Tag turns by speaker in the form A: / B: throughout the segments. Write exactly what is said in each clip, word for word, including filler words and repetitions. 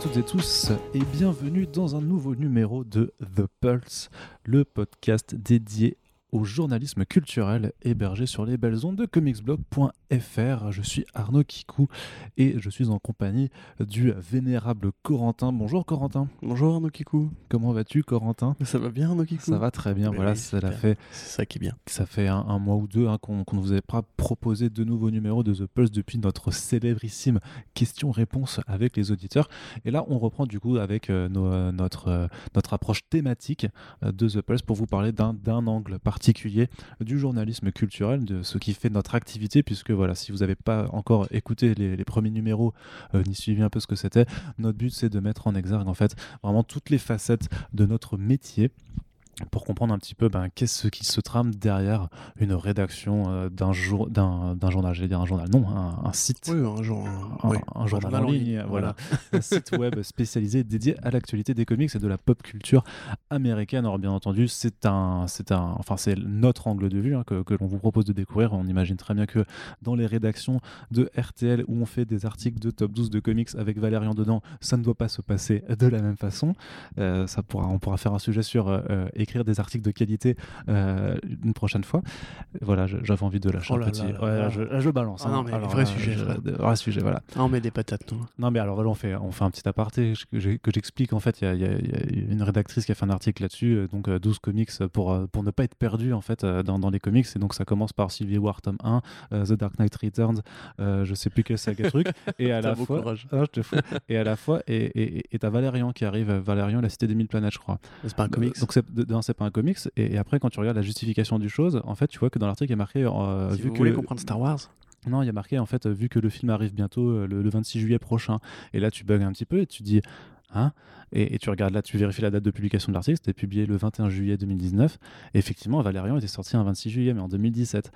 A: toutes et tous et bienvenue dans un nouveau numéro de The Pulse, le podcast dédié au journalisme culturel hébergé sur les belles ondes de comicsblog point f r. Je suis Arnaud Kikou et je suis en compagnie du vénérable Corentin. Bonjour Corentin.
B: Bonjour Arnaud Kikou.
A: Comment vas-tu Corentin ?
B: Ça va bien Arnaud Kikou ?
A: Ça va très bien,
B: Mais
A: voilà,
B: oui,
A: ça l'a
B: super.
A: fait.
B: C'est ça qui est bien.
A: Ça fait un, un mois ou deux hein, qu'on, qu'on ne vous avait pas proposé de nouveaux numéros de The Pulse depuis notre célébrissime question-réponse avec les auditeurs. Et là, on reprend du coup avec euh, nos, euh, notre, euh, notre approche thématique euh, de The Pulse pour vous parler d'un, d'un angle particulier du journalisme culturel, de ce qui fait notre activité, puisque voilà, si vous n'avez pas encore écouté les, les premiers numéros, euh, ni suivi un peu ce que c'était, notre but c'est de mettre en exergue en fait vraiment toutes les facettes de notre métier, pour comprendre un petit peu ben, qu'est-ce qui se trame derrière une rédaction euh, d'un, jour, d'un, d'un journal, j'allais dire un journal, non, un, un site,
B: Oui, un, jour,
A: un,
B: oui,
A: un journal, en ligne, ligne voilà, un site web spécialisé dédié à l'actualité des comics et de la pop culture américaine. Alors bien entendu, c'est un, c'est un, enfin c'est notre angle de vue hein, que, que l'on vous propose de découvrir. On imagine très bien que dans les rédactions de R T L où on fait des articles de top douze de comics avec Valérian dedans, ça ne doit pas se passer de la même façon. Euh, ça pourra, on pourra faire un sujet sur euh, écrire des articles de qualité euh, une prochaine fois. Voilà, je, j'avais envie de lâcher
B: oh
A: un
B: là
A: petit.
B: Là là
A: ouais,
B: là.
A: Je, je balance.
B: Ah
A: hein.
B: non, mais
A: Alors,
B: vrai
A: là,
B: sujet.
A: Je, vrai sujet, voilà.
B: Ah, on met des patates, non
A: Non, mais alors là, on fait, on fait un petit aparté que, j'ai, que j'explique. En fait, il y, y, y a une rédactrice qui a fait un article là-dessus, donc euh, douze comics pour, pour ne pas être perdu en fait euh, dans, dans les comics. Et donc, ça commence par Civil War tome un, euh, The Dark Knight Returns, euh, je sais plus quel saga truc. Et à la fois. Ah, je te fous. Et à la fois, et, et, et t'as Valérian qui arrive, Valérian, la cité des mille planètes, je crois.
B: C'est pas un comics.
A: Donc, c'est, non, c'est pas un comics. Et, et après, quand tu regardes la justification du chose, en fait, tu vois que dans l'article, il y a marqué. Euh,
B: si
A: vu
B: vous
A: que...
B: voulez comprendre Star Wars.
A: Non, il y a marqué, en fait, vu que le film arrive bientôt, euh, le, le vingt-six juillet prochain. Et là, tu bugs un petit peu et tu dis, hein et, et tu regardes là, tu vérifies la date de publication de l'article, c'était publié le vingt et un juillet deux mille dix-neuf. Et effectivement, Valérian était sorti un vingt-six juillet, mais en deux mille dix-sept.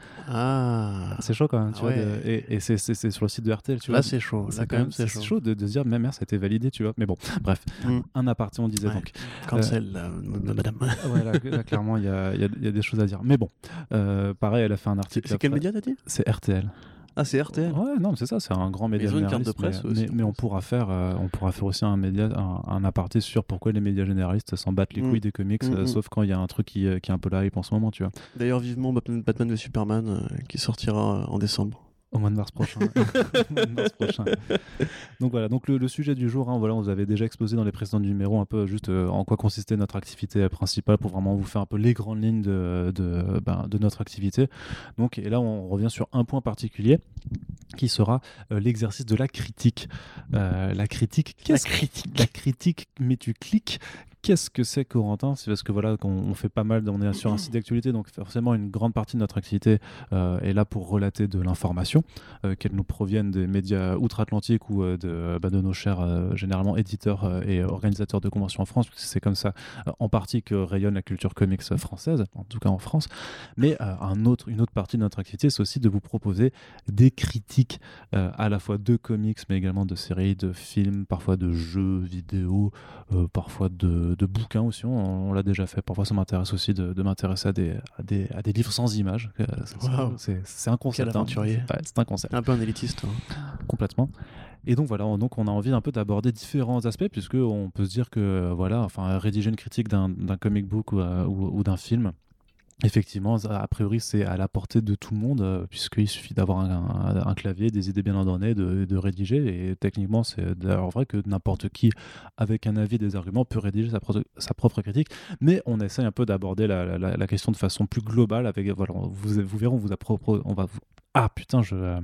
B: Ah.
A: C'est chaud quand même, tu
B: ouais.
A: vois. De, et et c'est, c'est, c'est sur le site de R T L, tu
B: là,
A: vois.
B: c'est chaud.
A: C'est
B: là,
A: quand même, c'est, c'est chaud de, de se dire, même merde, ça a été validé, tu vois. Mais bon, bref,
B: mm.
A: un aparté, on disait
B: ouais.
A: donc.
B: Cancel, euh, là, madame.
A: Ouais, là, là clairement, il y a, y, a, y a des choses à dire. Mais bon, euh, pareil, elle a fait un article.
B: C'est, c'est quel média, t'as dit ?
A: C'est R T L.
B: Ah, c'est R T L.
A: Ouais, non, mais c'est ça, c'est un grand média
B: ils ont une
A: généraliste.
B: carte de presse
A: mais,
B: aussi,
A: mais, mais on pourra faire, euh, on pourra faire aussi un média, un, un aparté sur pourquoi les médias généralistes s'en battent les couilles mmh. des comics, mmh. euh, sauf quand il y a un truc qui, euh, qui est un peu la hype en ce moment, tu vois.
B: D'ailleurs, vivement Batman, Batman v Superman euh, qui sortira en décembre.
A: Au mois de mars prochain. Au mois de mars prochain. Donc voilà, donc le, le sujet du jour, hein, voilà, on vous avait déjà exposé dans les précédents numéros un peu juste euh, en quoi consistait notre activité principale pour vraiment vous faire un peu les grandes lignes de, de, ben, de notre activité. Donc, et là, on revient sur un point particulier qui sera euh, l'exercice de la critique. Euh, la critique, qu'est-ce
B: la critique
A: La critique, mais tu cliques. Qu'est-ce que c'est, Corentin ? C'est parce que voilà, qu'on on fait pas mal, on est sur un site d'actualité, donc forcément une grande partie de notre activité euh, est là pour relater de l'information, euh, qu'elle nous provienne des médias outre-Atlantique ou euh, de, bah, de nos chers euh, généralement éditeurs euh, et organisateurs de conventions en France, parce que c'est comme ça euh, en partie que rayonne la culture comics française, en tout cas en France. Mais euh, un autre, une autre partie de notre activité, c'est aussi de vous proposer des critiques euh, à la fois de comics, mais également de séries, de films, parfois de jeux vidéo, euh, parfois de de bouquins aussi, on, on l'a déjà fait. Parfois, ça m'intéresse aussi de, de m'intéresser à des, à, des, à des livres sans images. C'est,
B: wow.
A: c'est, c'est un concept.
B: Quel aventurier.
A: Hein. Ouais, c'est un concept.
B: Un peu un élitiste. Hein.
A: Complètement. Et donc voilà, donc on a envie un peu d'aborder différents aspects, puisque on peut se dire que voilà, enfin, rédiger une critique d'un, d'un comic book ou, ou, ou d'un film, effectivement, a priori, c'est à la portée de tout le monde, euh, puisqu'il suffit d'avoir un, un, un clavier, des idées bien ordonnées, de, de rédiger. Et techniquement, c'est d'ailleurs vrai que n'importe qui, avec un avis, des arguments, peut rédiger sa, pro- sa propre critique. Mais on essaie un peu d'aborder la, la, la question de façon plus globale. Avec, voilà, vous, vous verrez, on vous a propos, on va vous... Ah putain, je... Euh...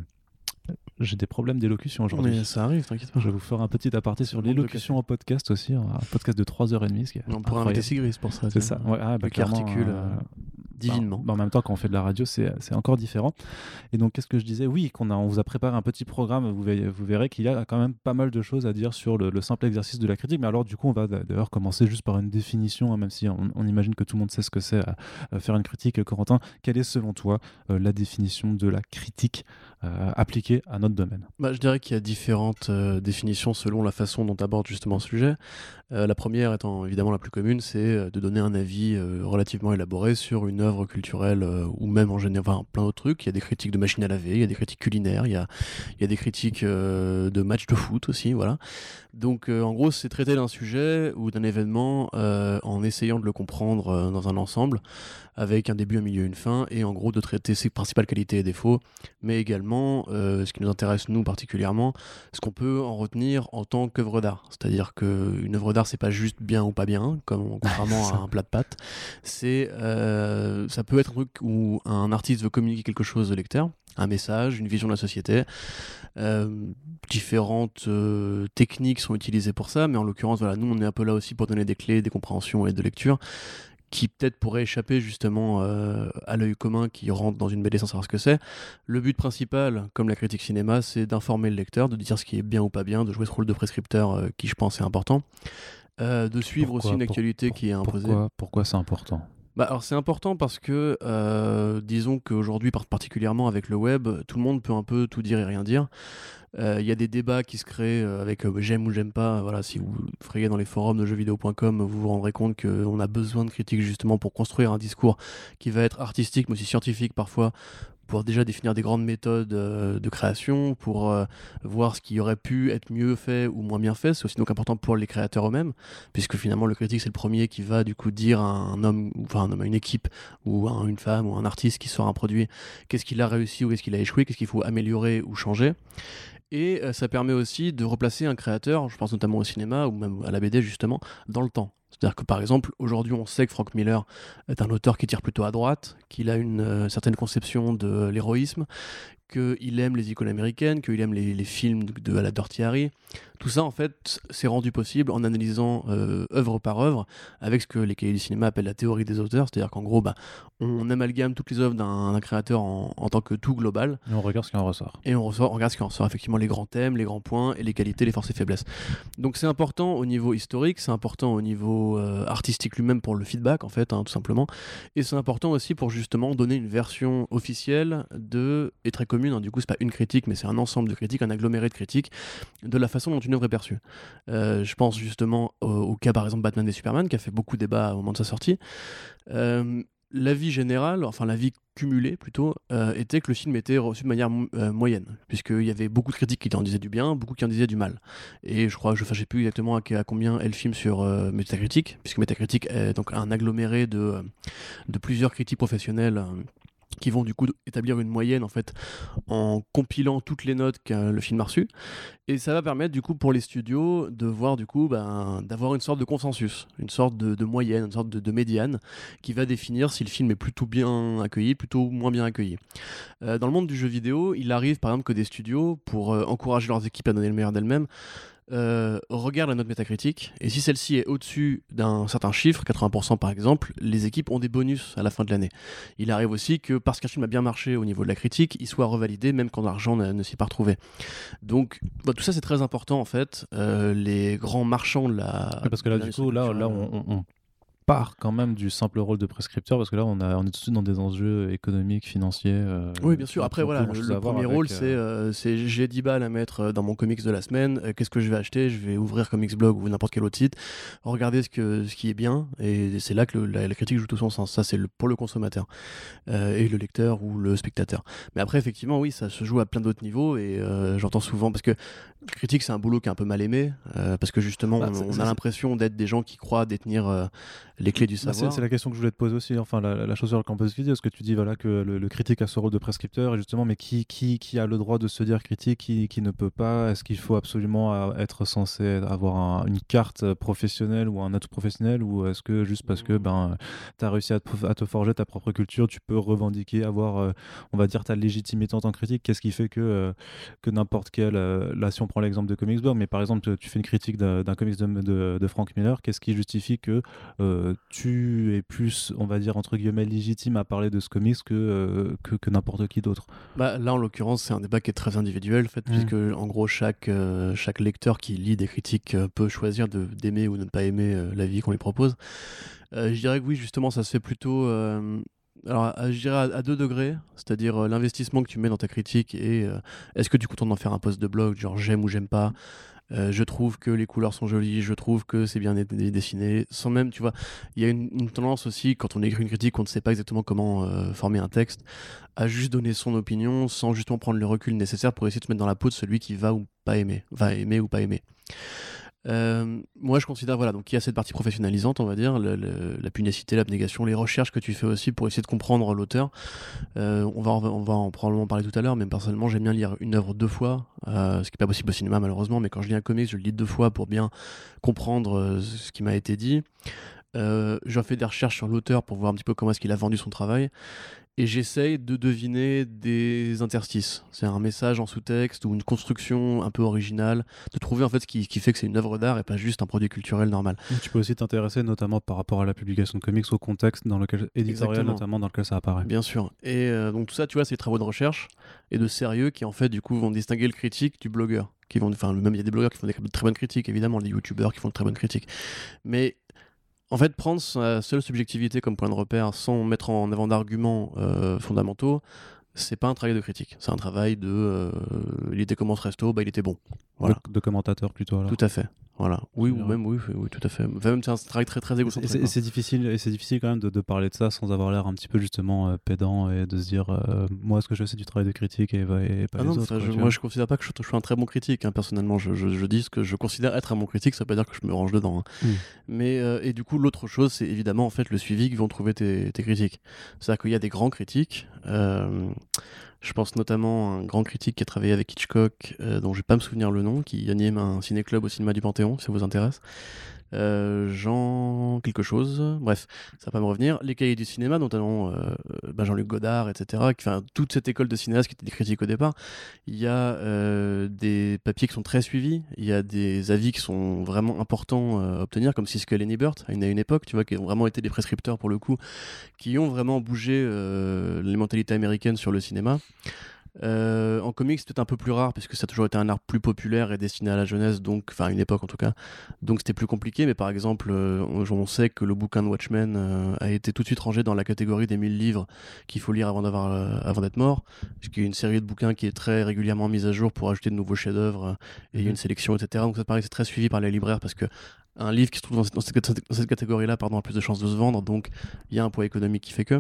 A: J'ai des problèmes d'élocution aujourd'hui.
B: Mais ça arrive, t'inquiète pas.
A: Je vais vous faire un petit aparté sur l'élocution en podcast aussi, un podcast de trois heures trente.
B: On pourrait inviter Sigris pour ça.
A: C'est ça, ouais, ah, bah,
B: qui articule euh, divinement.
A: Bah, en même temps, quand on fait de la radio, c'est, c'est encore différent. Et donc, qu'est-ce que je disais ? Oui, qu'on a, on vous a préparé un petit programme, vous verrez, vous verrez qu'il y a quand même pas mal de choses à dire sur le, le simple exercice de la critique. Mais alors, du coup, on va d'ailleurs commencer juste par une définition, hein, même si on, on imagine que tout le monde sait ce que c'est à, à faire une critique. Corentin, quelle est selon toi euh, la définition de la critique ? euh, appliquée à notre domaine.
B: Bah, je dirais qu'il y a différentes euh, définitions selon la façon dont tu abordes justement ce sujet. Euh, la première étant évidemment la plus commune, c'est euh, de donner un avis euh, relativement élaboré sur une œuvre culturelle euh, ou même en général enfin, plein d'autres trucs. Il y a des critiques de machines à laver, il y a des critiques culinaires, il y a, il y a des critiques euh, de matchs de foot aussi, voilà. Donc euh, en gros, c'est traiter d'un sujet ou d'un événement euh, en essayant de le comprendre euh, dans un ensemble, avec un début, un milieu, une fin, et en gros de traiter ses principales qualités et défauts, mais également, euh, ce qui nous intéresse nous particulièrement, ce qu'on peut en retenir en tant qu'œuvre d'art. C'est-à-dire qu'une œuvre d'art, c'est pas juste bien ou pas bien, comme, contrairement à un plat de pâtes. C'est, euh, ça peut être un truc où un artiste veut communiquer quelque chose au lecteur, un message, une vision de la société. Euh, différentes euh, techniques sont utilisées pour ça, mais en l'occurrence, voilà, nous, on est un peu là aussi pour donner des clés, des compréhensions et de lecture qui peut-être pourraient échapper justement euh, à l'œil commun qui rentre dans une B D sans savoir ce que c'est. Le but principal, comme la critique cinéma, c'est d'informer le lecteur, de dire ce qui est bien ou pas bien, de jouer ce rôle de prescripteur euh, qui, je pense, est important. Euh, de suivre
A: Pourquoi,
B: aussi une
A: pour,
B: actualité
A: pour,
B: qui est imposée.
A: Pourquoi, pourquoi c'est important ?
B: Bah alors c'est important parce que euh, disons qu'aujourd'hui particulièrement avec le web, tout le monde peut un peu tout dire et rien dire. Il euh, y a des débats qui se créent euh, avec euh, j'aime ou j'aime pas. Voilà, si vous frayez dans les forums de jeux vidéo point com, vous vous rendrez compte qu'on a besoin de critiques justement pour construire un discours qui va être artistique mais aussi scientifique parfois, pour déjà définir des grandes méthodes euh, de création, pour euh, voir ce qui aurait pu être mieux fait ou moins bien fait. C'est aussi donc important pour les créateurs eux-mêmes, puisque finalement le critique c'est le premier qui va du coup dire à un homme, enfin un homme, à une équipe ou à une femme ou à un artiste qui sort un produit, qu'est-ce qu'il a réussi ou qu'est-ce qu'il a échoué, qu'est-ce qu'il faut améliorer ou changer. Et euh, ça permet aussi de replacer un créateur, je pense notamment au cinéma ou même à la B D justement, dans le temps. C'est-à-dire que par exemple, aujourd'hui on sait que Frank Miller est un auteur qui tire plutôt à droite, qu'il a une euh, certaine conception de l'héroïsme, qu'il aime les icônes américaines, qu'il aime les, les films de, de la Dirty Harry. Tout ça, en fait, c'est rendu possible en analysant euh, œuvre par œuvre avec ce que les cahiers du cinéma appellent la théorie des auteurs. C'est-à-dire qu'en gros, bah, on amalgame toutes les œuvres d'un, d'un créateur en, en tant que tout global.
A: Et on regarde ce qui en ressort.
B: Et on, ressort, on regarde ce qui en ressort, effectivement, les grands thèmes, les grands points, et les qualités, les forces et faiblesses. Donc c'est important au niveau historique, c'est important au niveau euh, artistique lui-même pour le feedback, en fait, hein, tout simplement. Et c'est important aussi pour justement donner une version officielle de, et très commune, hein, du coup c'est pas une critique, mais c'est un ensemble de critiques, un aggloméré de critiques, de la façon dont une œuvre est perçue. Euh, je pense justement au, au cas par exemple Batman v Superman, qui a fait beaucoup de débats au moment de sa sortie. Euh, L'avis général, enfin l'avis cumulé plutôt, euh, était que le film était reçu de manière euh, moyenne, puisqu'il y avait beaucoup de critiques qui en disaient du bien, beaucoup qui en disaient du mal. Et je crois, je ne sais plus exactement à, à combien est le film sur euh, Metacritic, puisque Metacritic est donc un aggloméré de, euh, de plusieurs critiques professionnelles. Euh, qui vont du coup établir une moyenne en fait en compilant toutes les notes que le film a reçues, et ça va permettre du coup pour les studios de voir du coup ben, d'avoir une sorte de consensus, une sorte de, de moyenne, une sorte de, de médiane qui va définir si le film est plutôt bien accueilli, plutôt moins bien accueilli. Euh, dans le monde du jeu vidéo, il arrive par exemple que des studios, pour euh, encourager leurs équipes à donner le meilleur d'elles-mêmes, Euh, regarde la note métacritique, et si celle-ci est au-dessus d'un certain chiffre, quatre-vingts pour cent par exemple, les équipes ont des bonus à la fin de l'année. Il arrive aussi que parce qu'un film a bien marché au niveau de la critique, il soit revalidé même quand l'argent ne, ne s'y est pas retrouvé. Donc bah, tout ça c'est très important en fait. Euh, les grands marchands de la...
A: Parce que là du coup là, là on, on, on part quand même du simple rôle de prescripteur, parce que là on, a, on est tout de suite dans des enjeux économiques, financiers. Euh,
B: oui, bien sûr. Après, voilà, le, le premier rôle, euh... c'est, euh, c'est j'ai dix balles à mettre dans mon comics de la semaine. Euh, qu'est-ce que je vais acheter ? Je vais ouvrir Comicsblog ou n'importe quel autre site, regarder ce, que, ce qui est bien, et c'est là que le, la, la critique joue tout son sens. Ça, c'est le, pour le consommateur euh, et le lecteur ou le spectateur. Mais après, effectivement, oui, ça se joue à plein d'autres niveaux, et euh, j'entends souvent, parce que la critique, c'est un boulot qui est un peu mal aimé, euh, parce que justement, bah, on, on a l'impression d'être des gens qui croient détenir euh, les clés du savoir.
A: Bah, c'est, c'est la question que je voulais te poser aussi, enfin la, la chose sur le campus vidéo, parce que tu dis voilà, que le, le critique a ce rôle de prescripteur, et justement, mais qui, qui, qui a le droit de se dire critique, qui, qui ne peut pas ? Est-ce qu'il faut absolument être censé avoir un, une carte professionnelle ou un atout professionnel, ou est-ce que juste parce que ben, tu as réussi à te, à te forger ta propre culture, tu peux revendiquer, avoir, euh, on va dire, ta légitimité en tant que critique ? Qu'est-ce qui fait que, euh, que n'importe quel, euh, là si on prend l'exemple de Comicsblog, mais par exemple tu fais une critique d'un, d'un comics de, de, de Frank Miller, qu'est-ce qui justifie que euh, tu es plus, on va dire, entre guillemets, légitime à parler de ce comics que, euh, que, que n'importe qui d'autre ?
B: Bah, là, en l'occurrence, c'est un débat qui est très individuel, en fait, mmh. puisque, en gros, chaque, euh, chaque lecteur qui lit des critiques euh, peut choisir de, d'aimer ou de ne pas aimer euh, l'avis qu'on lui propose. Euh, je dirais que oui, justement, ça se fait plutôt... Euh, alors, à- je dirais à, à deux degrés, c'est-à-dire euh, l'investissement que tu mets dans ta critique et euh, est-ce que tu es content d'en faire un post de blog, genre j'aime ou j'aime pas, euh, je trouve que les couleurs sont jolies, je trouve que c'est bien dé- dé- dessiné, sans même, tu vois, il y a une, une tendance aussi, quand on écrit une critique, on ne sait pas exactement comment euh, former un texte, à juste donner son opinion sans justement prendre le recul nécessaire pour essayer de se mettre dans la peau de celui qui va ou pas aimer, va aimer ou pas aimer. Euh, moi, je considère, voilà, donc il y a cette partie professionnalisante, on va dire, le- le- la pugnacité, l'abnégation, les recherches que tu fais aussi pour essayer de comprendre l'auteur. Euh, on, va, on, va, on va en probablement parler tout à l'heure, mais personnellement, j'aime bien lire une œuvre deux fois, euh, ce qui n'est pas possible au cinéma, malheureusement, mais quand je lis un comics, je le lis deux fois pour bien comprendre euh, ce qui m'a été dit. Euh, j'en fais des recherches sur l'auteur pour voir un petit peu comment est-ce qu'il a vendu son travail. Et j'essaye de deviner des interstices. C'est un message en sous-texte ou une construction un peu originale, de trouver en fait ce qui, qui fait que c'est une œuvre d'art et pas juste un produit culturel normal.
A: Tu peux aussi t'intéresser notamment par rapport à la publication de comics, au contexte dans lequel, éditorial
B: Exactement.
A: notamment dans lequel ça apparaît.
B: Bien sûr. Et euh, donc tout ça, tu vois, c'est des travaux de recherche et de sérieux qui en fait du coup vont distinguer le critique du blogueur. Qui vont, enfin, même il y a des blogueurs qui font des de très bonnes critiques, évidemment, des youtubeurs qui font de très bonnes critiques. Mais en fait, prendre sa seule subjectivité comme point de repère sans mettre en avant d'arguments euh, fondamentaux, c'est pas un travail de critique. C'est un travail de. Euh, il était comment ce resto, bah il était bon. Voilà.
A: De, de commentateur plutôt alors.
B: Tout à fait. Voilà. Oui,
A: Très
B: ou
A: bien.
B: même, oui, oui, tout à fait. Enfin, même c'est un travail très, très
A: Et c'est-
B: égocentrique.
A: et c'est, et
B: quoi.
A: c'est difficile, et c'est difficile quand même de, de parler de ça sans avoir l'air un petit peu justement euh, pédant et de se dire euh, moi ce que je fais c'est du travail de critique et, va- et pas
B: Ah
A: les
B: non,
A: autres.
B: ça,
A: quoi,
B: je-
A: tu
B: moi
A: vois.
B: je considère pas que je, je suis un très bon critique, hein, personnellement. Je, je, je dis ce que je considère être un bon critique, ça veut pas dire que je me range dedans. hein.
A: Mm.
B: Mais, euh, et du coup, l'autre chose, c'est évidemment en fait le suivi que vont trouver tes, tes critiques. C'est-à-dire qu'il y a des grands critiques. euh, je pense notamment à un grand critique qui a travaillé avec Hitchcock, euh, dont je vais pas me souvenir le nom, qui anime un ciné-club au cinéma du Panthéon, si ça vous intéresse. Euh, Jean quelque chose, bref, ça va pas me revenir. Les cahiers du cinéma, notamment euh, ben Jean-Luc Godard, et cetera. Enfin, toute cette école de cinéastes qui était des critiques au départ. Il y a euh, des papiers qui sont très suivis, il y a des avis qui sont vraiment importants euh, à obtenir, comme Siskel et Ebert à une, à une époque, tu vois, qui ont vraiment été des prescripteurs pour le coup, qui ont vraiment bougé euh, les mentalités américaines sur le cinéma. Euh, en comics, c'est peut-être un peu plus rare parce que ça a toujours été un art plus populaire et destiné à la jeunesse, donc, enfin à une époque en tout cas. Donc c'était plus compliqué, mais par exemple, euh, on, on sait que le bouquin de Watchmen euh, a été tout de suite rangé dans la catégorie des mille livres qu'il faut lire avant, d'avoir, euh, avant d'être mort, parce qu'il y a une série de bouquins qui est très régulièrement mise à jour pour ajouter de nouveaux chefs-d'œuvre, euh, et il y a une sélection, et cetera. Donc ça paraît que c'est très suivi par les libraires parce que un livre qui se trouve dans cette, dans cette, dans cette catégorie-là pardon, a plus de chances de se vendre, donc il y a un poids économique qui fait que.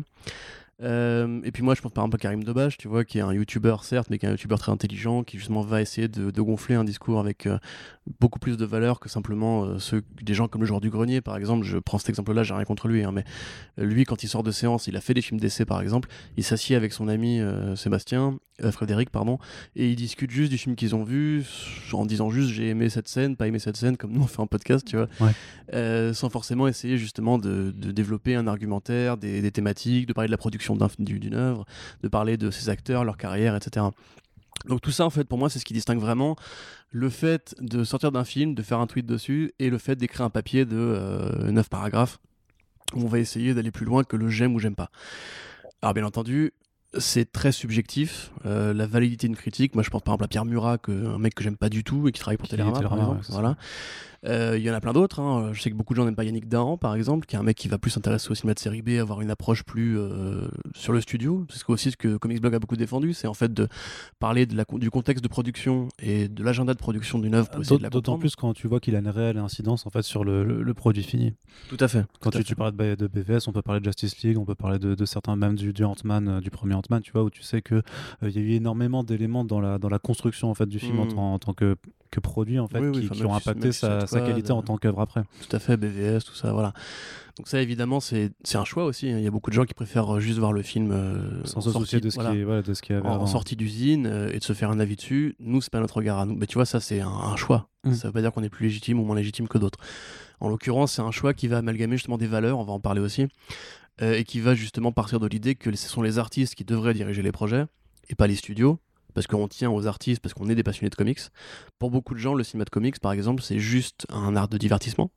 B: Euh, et puis moi je pense par exemple à Karim Debache, tu vois, qui est un youtubeur certes, mais qui est un youtubeur très intelligent, qui justement va essayer de, de gonfler un discours avec euh, beaucoup plus de valeur que simplement euh, ceux, des gens comme le joueur du grenier par exemple. Je prends cet exemple là, j'ai rien contre lui, hein, mais euh, lui quand il sort de séance, il a fait des films d'essai par exemple, il s'assied avec son ami euh, Sébastien, euh, Frédéric pardon, et ils discutent juste du film qu'ils ont vu en disant juste j'ai aimé cette scène, pas aimé cette scène, comme nous on fait un podcast, tu vois,
A: Ouais.
B: euh, sans forcément essayer justement de, de développer un argumentaire, des, des thématiques, de parler de la production d'un, d'une œuvre, de parler de ses acteurs, leur carrière, et cetera. Donc tout ça, en fait, pour moi, c'est ce qui distingue vraiment le fait de sortir d'un film, de faire un tweet dessus, et le fait d'écrire un papier de euh, neuf paragraphes, où on va essayer d'aller plus loin que le j'aime ou j'aime pas. Alors bien entendu, c'est très subjectif, euh, la validité d'une critique. Moi, je pense par exemple à Pierre Murat, que, un mec que j'aime pas du tout et qui travaille pour
A: Qui-
B: Télérama, par
A: Télérama,
B: exemple.
A: ouais, c'est
B: Voilà. Euh, Il y en a plein d'autres. Hein. Je sais que beaucoup de gens n'aiment pas Yannick Dahan, par exemple, qui est un mec qui va plus s'intéresser au cinéma de série B, avoir une approche plus euh, sur le studio. C'est ce que aussi ce que Comics Blog a beaucoup défendu, c'est en fait de parler de la, du contexte de production et de l'agenda de production d'une œuvre pour essayer de la
A: D'autant
B: comprendre.
A: plus quand tu vois qu'il a une réelle incidence en fait sur le, le, le produit fini.
B: Tout à fait.
A: Quand
B: tout à
A: tu,
B: fait.
A: tu parlais de, de B V S, on peut parler de Justice League, on peut parler de, de certains, même du, du Ant-Man, euh, du premier Ant-Man, tu vois, où tu sais qu'il euh, y a eu énormément d'éléments dans la, dans la construction en fait, du film
B: Mm.
A: en, tant- en tant que, que produit en fait,
B: Oui, oui,
A: qui,
B: enfin,
A: qui
B: même
A: ont
B: Suicide-
A: impacté
B: même
A: sa,
B: Suicide
A: sa
B: Squad,
A: qualité en
B: euh,
A: tant qu'œuvre après.
B: Tout à fait, B V S, tout ça, voilà. Donc ça, évidemment, c'est, c'est un choix aussi. Il y a beaucoup de gens qui préfèrent juste voir le film euh,
A: Sans
B: en
A: se
B: sortie,
A: soucier de ce
B: voilà,
A: qui voilà, de ce qu'il y avait
B: en, en
A: avant.
B: sortie d'usine euh, et de se faire un avis dessus. Nous, c'est pas notre regard à nous. Mais tu vois, ça, c'est un, un choix.
A: Mm.
B: Ça veut pas dire qu'on est plus légitime ou moins légitime que d'autres. En l'occurrence, c'est un choix qui va amalgamer justement des valeurs, on va en parler aussi, euh, et qui va justement partir de l'idée que ce sont les artistes qui devraient diriger les projets et pas les studios. Parce qu'on tient aux artistes, parce qu'on est des passionnés de comics. Pour beaucoup de gens, le cinéma de comics, par exemple, c'est juste un art de divertissement.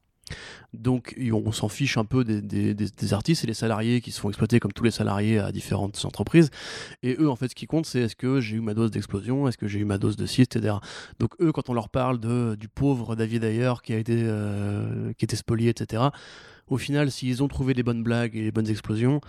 B: Donc on s'en fiche un peu des, des, des, des artistes et des salariés qui se font exploiter comme tous les salariés à différentes entreprises. Et eux, en fait, ce qui compte, c'est est-ce que j'ai eu ma dose d'explosion, est-ce que j'ai eu ma dose de ci, et cetera. Donc eux, quand on leur parle de, du pauvre David Ayer qui a été, euh, qui était spolié, et cetera, au final, s'ils ont trouvé les bonnes blagues et les bonnes explosions,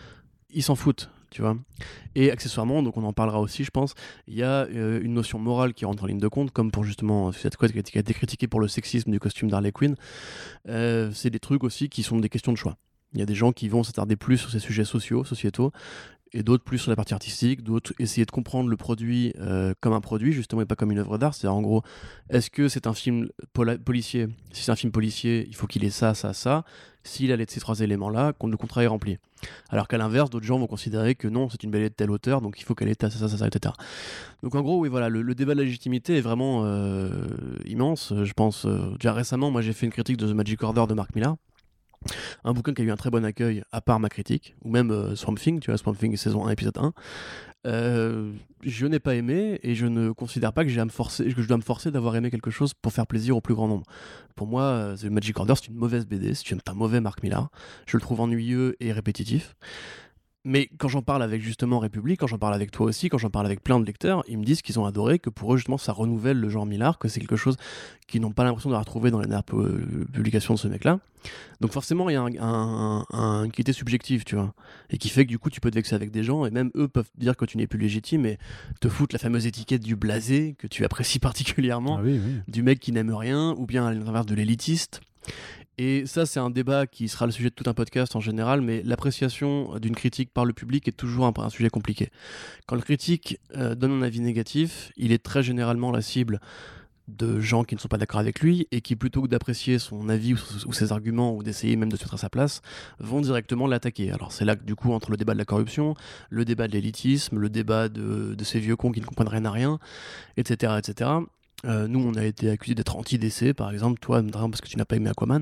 B: ils s'en foutent, tu vois. Et accessoirement, donc on en parlera aussi, je pense, il y a euh, une notion morale qui rentre en ligne de compte, comme pour justement Suicide Squad qui a été critiqué pour le sexisme du costume d'Harley Quinn. Euh, c'est des trucs aussi qui sont des questions de choix. Il y a des gens qui vont s'attarder plus sur ces sujets sociaux, sociétaux, et d'autres plus sur la partie artistique, d'autres essayer de comprendre le produit euh, comme un produit, justement, et pas comme une œuvre d'art. C'est-à-dire, en gros, est-ce que c'est un film pola- policier ? Si c'est un film policier, il faut qu'il ait ça, ça, ça. S'il a les- ces trois éléments-là, le contrat est rempli. Alors qu'à l'inverse, d'autres gens vont considérer que non, c'est une B D de tel auteur, donc il faut qu'elle ait ça, ça, ça, ça, et cetera. Donc en gros, oui, voilà, le, le débat de la légitimité est vraiment euh, immense. Je pense, euh, déjà récemment, moi j'ai fait une critique de The Magic Order de Mark Millar. Un bouquin qui a eu un très bon accueil, à part ma critique, ou même euh, Swamp Thing, tu vois, Swamp Thing saison un, épisode un. Euh, je n'ai pas aimé et je ne considère pas que, j'ai à me forcer, que je dois me forcer d'avoir aimé quelque chose pour faire plaisir au plus grand nombre. Pour moi, euh, The Magic Order, c'est une mauvaise B D, c'est un mauvais Mark Millar. Je le trouve ennuyeux et répétitif. Mais quand j'en parle avec justement République, quand j'en parle avec toi aussi, quand j'en parle avec plein de lecteurs, ils me disent qu'ils ont adoré, que pour eux justement ça renouvelle le genre Millar, que c'est quelque chose qu'ils n'ont pas l'impression de retrouver dans les dernières publications de ce mec-là. Donc forcément il y a un, un, un, une qualité subjective, tu vois, et qui fait que du coup tu peux te vexer avec des gens, et même eux peuvent dire que tu n'es plus légitime, et te foutre la fameuse étiquette du blasé, que tu apprécies particulièrement,
A: Ah oui, oui.
B: du mec qui n'aime rien, ou bien à l'inverse de l'élitiste. Et ça, c'est un débat qui sera le sujet de tout un podcast en général, mais l'appréciation d'une critique par le public est toujours un, un sujet compliqué. Quand le critique euh, donne un avis négatif, il est très généralement la cible de gens qui ne sont pas d'accord avec lui et qui, plutôt que d'apprécier son avis ou, ou ses arguments ou d'essayer même de se mettre à sa place, vont directement l'attaquer. Alors c'est là que du coup, entre le débat de la corruption, le débat de l'élitisme, le débat de, de ces vieux cons qui ne comprennent rien à rien, et cetera, et cetera, Euh, nous, on a été accusés d'être anti-D C, par exemple, toi, parce que tu n'as pas aimé Aquaman.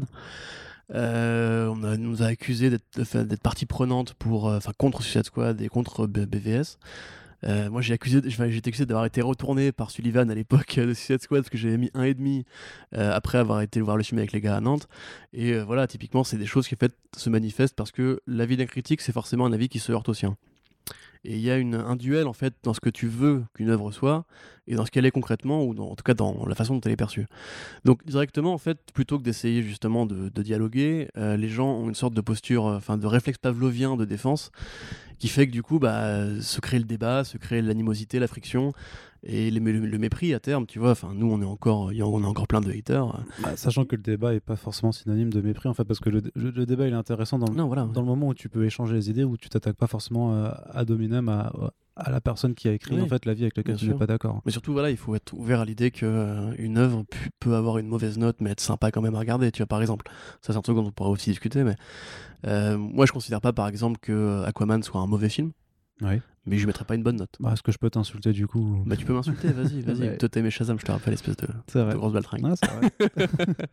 B: Euh, on a, nous a accusés d'être, d'être partie prenante pour, enfin, euh, contre Suicide Squad et contre B- BVS. Euh, moi, j'ai accusé, j'ai été accusé d'avoir été retourné par Sullivan à l'époque de Suicide Squad parce que j'avais mis un et demi euh, après avoir été voir le film avec les gars à Nantes. Et euh, voilà, typiquement, c'est des choses qui en fait se manifestent parce que l'avis d'un critique, c'est forcément un avis qui se heurte au sien. Et il y a une, un duel en fait dans ce que tu veux qu'une œuvre soit et dans ce qu'elle est concrètement, ou dans, en tout cas dans la façon dont elle est perçue. Donc directement en fait, plutôt que d'essayer justement de, de dialoguer, euh, les gens ont une sorte de posture, enfin euh, de réflexe pavlovien de défense qui fait que du coup bah, se crée le débat, se crée l'animosité, la friction et le, le, le mépris à terme, tu vois. Enfin, nous on est encore, on a encore plein de haters.
A: Bah, sachant que le débat est pas forcément synonyme de mépris en fait, parce que le, le, le débat il est intéressant dans le,
B: non, voilà,
A: dans
B: ouais.
A: le moment où tu peux échanger les idées, où tu t'attaques pas forcément euh, ad hominem à, à la personne qui a écrit oui, en fait l'avis avec lequel tu n'es pas d'accord.
B: Mais surtout voilà, il faut être ouvert à l'idée que euh, une œuvre p- peut avoir une mauvaise note, mais être sympa quand même à regarder. Tu vois, par exemple, ça c'est un truc dont on pourra aussi discuter. Mais euh, moi je considère pas par exemple que Aquaman soit un mauvais film.
A: Oui.
B: Mais je mettrais pas une bonne note.
A: Bah, est-ce que je peux t'insulter du coup ?
B: Bah tu peux m'insulter, vas-y, vas-y. Ouais. Toi t'as aimé Shazam, je te rappelle, espèce de, de grosse baltringue.
A: Ah, c'est vrai.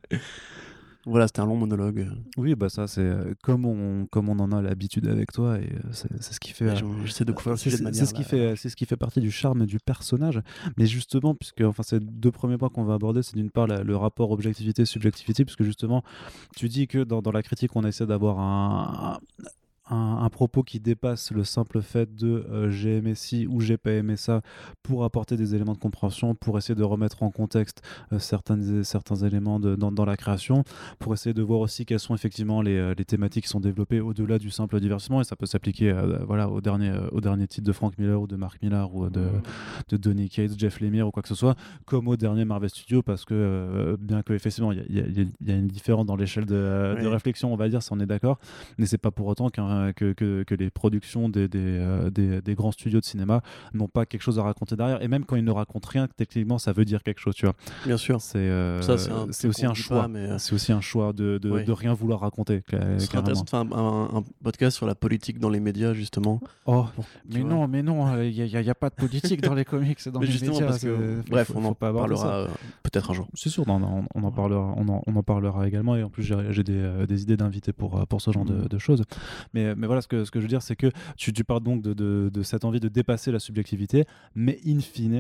B: Voilà, c'était un long monologue.
A: Oui, bah ça c'est euh, comme on comme on en a l'habitude avec toi et euh, c'est, c'est ce qui fait.
B: Euh, J'essaie de couvrir le sujet de manière.
A: C'est ce qui fait, c'est ce qui fait partie du charme du personnage. Mais justement, puisque enfin c'est deux premiers points qu'on va aborder, c'est d'une part la, le rapport objectivité-subjectivité, puisque justement tu dis que dans, dans la critique on essaie d'avoir un, un Un, un propos qui dépasse le simple fait de euh, j'ai aimé ci ou j'ai pas aimé ça, pour apporter des éléments de compréhension, pour essayer de remettre en contexte euh, certains, certains éléments de, dans, dans la création, pour essayer de voir aussi quelles sont effectivement les, les thématiques qui sont développées au-delà du simple divertissement. Et ça peut s'appliquer euh, voilà, au, dernier, euh, au dernier titre de Frank Miller ou de Mark Millar ou de, de Donny Cates, Jeff Lemire ou quoi que ce soit, comme au dernier Marvel Studios, parce que euh, bien que effectivement il y, y, y a une différence dans l'échelle de, euh, oui. de réflexion, on va dire, si on est d'accord, mais c'est pas pour autant qu'un Que, que, que les productions des, des, euh, des, des grands studios de cinéma n'ont pas quelque chose à raconter derrière, et même quand ils ne racontent rien, techniquement ça veut dire quelque chose, tu vois.
B: Bien sûr.
A: C'est, euh,
B: ça, c'est, un
A: c'est aussi un choix, pas, mais... c'est aussi un choix de, de, oui. de rien vouloir raconter.
B: Ce serait intéressant de faire un, un, un podcast sur la politique dans les médias, justement.
A: Oh, Pour, mais vois. non, mais non, il n'y a, a, a pas de politique dans les comics, dans mais les médias.
B: Parce que, bref, faut, on en parlera euh, peut-être un jour.
A: C'est sûr, non, non, on, en parlera, on, en, on en parlera également, et en plus j'ai, j'ai des, euh, des idées d'invités pour, pour ce genre mmh. de, de choses. Mais, mais voilà, ce que, ce que je veux dire, c'est que tu, tu parles donc de, de, de cette envie de dépasser la subjectivité, mais in fine,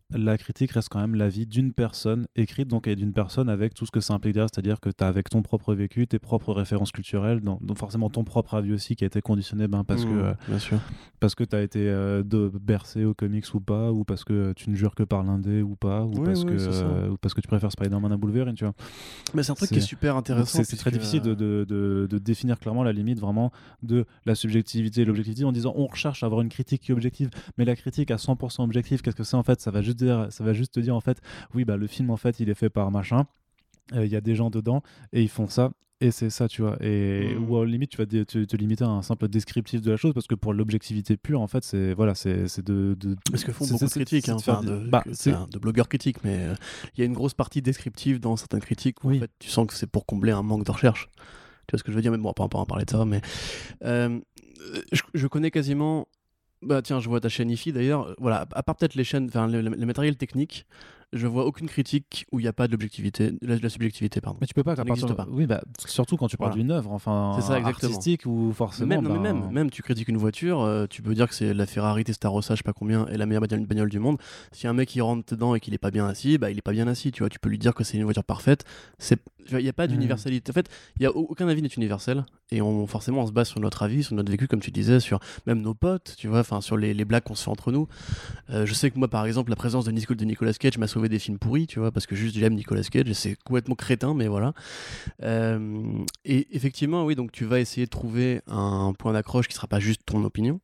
A: la critique reste quand même l'avis d'une personne écrite, donc et d'une personne avec tout ce que ça implique derrière, c'est-à-dire que tu as avec ton propre vécu, tes propres références culturelles, donc, donc forcément ton propre avis aussi qui a été conditionné ben, parce,
B: Mmh,
A: que, euh,
B: bien sûr.
A: parce que tu as été euh, de, bercé aux comics ou pas, ou parce que tu ne jures que par l'indé ou pas, ou,
B: Oui,
A: parce
B: oui,
A: que,
B: c'est ça.
A: euh, ou parce que tu préfères Spider-Man à Wolverine, tu vois.
B: Mais c'est un truc
A: C'est-
B: qui est super
A: Donc
B: intéressant.
A: c'est c'est très
B: puisque,
A: difficile de, de, de, de définir clairement la limite vraiment de la subjectivité et l'objectivité en disant on recherche à avoir une critique qui est objective, mais la critique à cent pour cent objective, qu'est-ce que c'est en fait? Ça va juste dire, ça va juste te dire en fait, oui bah le film en fait il est fait par machin, il euh, y a des gens dedans et ils font ça. Et c'est ça, tu vois. Et
B: Mm.
A: ou à la limite, tu vas te, te, te limiter à un simple descriptif de la chose parce que pour l'objectivité pure, en fait, c'est voilà, c'est c'est de, de.
B: Ce que font
A: c'est-
B: beaucoup de
A: c'est-
B: critiques,
A: c'est
B: hein,
A: de faire
B: enfin
A: des-
B: de,
A: bah,
B: que-
A: c'est
B: enfin, de blogueurs critiques, mais euh, il y a une grosse partie descriptive dans certaines critiques où
A: Oui.
B: en fait, tu sens que c'est pour combler un manque de recherche. Tu vois ce que je veux dire? Mais bon, on va pas en parler de ça. Mais euh, je, je connais quasiment. Bah tiens, je vois ta chaîne I F I d'ailleurs. Voilà, à part peut-être les chaînes, enfin le, le- le matériel technique, je vois aucune critique où il n'y a pas de l'objectivité, de la, de la subjectivité, pardon.
A: Mais tu peux pas,
B: Ça
A: à
B: n'existe
A: partir...
B: pas.
A: Oui, bah, surtout quand tu parles
B: Voilà.
A: d'une œuvre, enfin,
B: C'est ça, exactement.
A: artistique ou
B: Mais
A: forcément.
B: même, non, mais
A: ben,
B: même, même, tu critiques une voiture, euh, tu peux dire que c'est la Ferrari Testarossa, je sais pas combien, est la meilleure bagnole, bagnole du monde. Si un mec il rentre dedans et qu'il est pas bien assis, bah il est pas bien assis, tu vois. Tu peux lui dire que c'est une voiture parfaite. C'est, il y a pas
A: Mm.
B: d'universalité. En fait, il y a aucun avis n'est universel et on forcément on se base sur notre avis, sur notre vécu, comme tu disais, sur même nos potes, tu vois, enfin sur les, les blagues qu'on se fait entre nous. Euh, je sais que moi, par exemple, la présence de, Nico, de Nicolas Cage m'a sauvé des films pourris, tu vois, parce que juste j'aime Nicolas Cage et c'est complètement crétin, mais voilà. Euh, et effectivement, oui, donc tu vas essayer de trouver un point d'accroche qui sera pas juste ton opinion,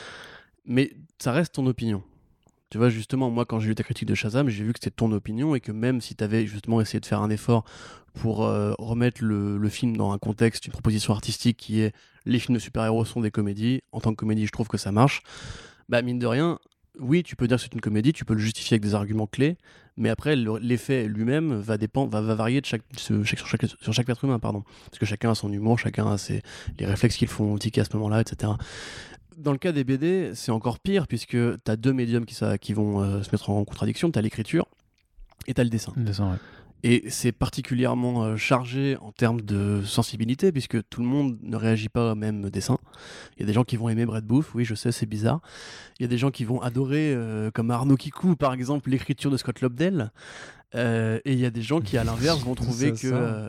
B: mais ça reste ton opinion. Tu vois, justement, moi, quand j'ai lu ta critique de Shazam, j'ai vu que c'était ton opinion et que même si tu avais justement essayé de faire un effort pour euh, remettre le, le film dans un contexte, une proposition artistique qui est les films de super-héros sont des comédies, en tant que comédie, je trouve que ça marche. Bah, mine de rien, oui, tu peux dire que c'est une comédie, tu peux le justifier avec des arguments clés, mais après, le- l'effet lui-même va, dépendre, va, va varier de chaque, sur, chaque, sur, chaque, sur chaque être humain, pardon. Parce que chacun a son humour, chacun a ses, les réflexes qu'ils font tiquer à ce moment-là, et cetera. Dans le cas des B D, c'est encore pire, puisque tu as deux médiums qui, ça, qui vont euh, se mettre en contradiction, tu as l'écriture et tu as le dessin.
A: Le dessin, ouais.
B: Et c'est particulièrement euh, chargé en termes de sensibilité, puisque tout le monde ne réagit pas au même dessin. Il y a des gens qui vont aimer Brett Booth, oui, je sais, c'est bizarre. Il y a des gens qui vont adorer, euh, comme Arnaud Kikou, par exemple, l'écriture de Scott Lobdell. Euh, et il y a des gens qui, à l'inverse, vont trouver que... euh,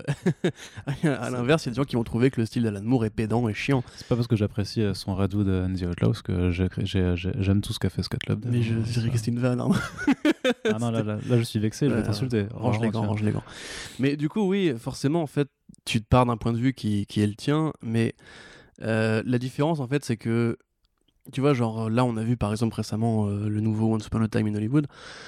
B: à l'inverse, il y a des gens qui vont trouver que le style d'Alan Moore est pédant et chiant.
A: C'est pas parce que j'apprécie euh, son Redwood and the Outlaws que j'ai- j'ai- j'ai- j'aime tout ce qu'a fait Scott Lobdell.
B: Mais je dirais que c'était une vanne. Hein.
A: Ah non, là, là, là, je suis vexé, je vais
B: Euh,
A: t'insulter.
B: range les gants, range les gants. Mais du coup, oui, forcément, en fait, tu te pars d'un point de vue qui, qui est le tien, mais euh, la différence, en fait, c'est que, tu vois, genre, là, on a vu, par exemple, récemment, euh, le nouveau Once Upon a Time in Hollywood.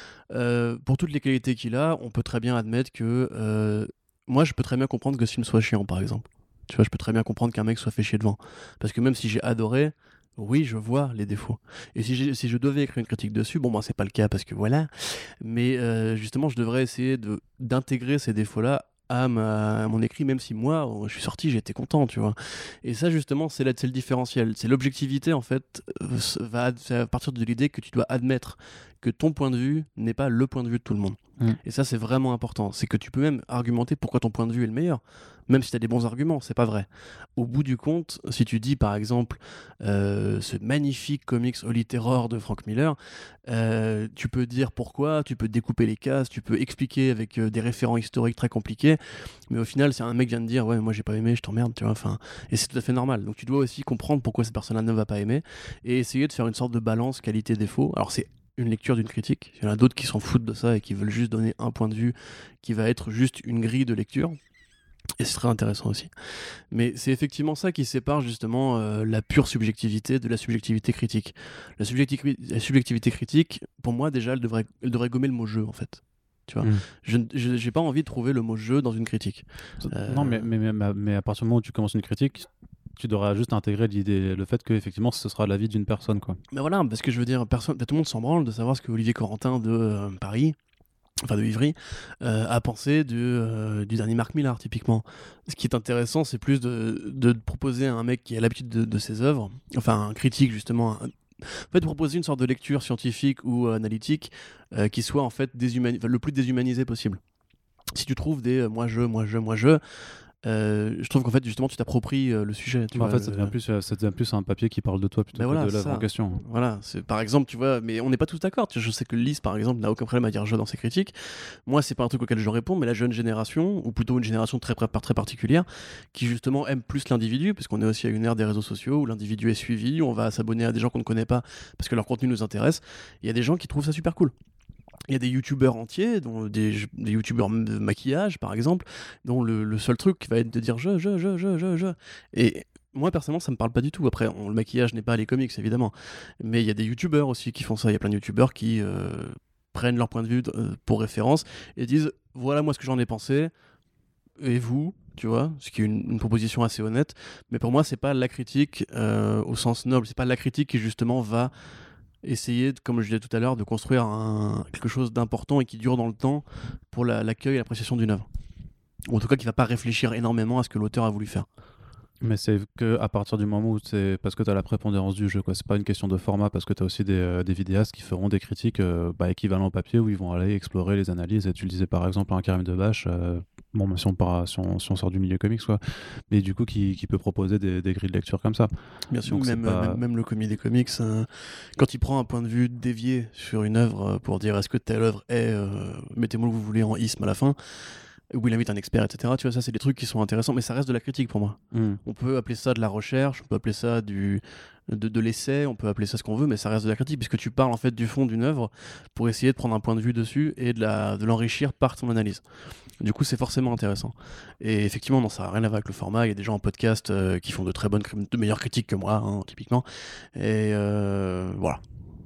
B: Euh, pour toutes les qualités qu'il a, on peut très bien admettre que... Euh, moi, je peux très bien comprendre que ce film soit chiant, par exemple. Tu vois, je peux très bien comprendre qu'un mec soit fait chier devant. Parce que même si j'ai adoré... Oui, je vois les défauts. Et si, j'ai- si je devais écrire une critique dessus, bon, ben, c'est pas le cas parce que voilà. Mais euh, justement, je devrais essayer de, d'intégrer ces défauts-là à, ma, à mon écrit, même si moi, oh, je suis sorti, j'étais content, tu vois. Et ça, justement, c'est, la, c'est le différentiel. C'est l'objectivité, en fait, euh, va, va partir de l'idée que tu dois admettre que ton point de vue n'est pas le point de vue de tout le monde.
A: Mm.
B: Et ça, c'est vraiment important. C'est que tu peux même argumenter pourquoi ton point de vue est le meilleur, même si tu as des bons arguments, c'est pas vrai. Au bout du compte, si tu dis par exemple euh, ce magnifique comics Holy Terror de Frank Miller, euh, tu peux dire pourquoi, tu peux découper les cases, tu peux expliquer avec euh, des référents historiques très compliqués, mais au final, si un mec vient de dire ouais, mais moi j'ai pas aimé, je t'emmerde, tu vois, enfin, et c'est tout à fait normal. Donc tu dois aussi comprendre pourquoi cette personne-là ne va pas aimer et essayer de faire une sorte de balance qualité-défaut. Alors c'est une lecture d'une critique. Il y en a d'autres qui s'en foutent de ça et qui veulent juste donner un point de vue qui va être juste une grille de lecture. Et c'est très intéressant aussi. Mais c'est effectivement ça qui sépare justement euh, la pure subjectivité de la subjectivité critique. La, subjecti- la subjectivité critique, pour moi déjà, elle devrait, elle devrait gommer le mot jeu en fait. Tu vois,
A: Mm.
B: je je- j'ai pas envie de trouver le mot jeu dans une critique. Euh,
A: Non, mais, mais, mais, mais à partir du moment où tu commences une critique, tu devras juste intégrer l'idée, le fait que effectivement ce sera l'avis d'une personne, quoi.
B: Mais voilà, parce que je veux dire, personne, tout le monde s'en branle de savoir ce que Olivier Corentin de euh, Paris, enfin de Ivry, euh, a pensé du, euh, du dernier Mark Millar, typiquement. Ce qui est intéressant, c'est plus de, de proposer à un mec qui a l'habitude de, de ses œuvres, enfin un critique justement, un, en fait, de proposer une sorte de lecture scientifique ou euh, analytique euh, qui soit en fait déshumani- enfin, le plus déshumanisé possible. Si tu trouves des euh, moi je, moi je, moi je, Euh, je trouve qu'en fait, justement, tu t'appropries euh, le sujet. Tu
A: Bah, en
B: vois,
A: fait, ça
B: le-
A: devient, plus, euh, ça devient plus un papier qui parle de toi plutôt
B: Ben
A: que
B: voilà,
A: de l'œuvre
B: ça.
A: en question.
B: Voilà, c'est par exemple, tu vois, mais on n'est pas tous d'accord. Tu vois, je sais que Lys, par exemple, n'a aucun problème à dire je dans ses critiques. Moi, c'est pas un truc auquel je réponds, mais la jeune génération, ou plutôt une génération très, très, très particulière, qui justement aime plus l'individu, parce qu'on est aussi à une ère des réseaux sociaux où l'individu est suivi, on va s'abonner à des gens qu'on ne connaît pas parce que leur contenu nous intéresse. Il y a des gens qui trouvent ça super cool. Il y a des youtubeurs entiers, dont des, des youtubeurs de maquillage par exemple, dont le, le seul truc va être de dire je, je, je, je, je, je. Et moi personnellement ça me parle pas du tout. Après, on, le maquillage n'est pas les comics évidemment, mais il y a des youtubeurs aussi qui font ça. Il y a plein de youtubeurs qui euh, prennent leur point de vue euh, pour référence et disent voilà moi ce que j'en ai pensé, et vous, tu vois, ce qui est une, une proposition assez honnête. Mais pour moi c'est pas la critique euh, au sens noble, c'est pas la critique qui justement va essayer, de, comme je disais tout à l'heure, de construire un, quelque chose d'important et qui dure dans le temps pour la, l'accueil et l'appréciation d'une œuvre. Ou en tout cas qui ne va pas réfléchir énormément à ce que l'auteur a voulu faire.
A: Mais c'est que à partir du moment où c'est parce que tu as la prépondérance du jeu, quoi. C'est pas une question de format, parce que tu as aussi des, euh, des vidéastes qui feront des critiques euh, bah, équivalents au papier, où ils vont aller explorer les analyses. Et tu le disais par exemple, un Karim Debache, euh, bon, même si on, part, si, on, si on sort du milieu comics, quoi, mais du coup qui, qui peut proposer des, des grilles de lecture comme ça.
B: Bien sûr,
A: Donc,
B: même,
A: pas...
B: même, même le commis des comics, euh, quand il prend un point de vue dévié sur une œuvre euh, pour dire est-ce que telle œuvre est, euh, mettez-moi le que vous voulez en isme à la fin, où il invite un expert, et cetera. Tu vois, ça, c'est des trucs qui sont intéressants, mais ça reste de la critique pour moi.
A: Mm.
B: On peut appeler ça de la recherche, on peut appeler ça du, de, de l'essai, on peut appeler ça ce qu'on veut, mais ça reste de la critique, puisque tu parles en fait du fond d'une œuvre pour essayer de prendre un point de vue dessus et de, la, de l'enrichir par ton analyse. Du coup, c'est forcément intéressant. Et effectivement, non, ça n'a rien à voir avec le format. Il y a des gens en podcast euh, qui font de très bonnes, de meilleures critiques que moi, hein, typiquement. Et euh, voilà.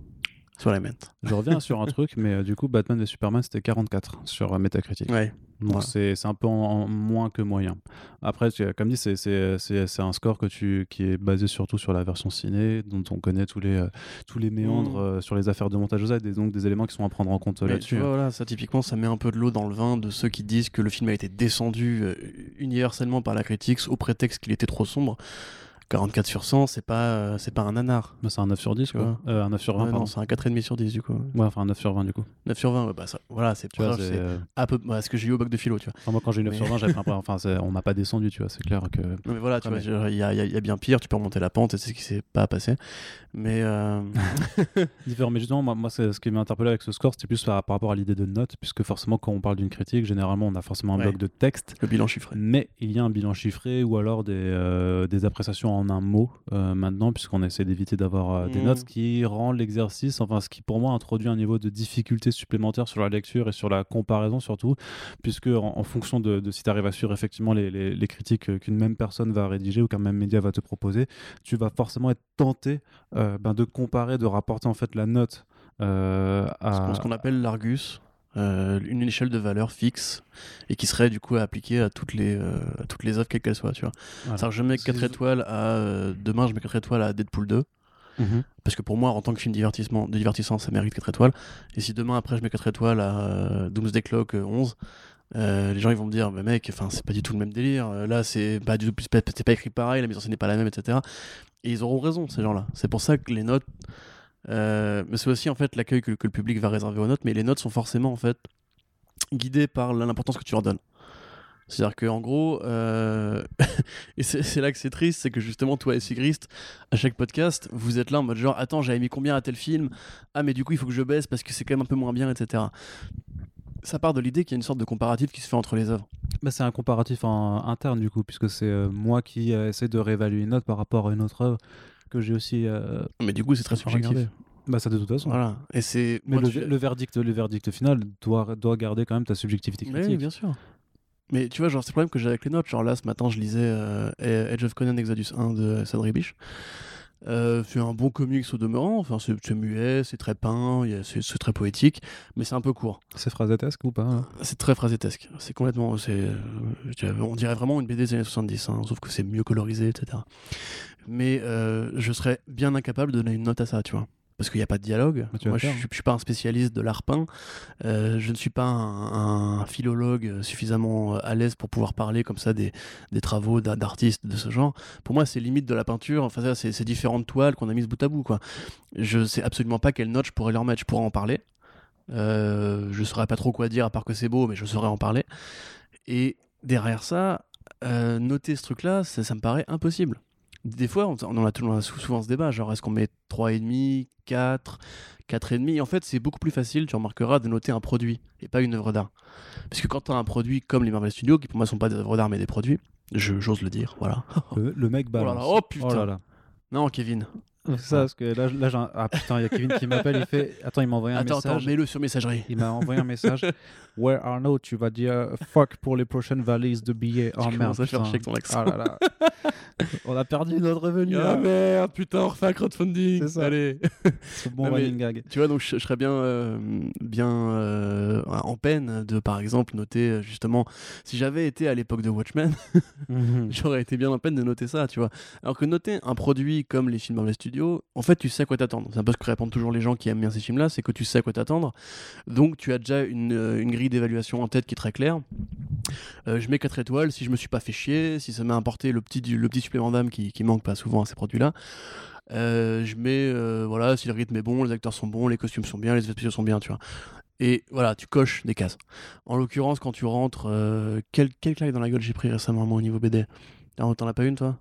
B: Sur la mente.
A: Je reviens sur un truc, mais euh, du coup, Batman v Superman, c'était quarante-quatre sur euh, Metacritic.
B: Ouais.
A: Donc
B: Voilà.
A: c'est, c'est un peu en, en moins que moyen. Après, tu- comme dit, c'est, c'est, c'est, c'est un score que tu, qui est basé surtout sur la version ciné, dont on connaît tous les, euh, tous les méandres
B: Mmh.
A: euh, sur les affaires de montage au Z, et donc des éléments qui sont à prendre en compte euh,
B: Mais
A: là-dessus.
B: tu vois, voilà, ça typiquement, ça met un peu de l'eau dans le vin de ceux qui disent que le film a été descendu euh, universellement par la critique au prétexte qu'il était trop sombre. quarante-quatre sur cent, c'est pas, euh, c'est pas un nanar.
A: Bah, c'est un neuf sur dix,
B: Tu
A: quoi. Euh, un neuf sur vingt,
B: Ouais,
A: pardon.
B: non, c'est un quatre virgule cinq sur dix du coup.
A: Ouais, enfin un neuf sur vingt, du coup.
B: neuf sur vingt, ouais, bah ça, voilà, c'est
A: Tu vois,
B: proche,
A: c'est,
B: c'est
A: euh,
B: à peu bah, ce que j'ai eu au bac de philo, tu vois.
A: enfin, moi, quand j'ai eu neuf
B: Mais-
A: sur vingt, j'avais pris un peu. Enfin, c'est- on m'a pas descendu, tu vois, c'est clair que.
B: Non mais voilà, tu
A: Ouais,
B: vois, genre, il y, a- il y a- il y a bien pire, tu peux remonter la pente et c'est ce qui s'est pas passé. Mais euh,
A: Différent, mais justement, moi, moi c'est, ce qui m'a interpellé avec ce score, c'était plus par, par rapport à l'idée de note, puisque forcément, quand on parle d'une critique, généralement, on a forcément un
B: Ouais.
A: bloc de texte,
B: le bilan chiffré.
A: mais il y a un bilan chiffré ou alors des, euh, des appréciations en un mot euh, maintenant, puisqu'on essaie d'éviter d'avoir euh, des
B: Mhm.
A: notes, ce qui rend l'exercice, enfin, ce qui pour moi introduit un niveau de difficulté supplémentaire sur la lecture et sur la comparaison surtout, puisque en, en fonction de, de si tu arrives à suivre effectivement les, les, les critiques qu'une même personne va rédiger ou qu'un même média va te proposer, tu vas forcément être tenté euh, ben, de comparer, de rapporter en fait la note euh, à...
B: Ce qu'on appelle l'Argus, euh, une échelle de valeur fixe et qui serait du coup appliquée à toutes les, euh, à toutes les œuvres quelles qu'elles soient, tu vois.
A: Voilà.
B: C'est-à-dire que je mets quatre
A: C'est-
B: étoiles à euh, demain, je mets quatre étoiles à Deadpool deux.
A: Mhm.
B: Parce que pour moi, en tant que film divertissement, de divertissement, ça mérite quatre étoiles. Et si demain, après, je mets quatre étoiles à euh, Doomsday Clock euh, onze, euh, les gens ils vont me dire, bah, mec, c'est pas du tout le même délire. Euh, Là, c'est pas du tout, c'est pas, c'est pas écrit pareil, la mise en scène n'est pas la même, et cetera. Et ils auront raison, ces gens-là. C'est pour ça que les notes. Euh, mais c'est aussi en fait l'accueil que, que le public va réserver aux notes. Mais les notes sont forcément en fait guidées par l'importance que tu leur donnes. C'est-à-dire qu'en gros, euh... et c'est, c'est là que c'est triste, c'est que justement, toi et Sigrist, à chaque podcast, vous êtes là en mode genre, attends, j'avais mis combien à tel film? Ah, mais du coup, il faut que je baisse parce que c'est quand même un peu moins bien, et cetera. Ça part de l'idée qu'il y a une sorte de comparatif qui se fait entre les œuvres.
A: Bah, c'est un comparatif en, interne du coup, puisque c'est euh, moi qui euh, essaie de réévaluer une note par rapport à une autre œuvre que j'ai aussi euh,
B: Mais du coup, c'est très subjectif.
A: regardé. Bah ça de toute façon.
B: Voilà. Et c'est.
A: Mais
B: moi,
A: le,
B: tu-
A: le verdict, le verdict final doit, doit garder quand même ta subjectivité
B: Oui,
A: critique.
B: bien sûr. Mais tu vois, genre, c'est le problème que j'ai avec les notes. Genre là, ce matin, je lisais euh, Age of Conan Exodus un de Sad Ribish. Euh, c'est un bon comics au demeurant. Enfin, c'est, c'est muet, c'est très peint, y a- c'est, c'est très poétique, mais c'est un peu court.
A: C'est phrasetesque ou pas hein?
B: C'est très phrasétesque. C'est complètement. C'est, euh, je dirais- on dirait vraiment une B D des années soixante-dix, hein, sauf que c'est mieux colorisé, et cetera. Mais euh, je serais bien incapable de donner une note à ça, tu vois. Parce qu'il n'y a pas de dialogue.
A: Mais tu vas
B: Moi, je
A: faire,
B: ne suis, je suis pas un spécialiste de l'art peint. Euh, je ne suis pas un, un philologue suffisamment à l'aise pour pouvoir parler comme ça des, des travaux d'a- d'artistes de ce genre. Pour moi, c'est limite de la peinture. Enfin, ça, c'est, c'est différentes toiles qu'on a mises bout à bout, quoi. Je sais absolument pas quelle note je pourrais leur mettre. Je pourrais en parler. Euh, je saurais pas trop quoi dire à part que c'est beau, mais je saurais en parler. Et derrière ça, euh, noter ce truc-là, ça, ça me paraît impossible. Des fois, on, on, a, on a souvent ce débat, genre est-ce qu'on met trois virgule cinq, quatre, quatre virgule cinq. En fait, c'est beaucoup plus facile, tu remarqueras, de noter un produit et pas une œuvre d'art. Parce que quand tu as un produit comme les Marvel Studios, qui pour moi sont pas des œuvres d'art mais des produits, je, j'ose le dire, voilà.
A: Le, le mec balance.
B: Oh, là là, oh putain.
A: Oh là là.
B: Non, Kevin.
A: C'est ça, parce que là, là j'ai un... Ah putain, il y a Kevin qui m'appelle, il fait... Attends, il m'a envoyé un
B: attends,
A: message.
B: Attends, mets-le sur messagerie.
A: Il m'a envoyé un message. Where Arnaud, tu vas dire fuck pour les prochaines valises de billets. Oh
B: tu
A: merde,
B: putain. À faire avec ton accent.
A: Oh là là. On a perdu notre revenu.
B: Ah merde, putain, on refait un crowdfunding.
A: C'est ça.
B: Allez.
A: C'est bon
B: non,
A: running gag.
B: Tu vois, donc je, je serais bien, euh, bien euh, en peine de, par exemple, noter justement, si j'avais été à l'époque de Watchmen, mm-hmm. j'aurais été bien en peine de noter ça, tu vois. Alors que noter un produit comme les films Marvel Studios, en fait, tu sais à quoi t'attendre. C'est un peu ce que répondent toujours les gens qui aiment bien ces films-là, c'est que tu sais à quoi t'attendre. Donc tu as déjà une, une grille d'évaluation en tête qui est très claire. Euh, je mets quatre étoiles si je me suis pas fait chier, si ça m'a apporté le petit, le petit supplément d'âme qui, qui manque pas souvent à ces produits-là. Euh, je mets, euh, voilà, si le rythme est bon, les acteurs sont bons, les costumes sont bien, les effets spéciaux sont bien, tu vois. Et voilà, tu coches des cases. En l'occurrence, quand tu rentres, euh, quelle quel claque dans la gueule j'ai pris récemment moi, au niveau B D? T'en, t'en as pas une, toi?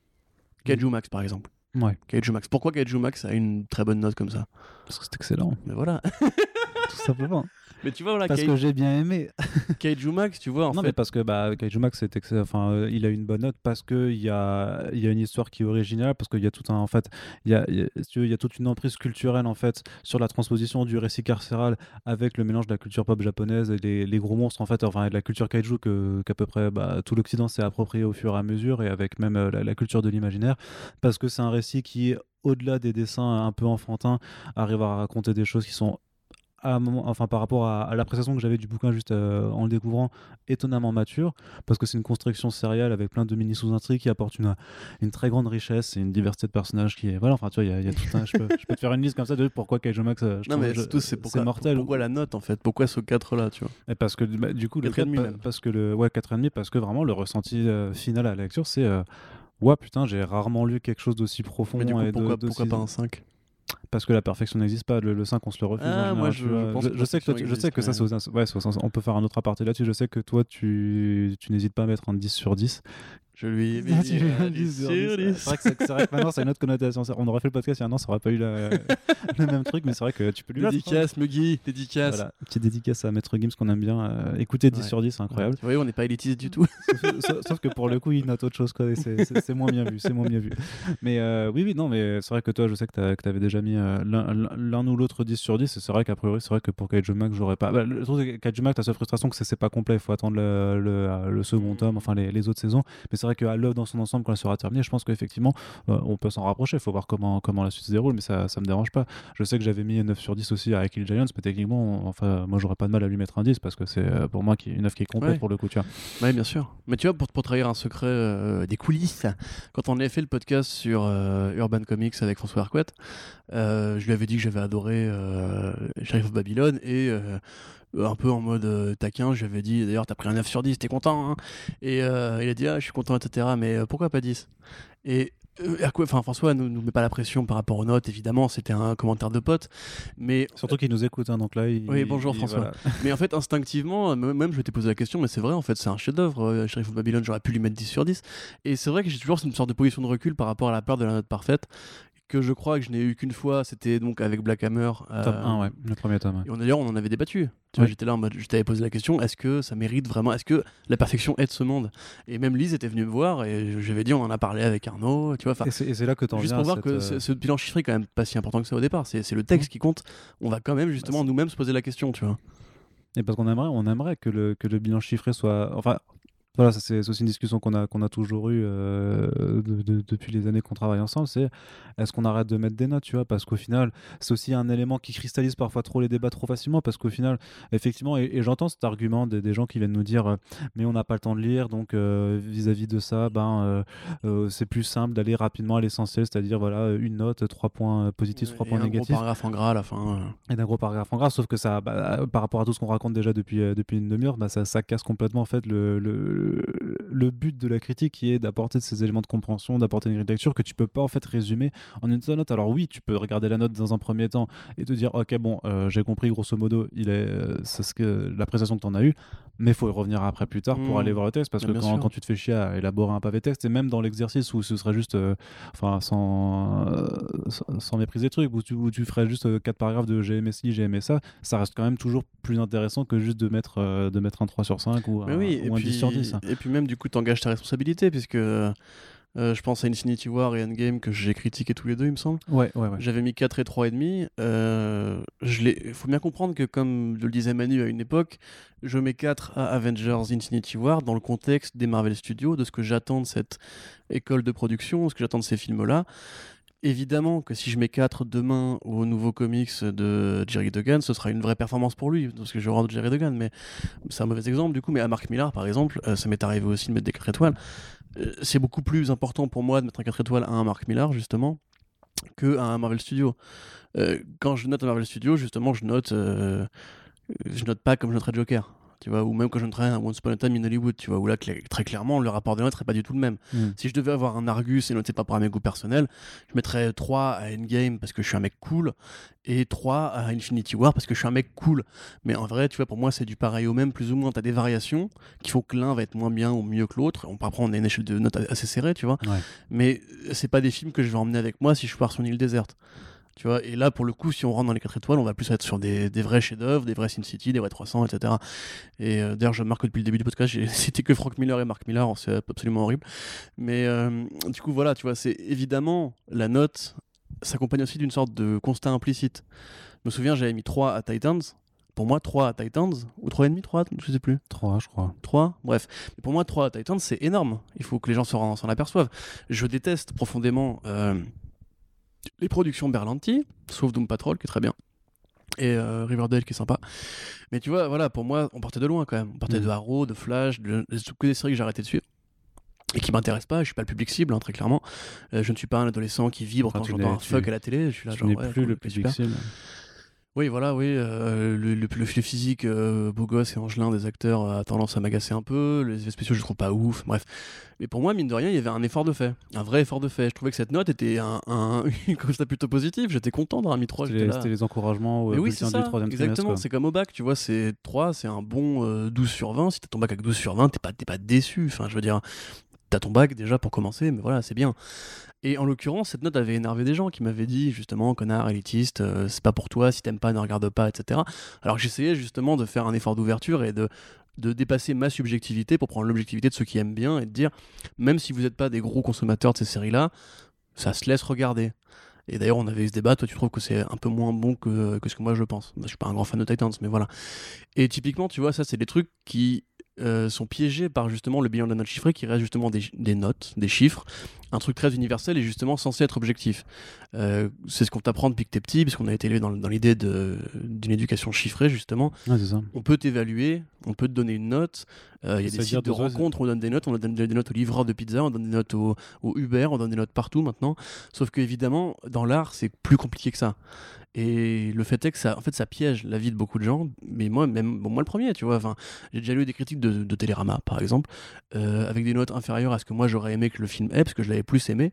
B: Kaiju Max, par exemple.
A: Ouais.
B: Kaiju Max. Pourquoi Kaiju Max a une très bonne note comme ça?
A: Parce que c'est excellent.
B: Mais voilà.
A: Tout simplement.
B: Mais tu vois, voilà,
A: parce Kaiju... que j'ai bien aimé.
B: Kaiju Max, tu vois, en
A: non,
B: fait.
A: mais parce que bah, Kaiju Max, c'est ex... enfin, euh, il a une bonne note parce qu'il y a... y a une histoire qui est originale, parce qu'il y a tout un. En fait, il y a, y, a... si tu veux, y a toute une emprise culturelle en fait, sur la transposition du récit carcéral avec le mélange de la culture pop japonaise et les, les gros monstres, en fait, enfin, et de la culture Kaiju que... qu'à peu près bah, tout l'Occident s'est approprié au fur et à mesure, et avec même euh, la, la culture de l'imaginaire, parce que c'est un récit qui, au-delà des dessins un peu enfantins, arrive à raconter des choses qui sont. À un moment, enfin, par rapport à, à l'appréciation que j'avais du bouquin juste euh, en le découvrant, étonnamment mature, parce que c'est une construction sérielle avec plein de mini sous-intrigues qui apportent une, une très grande richesse et une diversité de personnages qui est. Voilà, enfin, tu vois, il y, y a tout un. Je peux, je peux te faire une liste comme ça de pourquoi Kaiju Max. Je
B: non,
A: trouve,
B: mais
A: je,
B: surtout, c'est, pourquoi,
A: c'est mortel.
B: Pourquoi la note en fait? Pourquoi ce quatre là, tu vois?
A: Et parce que bah, du coup, le quatre, pa- parce que le. Ouais, quatre virgule cinq, parce que vraiment, le ressenti euh, final à la lecture, c'est. Euh, ouais, putain, j'ai rarement lu quelque chose d'aussi profond.
B: Mais du coup,
A: et
B: pourquoi,
A: de,
B: pourquoi pas un cinq?
A: Parce que la perfection n'existe pas, le, le cinq on se le refuse.
B: Ah,
A: en
B: moi
A: général,
B: je, je, pense
A: je,
B: que
A: je sais que, toi, je sais que ça, c'est aux, ouais, c'est aux, on peut faire un autre aparté là-dessus. Je sais que toi, tu, tu n'hésites pas à mettre un dix sur dix.
B: Je lui ai mis un dix sur dix.
A: C'est vrai, que c'est, c'est vrai que maintenant, ça a une autre connotation. On aurait fait le podcast il y a un an, ça aurait pas eu la, le même truc, mais c'est vrai que tu peux lui
B: dédicace, Muggy, dédicace.
A: Voilà, petite dédicace à Maître Gims qu'on aime bien. Euh, écoutez, dix ouais. sur dix, c'est incroyable.
B: Ouais. Oui, on n'est pas élitiste du tout.
A: sauf, sauf, sauf que pour le coup, il note autre chose, quoi, et c'est, c'est, c'est moins bien vu. C'est moins bien vu. Mais euh, oui, oui, non, mais c'est vrai que toi, je sais que tu avais déjà mis euh, l'un, l'un ou l'autre dix sur dix, et c'est vrai qu'a priori, c'est vrai que pour Kaiju Max, j'aurais pas. Bah, le truc, c'est que Kaiju Max, t'as cette frustration que c'est, c'est pas complet, il faut attendre le, le, le second tome, enfin les, les autres saisons. Mais c'est vrai qu'à l'œuvre dans son ensemble, quand elle sera terminée, je pense qu'effectivement euh, on peut s'en rapprocher, il faut voir comment, comment la suite se déroule, mais ça, ça me dérange pas. Je sais que j'avais mis neuf sur dix aussi à Kill Giants, mais techniquement on, enfin, moi j'aurais pas de mal à lui mettre un dix parce que c'est euh, pour moi qui, une œuvre qui est complète ouais. pour le coup, tu vois.
B: Ouais, bien sûr. Mais tu vois, pour, pour trahir un secret euh, des coulisses, quand on avait fait le podcast sur euh, Urban Comics avec François Arquette, euh, je lui avais dit que j'avais adoré euh, Sheriff of Babylon et euh, un peu en mode euh, taquin, je lui avais dit d'ailleurs t'as pris un neuf sur dix, t'es content hein. Et euh, il a dit ah je suis content etc, mais euh, pourquoi pas dix? Et euh, enfin François nous, nous met pas la pression par rapport aux notes, évidemment c'était un commentaire de pote, mais
A: surtout qu'il nous écoute hein, donc là il,
B: oui bonjour
A: il,
B: François
A: voilà.
B: Mais en fait instinctivement même je m'étais posé la question, mais c'est vrai en fait c'est un chef d'œuvre euh, Sheriff of Babylon, j'aurais pu lui mettre dix sur dix, et c'est vrai que j'ai toujours une sorte de position de recul par rapport à la peur de la note parfaite que je crois que je n'ai eu qu'une fois, c'était donc avec Black Hammer. Euh,
A: Top un, ouais, le premier tome. Ouais.
B: Et on, d'ailleurs, on en avait débattu. Tu
A: ouais.
B: vois, j'étais là en mode, je t'avais posé la question, est-ce que ça mérite vraiment, est-ce que la perfection est de ce monde? Et même Lise était venue me voir et j'avais dit, on en a parlé avec Arnaud, tu vois.
A: Et c'est, et c'est là que t'en
B: juste
A: viens
B: pour voir
A: cette,
B: que
A: euh...
B: ce bilan chiffré est quand même pas si important que ça au départ. C'est, c'est le texte mmh. qui compte. On va quand même justement bah, nous-mêmes se poser la question, tu vois.
A: Et parce qu'on aimerait, on aimerait que le, que le bilan chiffré soit, enfin. Voilà, ça, c'est, c'est aussi une discussion qu'on a, qu'on a toujours eue euh, de, de, depuis les années qu'on travaille ensemble, c'est est-ce qu'on arrête de mettre des notes, tu vois, parce qu'au final, c'est aussi un élément qui cristallise parfois trop les débats trop facilement, parce qu'au final, effectivement, et, et j'entends cet argument des, des gens qui viennent nous dire euh, mais on n'a pas le temps de lire, donc euh, vis-à-vis de ça, ben, euh, euh, c'est plus simple d'aller rapidement à l'essentiel, c'est-à-dire voilà, une note, trois points positifs, trois points négatifs.
B: Et un gros paragraphe en gras à la fin. Euh...
A: Et d'un gros paragraphe en gras, sauf que ça, bah, par rapport à tout ce qu'on raconte déjà depuis, euh, depuis une demi-heure, bah, ça, ça casse complètement en fait le, le le but de la critique qui est d'apporter ces éléments de compréhension, d'apporter une grille de lecture que tu peux pas en fait résumer en une seule note. Alors oui, tu peux regarder la note dans un premier temps et te dire ok bon euh, j'ai compris grosso modo il est euh, c'est ce que l'appréciation que tu en as eu. mais il faut y revenir après plus tard pour
B: Mmh.
A: aller voir le texte, parce
B: Ah,
A: que
B: bien
A: quand,
B: sûr.
A: quand tu te fais chier à élaborer un pavé texte, et même dans l'exercice où ce serait juste, euh, enfin, sans, euh, sans, sans mépriser le truc, où tu, où tu ferais juste euh, quatre paragraphes de j'ai aimé ci, j'ai aimé ça, ça reste quand même toujours plus intéressant que juste de mettre, euh, de mettre un trois sur cinq ou
B: Mais
A: un,
B: oui, et
A: ou un dix sur dix.
B: puis, et puis même du coup, t'engages ta responsabilité, puisque euh, je pense à Infinity War et Endgame que j'ai critiqué tous les deux, il me semble.
A: Ouais, ouais, ouais.
B: J'avais mis quatre et trois virgule cinq. Euh, je l'ai- Il faut bien comprendre que, comme le disait Manu à une époque, je mets quatre à Avengers Infinity War dans le contexte des Marvel Studios, de ce que j'attends de cette école de production, de ce que j'attends de ces films-là. Évidemment que si je mets quatre demain au nouveau comics de Jerry Duggan, ce sera une vraie performance pour lui, parce que je de Jerry Duggan, mais c'est un mauvais exemple du coup. Mais à Mark Millar, par exemple, euh, ça m'est arrivé aussi de mettre des quatre étoiles. Euh, c'est beaucoup plus important pour moi de mettre un quatre étoiles à un Mark Millar, justement, que à un Marvel Studio. Euh, quand je note un Marvel Studio, justement, je note, euh, je note pas comme je noterais Joker, tu vois, ou même quand je noterais un Once Upon a Time in Hollywood, tu vois, où là, cl- très clairement, le rapport des notes serait pas du tout le même.
A: Mm.
B: Si je devais avoir un Argus et noter pas par mes goûts personnels, je mettrais trois à Endgame parce que je suis un mec cool, et trois à Infinity War parce que je suis un mec cool. Mais en vrai, tu vois, pour moi, c'est du pareil au même, plus ou moins. T'as des variations qui font que l'un va être moins bien ou mieux que l'autre. On, après, on a une échelle de notes assez serrée, tu vois.
A: Ouais.
B: Mais c'est pas des films que je vais emmener avec moi si je pars sur une île déserte. Tu vois, et là, pour le coup, si on rentre dans les quatre étoiles, on va plus être sur des, des vrais chefs-d'œuvre, des vrais Sin City, des vrais trois cents, et cetera. Et euh, d'ailleurs, je remarque que depuis le début du podcast, j'ai cité que Frank Miller et Mark Millar, c'est absolument horrible. Mais euh, du coup, voilà, tu vois, c'est évidemment la note s'accompagne aussi d'une sorte de constat implicite. Je me souviens, j'avais mis trois à Titans. Pour moi, trois à Titans, ou trois virgule cinq, trois, je sais plus.
A: trois, je crois.
B: trois, bref. Mais pour moi, trois à Titans, c'est énorme. Il faut que les gens s'en, s'en aperçoivent. Je déteste profondément euh, les productions Berlanti, sauf Doom Patrol, qui est très bien, et euh, Riverdale, qui est sympa. Mais tu vois, voilà, pour moi, on partait de loin quand même. On partait
A: Mm.
B: de Arrow, de Flash, de, de, que des séries que j'ai arrêté de suivre et qui m'intéressent pas. Je suis pas le public cible, hein, très clairement. Euh, je ne suis pas un adolescent qui vibre
A: Enfin,
B: quand
A: tu
B: j'entends
A: n'es-
B: un fuck
A: tu-
B: à la télé. Je suis là,
A: Tu
B: genre,
A: n'es
B: ouais,
A: plus
B: cool,
A: le
B: ok,
A: public
B: super.
A: cible.
B: Oui, voilà, oui. euh, le, le, le, le physique euh, beau gosse et angelin des acteurs a tendance à m'agacer un peu. Les effets spéciaux, je les trouve pas ouf. Bref. Mais pour moi, mine de rien, il y avait un effort de fait. Un vrai effort de fait. Je trouvais que cette note était un, un, un constat plutôt positif. J'étais content d'avoir mis trois.
A: C'était
B: J'étais
A: les,
B: là.
A: c'était les encouragements au
B: Mais oui,
A: bulletin
B: c'est
A: du
B: ça,
A: troisième trimestre.
B: exactement.
A: Quoi.
B: C'est comme au bac, tu vois, c'est trois, c'est un bon euh, douze sur vingt. Si t'as ton bac avec douze sur vingt, t'es pas, t'es pas déçu. Enfin, je veux dire, t'as ton bac déjà pour commencer, mais voilà, c'est bien. Et en l'occurrence, cette note avait énervé des gens qui m'avaient dit, justement, connard, élitiste, euh, c'est pas pour toi, si t'aimes pas, ne regarde pas, et cetera. Alors que j'essayais justement de faire un effort d'ouverture et de, de dépasser ma subjectivité pour prendre l'objectivité de ceux qui aiment bien et de dire, même si vous n'êtes pas des gros consommateurs de ces séries-là, ça se laisse regarder. Et d'ailleurs, on avait eu ce débat, toi tu trouves que c'est un peu moins bon que, que ce que moi je pense. Je suis pas un grand fan de Titans, mais voilà. Et typiquement, tu vois, ça c'est des trucs qui euh, sont piégés par justement le bilan de la note chiffrée, qui reste justement des, des notes, des chiffres, un truc très universel et justement censé être objectif. Euh, c'est ce qu'on t'apprend depuis que t'es petit, parce qu'on a été élevé dans, dans l'idée de, d'une éducation chiffrée, justement.
A: Ouais, c'est ça.
B: On peut t'évaluer, on peut te donner une note. Il euh, y a des
A: C'est-à-dire
B: sites de
A: de-
B: rencontres où on donne des notes, on donne des notes aux livreurs de pizza, on donne des notes au, au Uber, on donne des notes partout maintenant. Sauf que évidemment, dans l'art, c'est plus compliqué que ça. Et le fait est que ça, en fait, ça piège la vie de beaucoup de gens. Mais moi, même bon, moi le premier, tu vois. Enfin, j'ai déjà lu des critiques de, de Télérama, par exemple, euh, avec des notes inférieures à ce que moi j'aurais aimé que le film ait, parce que je l'avais plus aimé.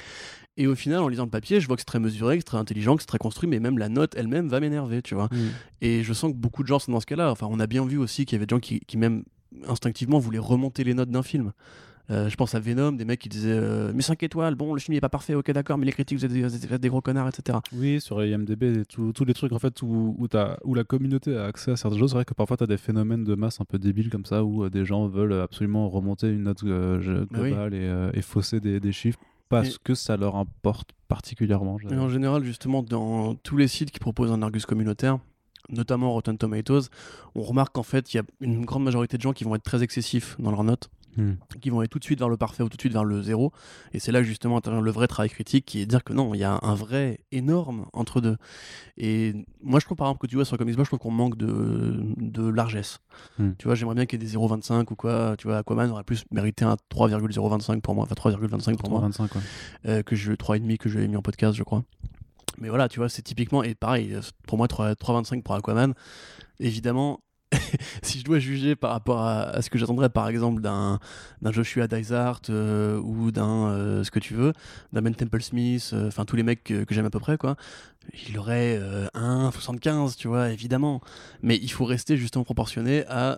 B: Et au final, en lisant le papier, je vois que c'est très mesuré, que c'est très intelligent, que c'est très construit, mais même la note elle-même va m'énerver, tu vois.
A: Mm.
B: Et je sens que beaucoup de gens sont dans ce cas-là. Enfin, on a bien vu aussi qu'il y avait des gens qui, qui même instinctivement voulaient remonter les notes d'un film. Euh, je pense à Venom, des mecs qui disaient euh, mais cinq étoiles, bon le film il est pas parfait, ok d'accord, mais les critiques vous êtes des, vous êtes des gros connards, et cetera.
A: Oui, sur I M D B, tous tous les trucs en fait où, où, t'as- où la communauté a accès à certaines choses. C'est vrai que parfois tu as des phénomènes de masse un peu débiles comme ça où euh, des gens veulent absolument remonter une note euh, je-
B: Bah oui.
A: globale et, euh, et fausser des, des chiffres parce
B: Et-
A: que ça leur importe particulièrement.
B: Et en général, justement, dans tous les sites qui proposent un Argus communautaire, notamment Rotten Tomatoes, on remarque qu'en fait, il y a une grande majorité de gens qui vont être très excessifs dans leurs notes,
A: Hmm.
B: qui vont aller tout de suite vers le parfait ou tout de suite vers le zéro. Et c'est là que justement intervient le vrai travail critique, qui est de dire que non, il y a un vrai énorme entre deux. Et moi, je trouve par exemple que tu vois sur Comics Blog, je trouve qu'on manque de, de largesse.
A: Hmm.
B: Tu vois, j'aimerais bien qu'il y ait des zéro virgule vingt-cinq ou quoi. Tu vois, Aquaman aurait plus mérité un trois virgule zéro vingt-cinq pour moi, enfin trois virgule vingt-cinq pour moi,
A: vingt-cinq quoi.
B: euh, que je trois virgule cinq que j'ai mis en podcast, je crois. Mais voilà, tu vois, c'est typiquement, et pareil, pour moi, trois virgule vingt-cinq pour Aquaman. Évidemment, si je dois juger par rapport à, à ce que j'attendrais, par exemple, d'un, d'un Joshua Dysart euh, ou d'un euh, ce que tu veux, d'un Ben Temple Smith, enfin tous les mecs que, que j'aime à peu près, quoi, il aurait euh, un virgule soixante-quinze, tu vois, évidemment. Mais il faut rester justement proportionné à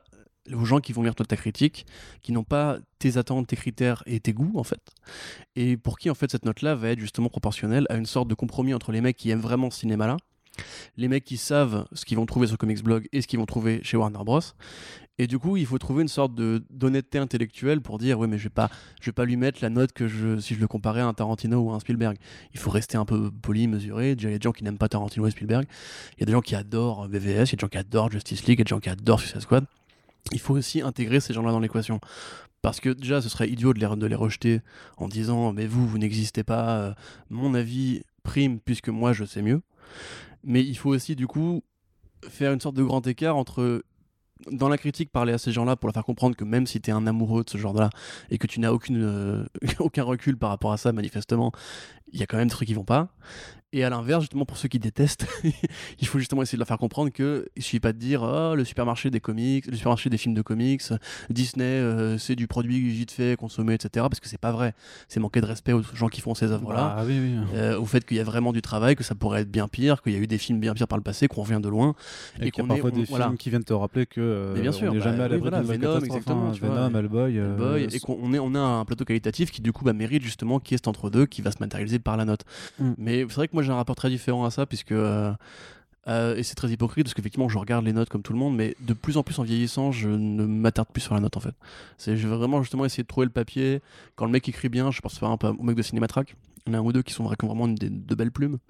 B: aux gens qui vont lire toute ta critique, qui n'ont pas tes attentes, tes critères et tes goûts en fait, et pour qui en fait cette note-là va être justement proportionnelle à une sorte de compromis entre les mecs qui aiment vraiment ce cinéma-là, les mecs qui savent ce qu'ils vont trouver sur Comics Blog et ce qu'ils vont trouver chez Warner Bros. Et du coup, il faut trouver une sorte de, d'honnêteté intellectuelle pour dire, ouais, mais je vais pas, je vais pas lui mettre la note que je, si je le comparais à un Tarantino ou à un Spielberg. Il faut rester un peu poli, mesuré. Déjà, il y a des gens qui n'aiment pas Tarantino et Spielberg. Il y a des gens qui adorent V V S, il y a des gens qui adorent Justice League, il y a des gens qui adorent Suicide Squad. Il faut aussi intégrer ces gens-là dans l'équation. Parce que déjà, ce serait idiot de les, de les rejeter en disant, mais vous, vous n'existez pas, euh, mon avis prime puisque moi, je sais mieux. Mais il faut aussi, du coup, faire une sorte de grand écart entre... Dans la critique, parler à ces gens-là pour leur faire comprendre que même si t'es un amoureux de ce genre-là et que tu n'as aucune, euh, aucun recul par rapport à ça, manifestement, il y a quand même des trucs qui vont pas. Et à l'inverse, justement, pour ceux qui détestent, il faut justement essayer de leur faire comprendre qu'il ne suffit pas de dire oh, le supermarché des comics, le supermarché des films de comics, Disney, euh, c'est du produit vite fait, consommé, et cetera. Parce que c'est pas vrai. C'est manquer de respect aux gens qui font ces œuvres-là.
A: Ah, oui, oui.
B: Euh, au fait qu'il y a vraiment du travail, que ça pourrait être bien pire, qu'il y a eu des films bien pires par le passé, qu'on revient de loin.
A: Et, et qu'il y a
B: qu'on
A: parfois
B: est,
A: des
B: on,
A: films
B: voilà.
A: qui viennent te rappeler que euh,
B: mais bien sûr,
A: on n'est
B: bah,
A: jamais à
B: oui,
A: l'abri
B: voilà,
A: d'une
B: Venom,
A: catastrophe.
B: exactement,
A: Hein,
B: tu vois,
A: Venom,
B: et,
A: Hellboy. Euh,
B: Hellboy
A: euh,
B: et qu'on est, on a un plateau qualitatif qui du coup bah, mérite justement qu'il y ait cet entre-deux qui va se matérialiser par la note. Mm. Mais c'est vrai que moi j'ai un rapport très différent à ça puisque euh, euh, et c'est très hypocrite parce qu'effectivement je regarde les notes comme tout le monde, mais de plus en plus en vieillissant je ne m'attarde plus sur la note en fait. C'est, je vais vraiment justement essayer de trouver le papier. Quand le mec écrit bien, je pense faire un peu au mec de Cinématrack, il y en a un ou deux qui sont vraiment des, de belles plumes.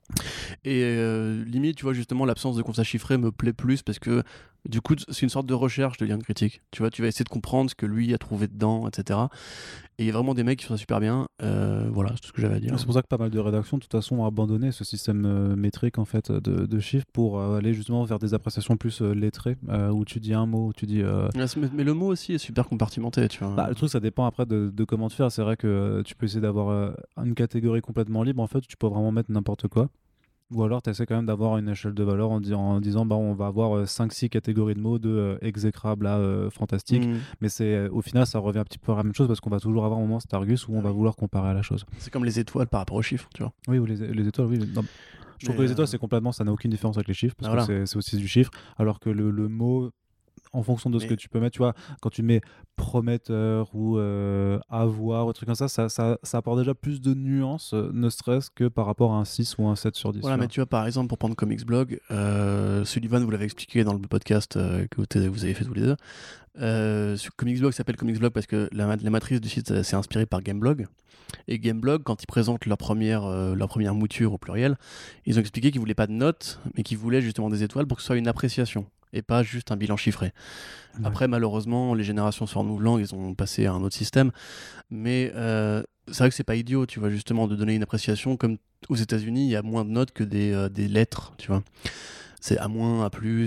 B: Et euh, limite, tu vois, justement, l'absence de constat chiffré me plaît plus parce que du coup, c'est une sorte de recherche de lien de critique. Tu vois, tu vas essayer de comprendre ce que lui a trouvé dedans, et cetera. Et il y a vraiment des mecs qui font ça super bien. Euh, voilà, c'est tout ce que j'avais à dire.
A: C'est pour ça que pas mal de rédactions, de toute façon, ont abandonné ce système euh, métrique en fait de, de chiffres pour euh, aller justement vers des appréciations plus euh, lettrées, euh, où tu dis un mot, où tu dis. Euh...
B: Mais, mais le mot aussi est super compartimenté, tu vois.
A: Bah, le truc, ça dépend après de, de comment te faire. C'est vrai que euh, tu peux essayer d'avoir euh, une catégorie complètement libre. En fait, tu peux vraiment mettre n'importe quoi. Ou alors tu essaies quand même d'avoir une échelle de valeur en, di- en disant bah, on va avoir euh, cinq six catégories de mots de euh, exécrable à euh, fantastique. Mmh. Mais c'est, euh, au final, ça revient un petit peu à la même chose parce qu'on va toujours avoir un moment cet argus où on va vouloir comparer à la chose.
B: C'est comme les étoiles par rapport aux chiffres, tu vois.
A: Oui, ou les, les étoiles, oui. Non. Je trouve mais que les étoiles, euh... c'est complètement, ça n'a aucune différence avec les chiffres parce ah, que voilà. c'est, c'est aussi du chiffre. Alors que le, le mot, en fonction de ce mais... que tu peux mettre, tu vois, quand tu mets prometteur ou euh, avoir ou truc comme ça, ça, ça, ça apporte déjà plus de nuances, euh, ne serait-ce que par rapport à un six ou un sept sur dix.
B: Voilà, mais tu vois, par exemple, pour prendre Comics Blog, euh, Sullivan, vous l'avez expliqué dans le podcast euh, que vous avez fait tous les deux. Euh, Comics Blog s'appelle Comics Blog parce que la, la matrice du site s'est inspirée par Gameblog. Et Gameblog, quand ils présentent leur première, euh, leur première mouture au pluriel, ils ont expliqué qu'ils voulaient pas de notes, mais qu'ils voulaient justement des étoiles pour que ce soit une appréciation et pas juste un bilan chiffré. Ouais. Après, malheureusement, les générations se renouvelant, ils ont passé à un autre système. Mais euh, c'est vrai que c'est pas idiot, tu vois, justement, de donner une appréciation. Comme aux États-Unis, il y a moins de notes que des, euh, des lettres, tu vois. C'est A-, A+,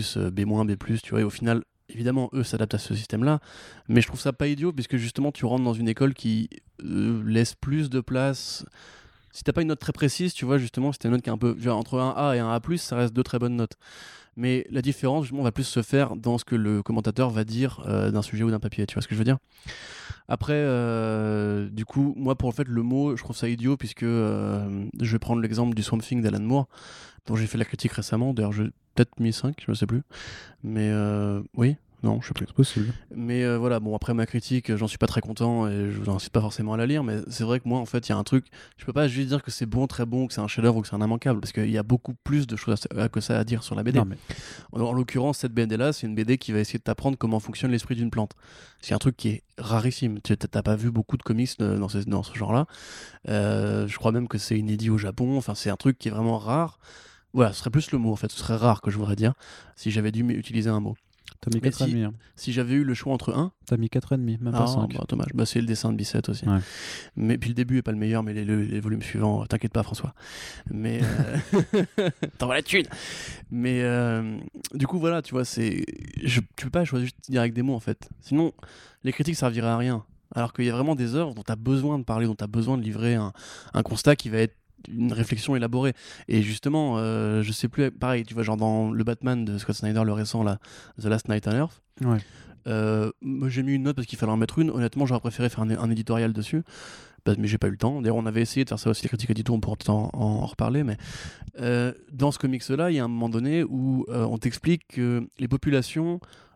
B: B-, B+, tu vois, et au final, évidemment, eux s'adaptent à ce système-là, mais je trouve ça pas idiot, puisque justement, tu rentres dans une école qui euh, laisse plus de place. Si t'as pas une note très précise, tu vois, justement, si t'as une note qui est un peu... Genre, entre un A et un A+, ça reste deux très bonnes notes. Mais la différence, justement, va plus se faire dans ce que le commentateur va dire euh, d'un sujet ou d'un papier, tu vois ce que je veux dire ? Après, euh, du coup, moi, pour le fait, le mot, je trouve ça idiot, puisque euh, je vais prendre l'exemple du Swamp Thing d'Alan Moore, dont j'ai fait la critique récemment, d'ailleurs, j'ai peut-être mis cinq, je ne sais plus. Mais euh, oui, non, je sais plus.
A: C'est possible.
B: Mais euh, voilà, bon, après ma critique, j'en suis pas très content et je vous incite pas forcément à la lire, mais c'est vrai que moi, en fait, il y a un truc, je peux pas juste dire que c'est bon, très bon, que c'est un chef-d'œuvre ou que c'est un immanquable, parce qu'il y a beaucoup plus de choses à, que ça à dire sur la B D. Non, mais... en, en l'occurrence, cette B D-là, c'est une B D qui va essayer de t'apprendre comment fonctionne l'esprit d'une plante. C'est un truc qui est rarissime. Tu n'as pas vu beaucoup de comics dans ce, dans ce genre-là. Euh, je crois même que c'est inédit au Japon. Enfin, c'est un truc qui est vraiment rare. Voilà, ce serait plus le mot, en fait. Ce serait rare, que je voudrais dire, si j'avais dû utiliser un mot.
A: T'as mis quatre virgule cinq.
B: Si, hein. si j'avais eu le choix entre un...
A: T'as mis quatre virgule cinq, même pas
B: ah,
A: cinq.
B: Bah, dommage. Bah, c'est le dessin de Bissette aussi.
A: Ouais.
B: Mais, puis le début est pas le meilleur, mais les, les, les volumes suivants, t'inquiète pas, François. Mais... Euh... T'en vas la thune. Mais euh... du coup, voilà, tu vois, c'est... Je... tu peux pas choisir juste dire avec des mots, en fait. Sinon, les critiques serviraient à rien. Alors qu'il y a vraiment des œuvres dont t'as besoin de parler, dont t'as besoin de livrer un, un constat qui va être une réflexion élaborée. Et justement, euh, je sais plus, pareil, tu vois, genre dans le Batman de Scott Snyder, le récent, là, The Last Night on Earth,
A: ouais.
B: euh, j'ai mis une note parce qu'il fallait en mettre une. Honnêtement, j'aurais préféré faire un, un éditorial dessus, mais j'ai pas eu le temps. D'ailleurs, on avait essayé de faire ça aussi, les critiques édito, on pourra peut-être en, en reparler, mais euh, dans ce comics-là, il y a un moment donné où euh, on t'explique que les populations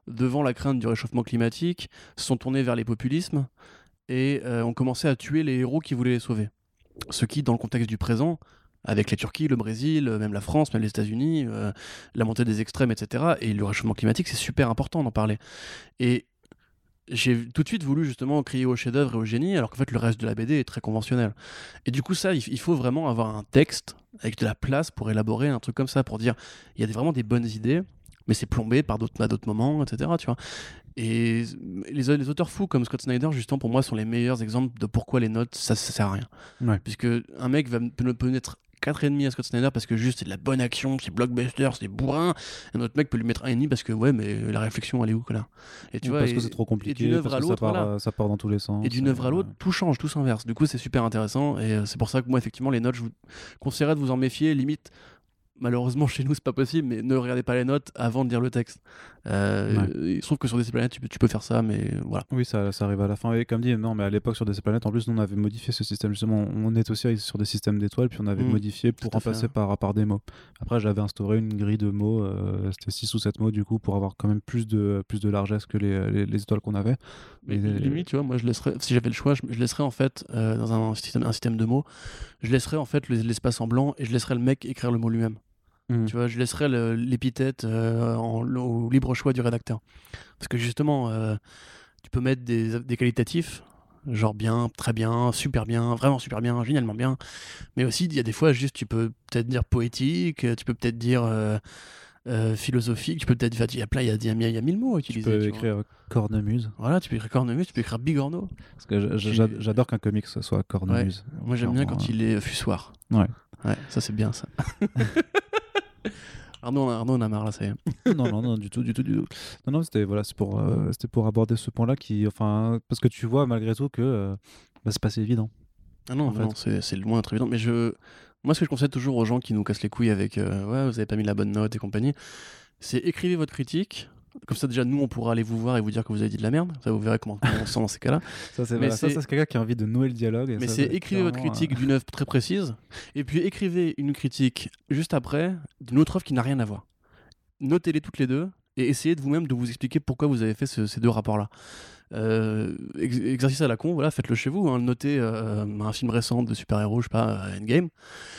B: devant la crainte du réchauffement climatique, se sont tournés vers les populismes et euh, ont commencé à tuer les héros qui voulaient les sauver. Ce qui, dans le contexte du présent, avec la Turquie, le Brésil, même la France, même les États-Unis, euh, la montée des extrêmes, et cetera, et le réchauffement climatique, c'est super important d'en parler. Et j'ai tout de suite voulu justement crier au chef-d'œuvre et au génie, alors qu'en fait le reste de la B D est très conventionnel. Et du coup, ça, il, il faut vraiment avoir un texte avec de la place pour élaborer un truc comme ça, pour dire il y a des, vraiment des bonnes idées, mais c'est plombé par d'autres, à d'autres moments, et cetera. Tu vois. Et les, les auteurs fous comme Scott Snyder, justement, pour moi, sont les meilleurs exemples de pourquoi les notes, ça, ça sert à rien.
A: Ouais.
B: Puisque un mec va, peut, peut mettre quatre virgule cinq à Scott Snyder parce que juste c'est de la bonne action, c'est blockbuster, c'est bourrin. Un autre mec peut lui mettre un virgule cinq parce que ouais, mais la réflexion elle est où là. Et tu
A: Ou
B: vois,
A: parce
B: et,
A: que c'est trop compliqué,
B: et d'une œuvre
A: parce
B: à
A: que
B: l'autre,
A: ça part,
B: voilà.
A: ça part dans tous les sens.
B: Et d'une œuvre à l'autre, tout change, tout s'inverse. Du coup, c'est super intéressant et c'est pour ça que moi, effectivement, les notes, je vous conseillerais de vous en méfier. Limite, malheureusement, chez nous, c'est pas possible, mais ne regardez pas les notes avant de lire le texte. Euh, ouais. Il se trouve que sur D C Planète, tu peux, tu peux faire ça, mais voilà.
A: Oui, ça, ça arrive à la fin. Et comme dit, non, mais à l'époque, sur D C Planète, en plus, nous, on avait modifié ce système. Justement, on est aussi sur des systèmes d'étoiles, puis on avait mmh, modifié pour remplacer par, par des mots. Après, j'avais instauré une grille de mots, euh, c'était six ou sept mots, du coup, pour avoir quand même plus de, plus de largesse que les, les, les étoiles qu'on avait.
B: Mais les... limite, tu vois, moi, je laisserais, si j'avais le choix, je, je laisserais en fait, euh, dans un système, un système de mots, je laisserais en fait l'espace en blanc et je laisserais le mec écrire le mot lui-même. Mmh. Tu vois, je laisserais le, l'épithète euh, en, au libre choix du rédacteur. Parce que justement, euh, tu peux mettre des, des qualitatifs, genre bien, très bien, super bien, vraiment super bien, génialement bien. Mais aussi, il y a des fois, juste, tu peux peut-être dire poétique, tu peux peut-être dire euh, euh, philosophique, tu peux peut-être dire, il y a plein, il y a, il y a, il y a mille mots à utiliser.
A: Tu peux
B: tu
A: écrire cornemuse.
B: Voilà, tu peux écrire cornemuse, tu peux écrire bigorneau.
A: Parce que tu... j'adore qu'un comic soit cornemuse.
B: Ouais. Moi, j'aime bien quand euh... il est fussoir.
A: Ouais.
B: Ouais, ça, c'est bien, ça. Arnaud, Arnaud, on a marre là, ça y est.
A: non, non, non, du tout, du tout, du tout. Non, non, c'était voilà, c'est pour, euh, c'était pour aborder ce point-là qui, enfin, parce que tu vois malgré tout que euh, bah, c'est pas si évident.
B: Ah non, en fait. non, c'est, c'est loin d'être évident. Mais je, moi, ce que je conseille toujours aux gens qui nous cassent les couilles avec, euh, ouais, vous avez pas mis la bonne note et compagnie, c'est écrivez votre critique. Comme ça, déjà, nous, on pourra aller vous voir et vous dire que vous avez dit de la merde. Ça, vous verrez comment on sent dans ces cas-là.
A: Ça, c'est, voilà, ça, ça, c'est quelqu'un qui a envie de nouer le dialogue. Et
B: mais
A: ça,
B: c'est
A: c'est
B: écrivez votre critique euh... d'une œuvre très précise, et puis écrivez une critique juste après d'une autre œuvre qui n'a rien à voir. Notez-les toutes les deux et essayez de vous-même de vous expliquer pourquoi vous avez fait ce, ces deux rapports-là. Euh, ex- exercice à la con, voilà, faites-le chez vous. Hein, notez euh, un film récent de super-héros, je sais pas, Endgame.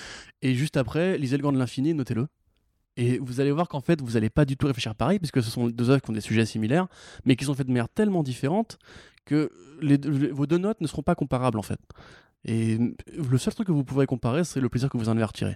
B: Et juste après, lisez Le Gant de l'Infini, notez-le. Et vous allez voir qu'en fait, vous n'allez pas du tout réfléchir pareil, puisque ce sont deux œuvres qui ont des sujets similaires, mais qui sont faites de manière tellement différente que les, les, vos deux notes ne seront pas comparables en fait. Et le seul truc que vous pourrez comparer, c'est le plaisir que vous en avez retiré.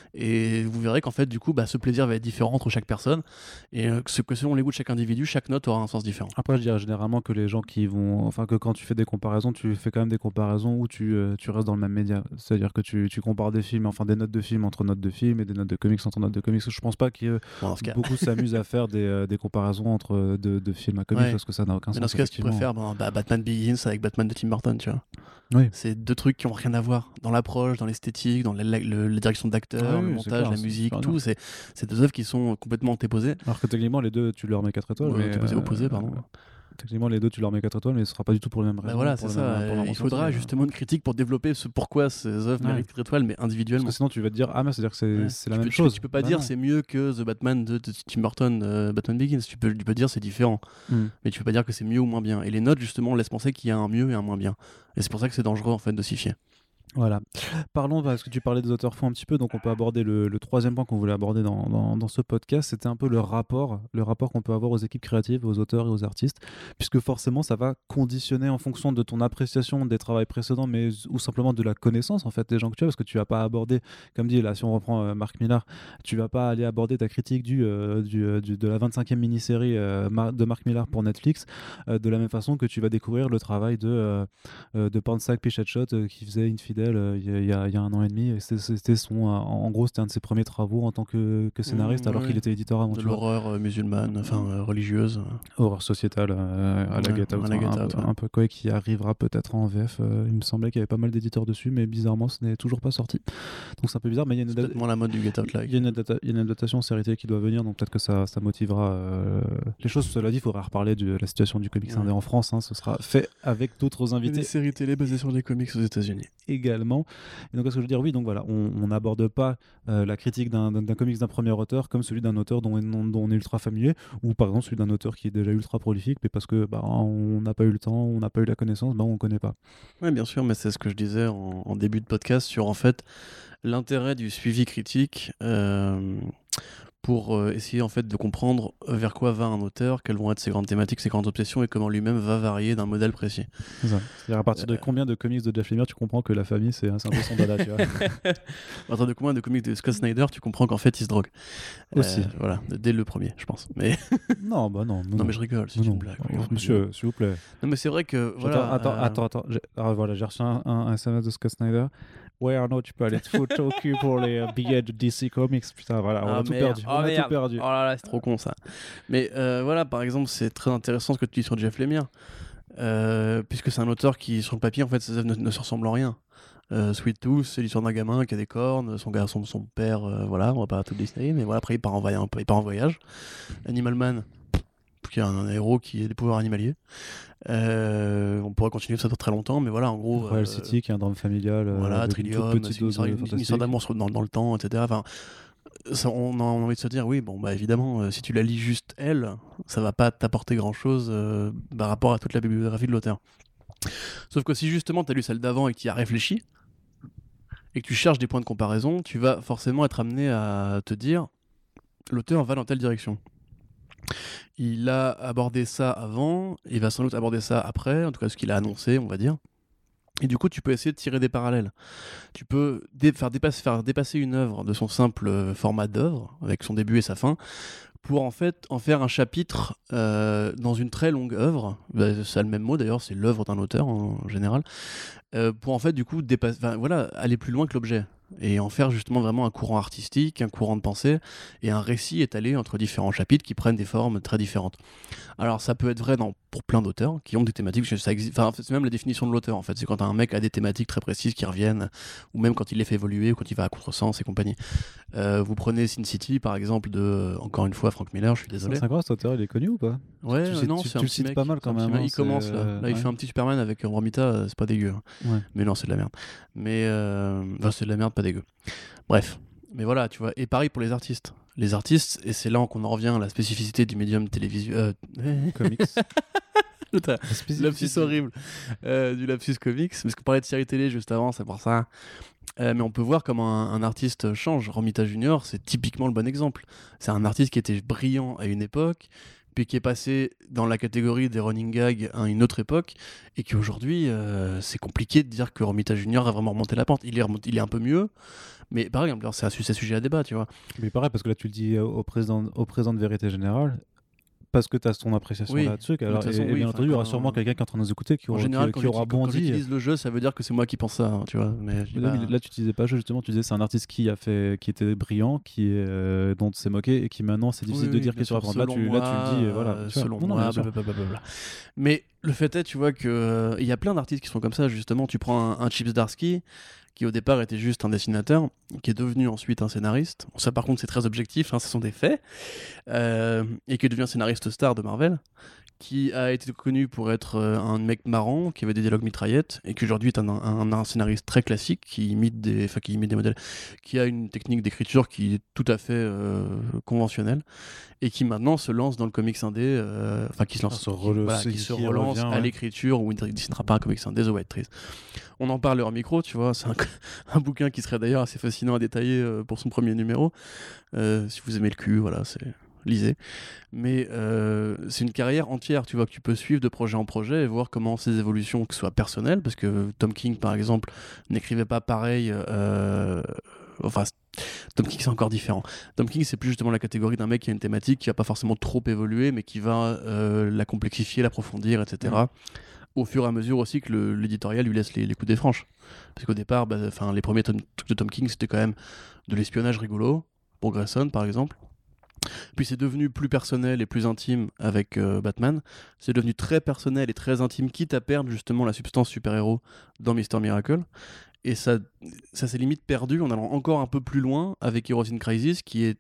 B: Et vous verrez qu'en fait, du coup, bah, ce plaisir va être différent entre chaque personne. Et euh, que selon les goûts de chaque individu, chaque note aura un sens différent.
A: Après, je dirais généralement que les gens qui vont. Enfin, que quand tu fais des comparaisons, tu fais quand même des comparaisons où tu, euh, tu restes dans le même média. C'est-à-dire que tu, tu compares des films, enfin des notes de films entre notes de films et des notes de comics entre notes de comics. Je pense pas que bon, beaucoup s'amusent à faire des, euh, des comparaisons entre de, de films à comics ouais. parce que ça n'a aucun
B: Mais
A: sens.
B: Dans ce cas, ce que tu peux faire, bah, bah, Batman Begins avec Batman de Tim Burton, tu vois.
A: Oui.
B: C'est deux trucs qui n'ont rien à voir dans l'approche, dans l'esthétique, dans la, la, la, la direction d'acteur, ah oui, le montage, clair, la musique, tout. C'est, c'est deux œuvres qui sont complètement antéposées.
A: Alors que techniquement, les deux, tu leur mets quatre étoiles.
B: Ouais, mais antéposées, euh, opposées, pardon. Euh,
A: techniquement, les deux, tu leur mets quatre étoiles, mais ce sera pas du tout pour les mêmes raisons.
B: Bah voilà, c'est ça. Même, il faudra euh... justement une critique pour développer ce pourquoi ces œuvres ouais. méritent quatre étoiles, mais individuellement.
A: Parce que sinon, tu vas te dire, ah, mais c'est-à-dire que c'est, ouais. c'est la
B: tu
A: même
B: peux,
A: chose.
B: Tu peux pas
A: bah
B: dire
A: non.
B: c'est mieux que The Batman de, de Tim Burton, euh, Batman Begins. Tu peux, tu peux dire c'est différent. Mm. Mais tu peux pas dire que c'est mieux ou moins bien. Et les notes, justement, laissent penser qu'il y a un mieux et un moins bien. Et c'est pour ça que c'est dangereux, en fait, de s'y fier.
A: Voilà. Parlons, parce que tu parlais des auteurs fous un petit peu, donc on peut aborder le, le troisième point qu'on voulait aborder dans, dans, dans ce podcast, c'était un peu le rapport, le rapport qu'on peut avoir aux équipes créatives, aux auteurs et aux artistes, puisque forcément ça va conditionner en fonction de ton appréciation des travaux précédents, mais ou simplement de la connaissance en fait des gens que tu as, parce que tu vas pas aborder, comme dit là, si on reprend euh, Mark Millar, tu vas pas aller aborder ta critique du, euh, du, du de la vingt-cinquième mini-série euh, de Mark Millar pour Netflix, euh, de la même façon que tu vas découvrir le travail de euh, de Pornsak Pichatshot euh, qui faisait Infidèle il y, y, y a un an et demi et c'était, c'était son, en gros c'était un de ses premiers travaux en tant que, que scénariste mmh, alors oui. qu'il était éditeur avant
B: de l'horreur euh, musulmane enfin euh, religieuse
A: horreur sociétale euh, à la
B: ouais,
A: Get Out,
B: un,
A: un,
B: out,
A: un,
B: ouais.
A: un peu quoi qui arrivera peut-être en V F euh, il me semblait qu'il y avait pas mal d'éditeurs dessus mais bizarrement ce n'est toujours pas sorti donc c'est un peu bizarre mais il y a une,
B: c'est da- la mode du Get Out là
A: il y a une, adapta- il y a une adaptation série télé qui doit venir donc peut-être que ça, ça motivera euh, les choses. Cela dit il faudra reparler de la situation du comics ouais. indé en France hein, ce sera fait avec d'autres invités.
B: Des séries télé basées sur les comics aux États-Unis
A: également. également. Et donc, ce que je veux dire, oui, donc voilà, on n'aborde pas euh, la critique d'un, d'un, d'un comics d'un premier auteur comme celui d'un auteur dont, dont on est ultra familier, ou par exemple celui d'un auteur qui est déjà ultra prolifique, mais parce que bah, on n'a pas eu le temps, on n'a pas eu la connaissance, bah, on ne connaît pas.
B: Oui, bien sûr, mais c'est ce que je disais en, en début de podcast sur en fait l'intérêt du suivi critique. Euh, pour euh, essayer en fait de comprendre vers quoi va un auteur, quelles vont être ses grandes thématiques, ses grandes obsessions et comment lui-même va varier d'un modèle précis.
A: C'est ça. C'est-à-dire à partir de combien de comics de Jeff Lemire tu comprends que la famille c'est un, c'est un peu son dada, tu vois.
B: À partir de combien de comics de Scott Snyder tu comprends qu'en fait il se drogue.
A: Aussi.
B: Euh, voilà, dès le premier, je pense. Mais
A: non, bah non. Non,
B: non,
A: non.
B: mais je rigole, c'est
A: non,
B: une
A: non.
B: blague.
A: Oh, monsieur, s'il vous plaît.
B: Non, mais c'est vrai que voilà.
A: Attends,
B: euh...
A: attends, attends. J'ai, alors, voilà, j'ai reçu un, un, un S M S de Scott Snyder. Ouais, Arnaud, tu peux aller te foutre au cul pour les uh, billets de D C Comics. Putain, voilà, on
B: ah,
A: a tout
B: merde.
A: perdu.
B: Oh,
A: on a
B: merde.
A: tout perdu.
B: Oh là là, c'est trop con ça. Mais euh, voilà, par exemple, c'est très intéressant ce que tu dis sur Jeff Lemire. Euh, puisque c'est un auteur qui, sur le papier, en fait, ses œuvres ne, ne se ressemblent en rien. Euh, Sweet Tooth, c'est l'histoire d'un gamin qui a des cornes, son, gars, son, son père, euh, voilà, on va pas tout détailler, mais voilà, après il part en, voy- il part en voyage. Animal Man, qui est un, un héros qui a des pouvoirs animaliers. Euh, on pourrait continuer ça très longtemps, mais voilà, en gros.
A: Royal
B: euh,
A: City, qui est un drame familial.
B: Voilà,
A: euh,
B: Trillium, c'est une histoire, une, une histoire d'amour sur- dans, dans le temps, et cetera. Enfin, ça, on a envie de se dire, oui, bon, bah évidemment, euh, si tu la lis juste elle, ça va pas t'apporter grand chose euh, par rapport à toute la bibliographie de l'auteur. Sauf que si justement tu as lu celle d'avant et que tu y as réfléchi, et que tu cherches des points de comparaison, tu vas forcément être amené à te dire l'auteur va dans telle direction. Il a abordé ça avant, il va sans doute aborder ça après, en tout cas ce qu'il a annoncé, on va dire. Et du coup, tu peux essayer de tirer des parallèles. Tu peux dé- faire, dépasser, faire dépasser une œuvre de son simple format d'œuvre, avec son début et sa fin, pour en fait en faire un chapitre euh, dans une très longue œuvre. Bah, ça a le même mot d'ailleurs, c'est l'œuvre d'un auteur en général. Euh, pour en fait du coup dépasser, voilà, aller plus loin que l'objet et en faire justement vraiment un courant artistique, un courant de pensée et un récit étalé entre différents chapitres qui prennent des formes très différentes. Alors ça peut être vrai dans, pour plein d'auteurs qui ont des thématiques, ça existe, enfin, c'est même la définition de l'auteur en fait, c'est quand un mec a des thématiques très précises qui reviennent ou même quand il les fait évoluer ou quand il va à contresens et compagnie. Euh, vous prenez Sin City par exemple de, encore une fois, Frank Miller, je suis désolé.
A: C'est quoi cet auteur, il est connu ou pas?
B: Ouais,
A: tu,
B: euh,
A: tu,
B: non,
A: tu,
B: c'est
A: tu
B: un
A: le
B: petit
A: cites
B: mec,
A: pas mal quand même.
B: Hein, il
A: c'est...
B: commence là. Là,
A: ouais.
B: il fait un petit Superman avec Romita, c'est pas dégueu. Hein.
A: Ouais.
B: Mais non, c'est de la merde. Mais euh... enfin, c'est de la merde, pas dégueu. Bref. Mais voilà, tu vois. Et pareil pour les artistes. Les artistes, et c'est là qu'on en revient à la spécificité du médium télévisuel. Euh...
A: Comics.
B: Lapsus horrible. Euh, du lapsus comics. Parce qu'on parlait de série télé juste avant, c'est pour ça. Euh, mais on peut voir comment un, un artiste change. Romita Junior, c'est typiquement le bon exemple. C'est un artiste qui était brillant à une époque, puis qui est passé dans la catégorie des running gags à une autre époque, et qui aujourd'hui, euh, c'est compliqué de dire que Romita Junior a vraiment remonté la pente. Il est, remonté, il est un peu mieux, mais pareil, c'est un, c'est un sujet à débat, tu vois.
A: Mais pareil, parce que là, tu le dis au président, au président de Vérité Générale, parce que tu as ton appréciation
B: oui.
A: là-dessus. Alors,
B: façon,
A: et, et
B: oui,
A: bien entendu, il y aura sûrement quelqu'un qui est en train de nous écouter qui aura,
B: en général,
A: qui, qui aura bondi.
B: Quand j'utilise le jeu, ça veut dire que c'est moi qui pense ça, hein, tu vois. Mais
A: là,
B: bah...
A: là, tu disais pas jeu, justement, tu disais c'est un artiste qui a fait, qui était brillant, qui est, euh, dont c'est moqué et qui maintenant c'est difficile
B: oui,
A: de
B: oui,
A: dire qu'il est sur la pente. Là, tu,
B: moi,
A: là, tu le dis, et voilà.
B: Euh,
A: Tu
B: selon
A: vois,
B: moi,
A: non, non,
B: blablabla. Mais le fait est, tu vois, qu'il euh, y a plein d'artistes qui sont comme ça, justement. Tu prends un, un Chips Darsky, qui au départ était juste un dessinateur, qui est devenu ensuite un scénariste. Bon, ça, par contre, c'est très objectif, hein, ce sont des faits. Euh, et qui devient scénariste star de Marvel, qui a été connu pour être euh, un mec marrant, qui avait des dialogues mitraillettes, et qui aujourd'hui est un, un, un scénariste très classique, qui imite des, enfin, qui imite des modèles, qui a une technique d'écriture qui est tout à fait euh, conventionnelle, et qui maintenant se lance dans le comics indé, enfin euh, qui se lance,
A: se,
B: qui,
A: re-
B: voilà,
A: qui
B: qui se
A: qui
B: relance
A: revient,
B: à
A: ouais.
B: l'écriture, où il ne dessinera pas un comics indé, The White Trees. On en parle hors micro, tu vois, c'est un, un bouquin qui serait d'ailleurs assez fascinant à détailler euh, pour son premier numéro. Euh, si vous aimez le cul, voilà, c'est... lisez. Mais euh, c'est une carrière entière, tu vois, que tu peux suivre de projet en projet et voir comment ces évolutions, que ce soit personnelles, parce que Tom King, par exemple, n'écrivait pas pareil. Euh, enfin, Tom King, c'est encore différent. Tom King, c'est plus justement la catégorie d'un mec qui a une thématique qui va pas forcément trop évoluer, mais qui va euh, la complexifier, l'approfondir, et cetera. Mmh. Au fur et à mesure aussi que le, l'éditorial lui laisse les, les coups des franches. Parce qu'au départ, bah, les premiers trucs de Tom King, c'était quand même de l'espionnage rigolo, pour Grayson, par exemple. Puis c'est devenu plus personnel et plus intime avec euh, Batman. C'est devenu très personnel et très intime, quitte à perdre justement la substance super-héros dans Mister Miracle. Et ça, ça s'est limite perdu en allant encore un peu plus loin avec Heroes in Crisis, qui est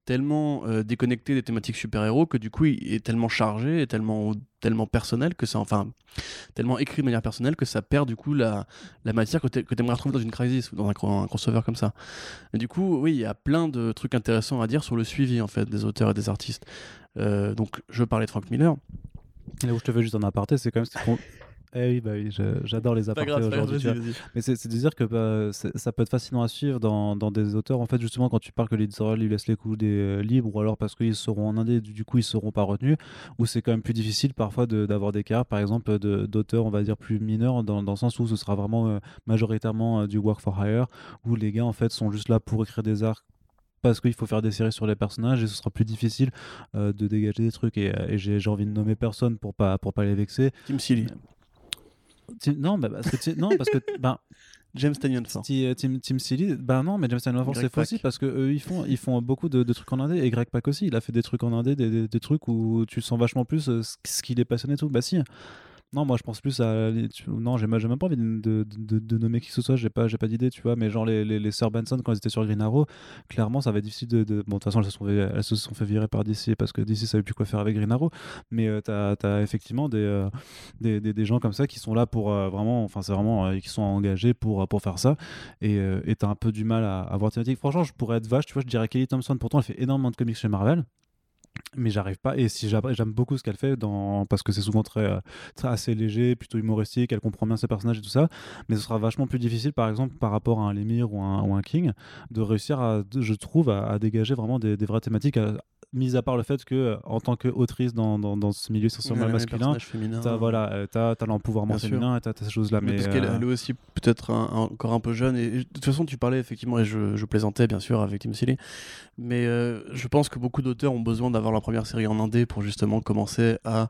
B: tellement euh, déconnecté des thématiques super-héros que du coup il est tellement chargé et tellement, tellement personnel que ça, enfin, tellement écrit de manière personnelle que ça perd du coup la, la matière que tu aimerais retrouver dans une Crisis ou dans un, un crossover comme ça. Et du coup, oui, il y a plein de trucs intéressants à dire sur le suivi en fait des auteurs et des artistes. Euh, donc, je parlais de Frank Miller.
A: Et là où je te fais juste un aparté, c'est quand même... C'est qu'on... Eh oui, bah oui, je- j'adore les apartés aujourd'hui. Tu vois. Mais c'est, c'est de dire que bah, c'est- ça peut être fascinant à suivre dans, dans des auteurs. En fait, justement, quand tu parles que l'éditorial lui laisse les coups des euh, libres, ou alors parce qu'ils seront en indé, du, du coup, ils seront pas retenus, ou c'est quand même plus difficile parfois de, d'avoir des cas, par exemple, de, d'auteurs, on va dire, plus mineurs, dans, dans le sens où ce sera vraiment euh, majoritairement euh, du work for hire, où les gars, en fait, sont juste là pour écrire des arcs parce qu'il faut faire des séries sur les personnages et ce sera plus difficile euh, de dégager des trucs et, et j'ai, j'ai envie de nommer personne pour pas pour pas les vexer.
B: Tim Seeley.
A: Tim- non, bah, parce que ti- non parce que ben
B: James Tynion Ford.
A: Ti- Tim Tim Seeley, bah non, mais James Tynion Ford
B: Greg
A: c'est faux aussi
B: Pak.
A: parce que eux, ils font ils font beaucoup de, de trucs en indé et Greg Pak aussi, il a fait des trucs en indé, des, des, des trucs où tu sens vachement plus euh, ce ce qu'il est passionné et tout. Bah si. Non, moi je pense plus à. tu- Non, j'ai j'ai même pas envie de, de, de- de nommer qui que ce soit, j'ai pas, j'ai pas d'idée, tu vois, mais genre les, les, les sœurs Benson quand elles étaient sur Green Arrow, clairement ça va être difficile de. de- Bon, de toute façon, elles se sont fait, elles se sont fait virer par D C parce que D C savait plus quoi faire avec Green Arrow, mais euh, t'as, t'as effectivement des, euh, des, des, des gens comme ça qui sont là pour euh, vraiment. Enfin, c'est vraiment. euh, qui sont engagés pour, pour faire ça, et euh, et t'as un peu du mal à, à voir thématique. Franchement, je pourrais être vache, tu vois, je dirais Kelly Thompson, pourtant elle fait énormément de comics chez Marvel. Mais j'arrive pas, et si j'aime j'aime beaucoup ce qu'elle fait dans... parce que c'est souvent très, euh, très assez léger, plutôt humoristique, elle comprend bien ses personnages et tout ça, mais ce sera vachement plus difficile par exemple par rapport à un Lemire ou un, ou un King de réussir à, de- je trouve, à, à dégager vraiment des, des vraies thématiques, à- mis à part le fait que euh, en tant qu'autrice dans, dans, dans ce milieu essentiellement
B: Ouais,
A: masculin,
B: personnage féminin.
A: t'as voilà, euh, t'as, t'as l'empouvoirment
B: Bien sûr.
A: féminin et t'as, t'as ces choses là,
B: Mais
A: mais,
B: parce qu'elle
A: euh,
B: elle est aussi peut-être un- un- encore un peu jeune. Et, et de toute façon, tu parlais effectivement, et je, je plaisantais bien sûr avec Tim Seeley. Mais euh, je pense que beaucoup d'auteurs ont besoin d'avoir leur première série en indé pour justement commencer à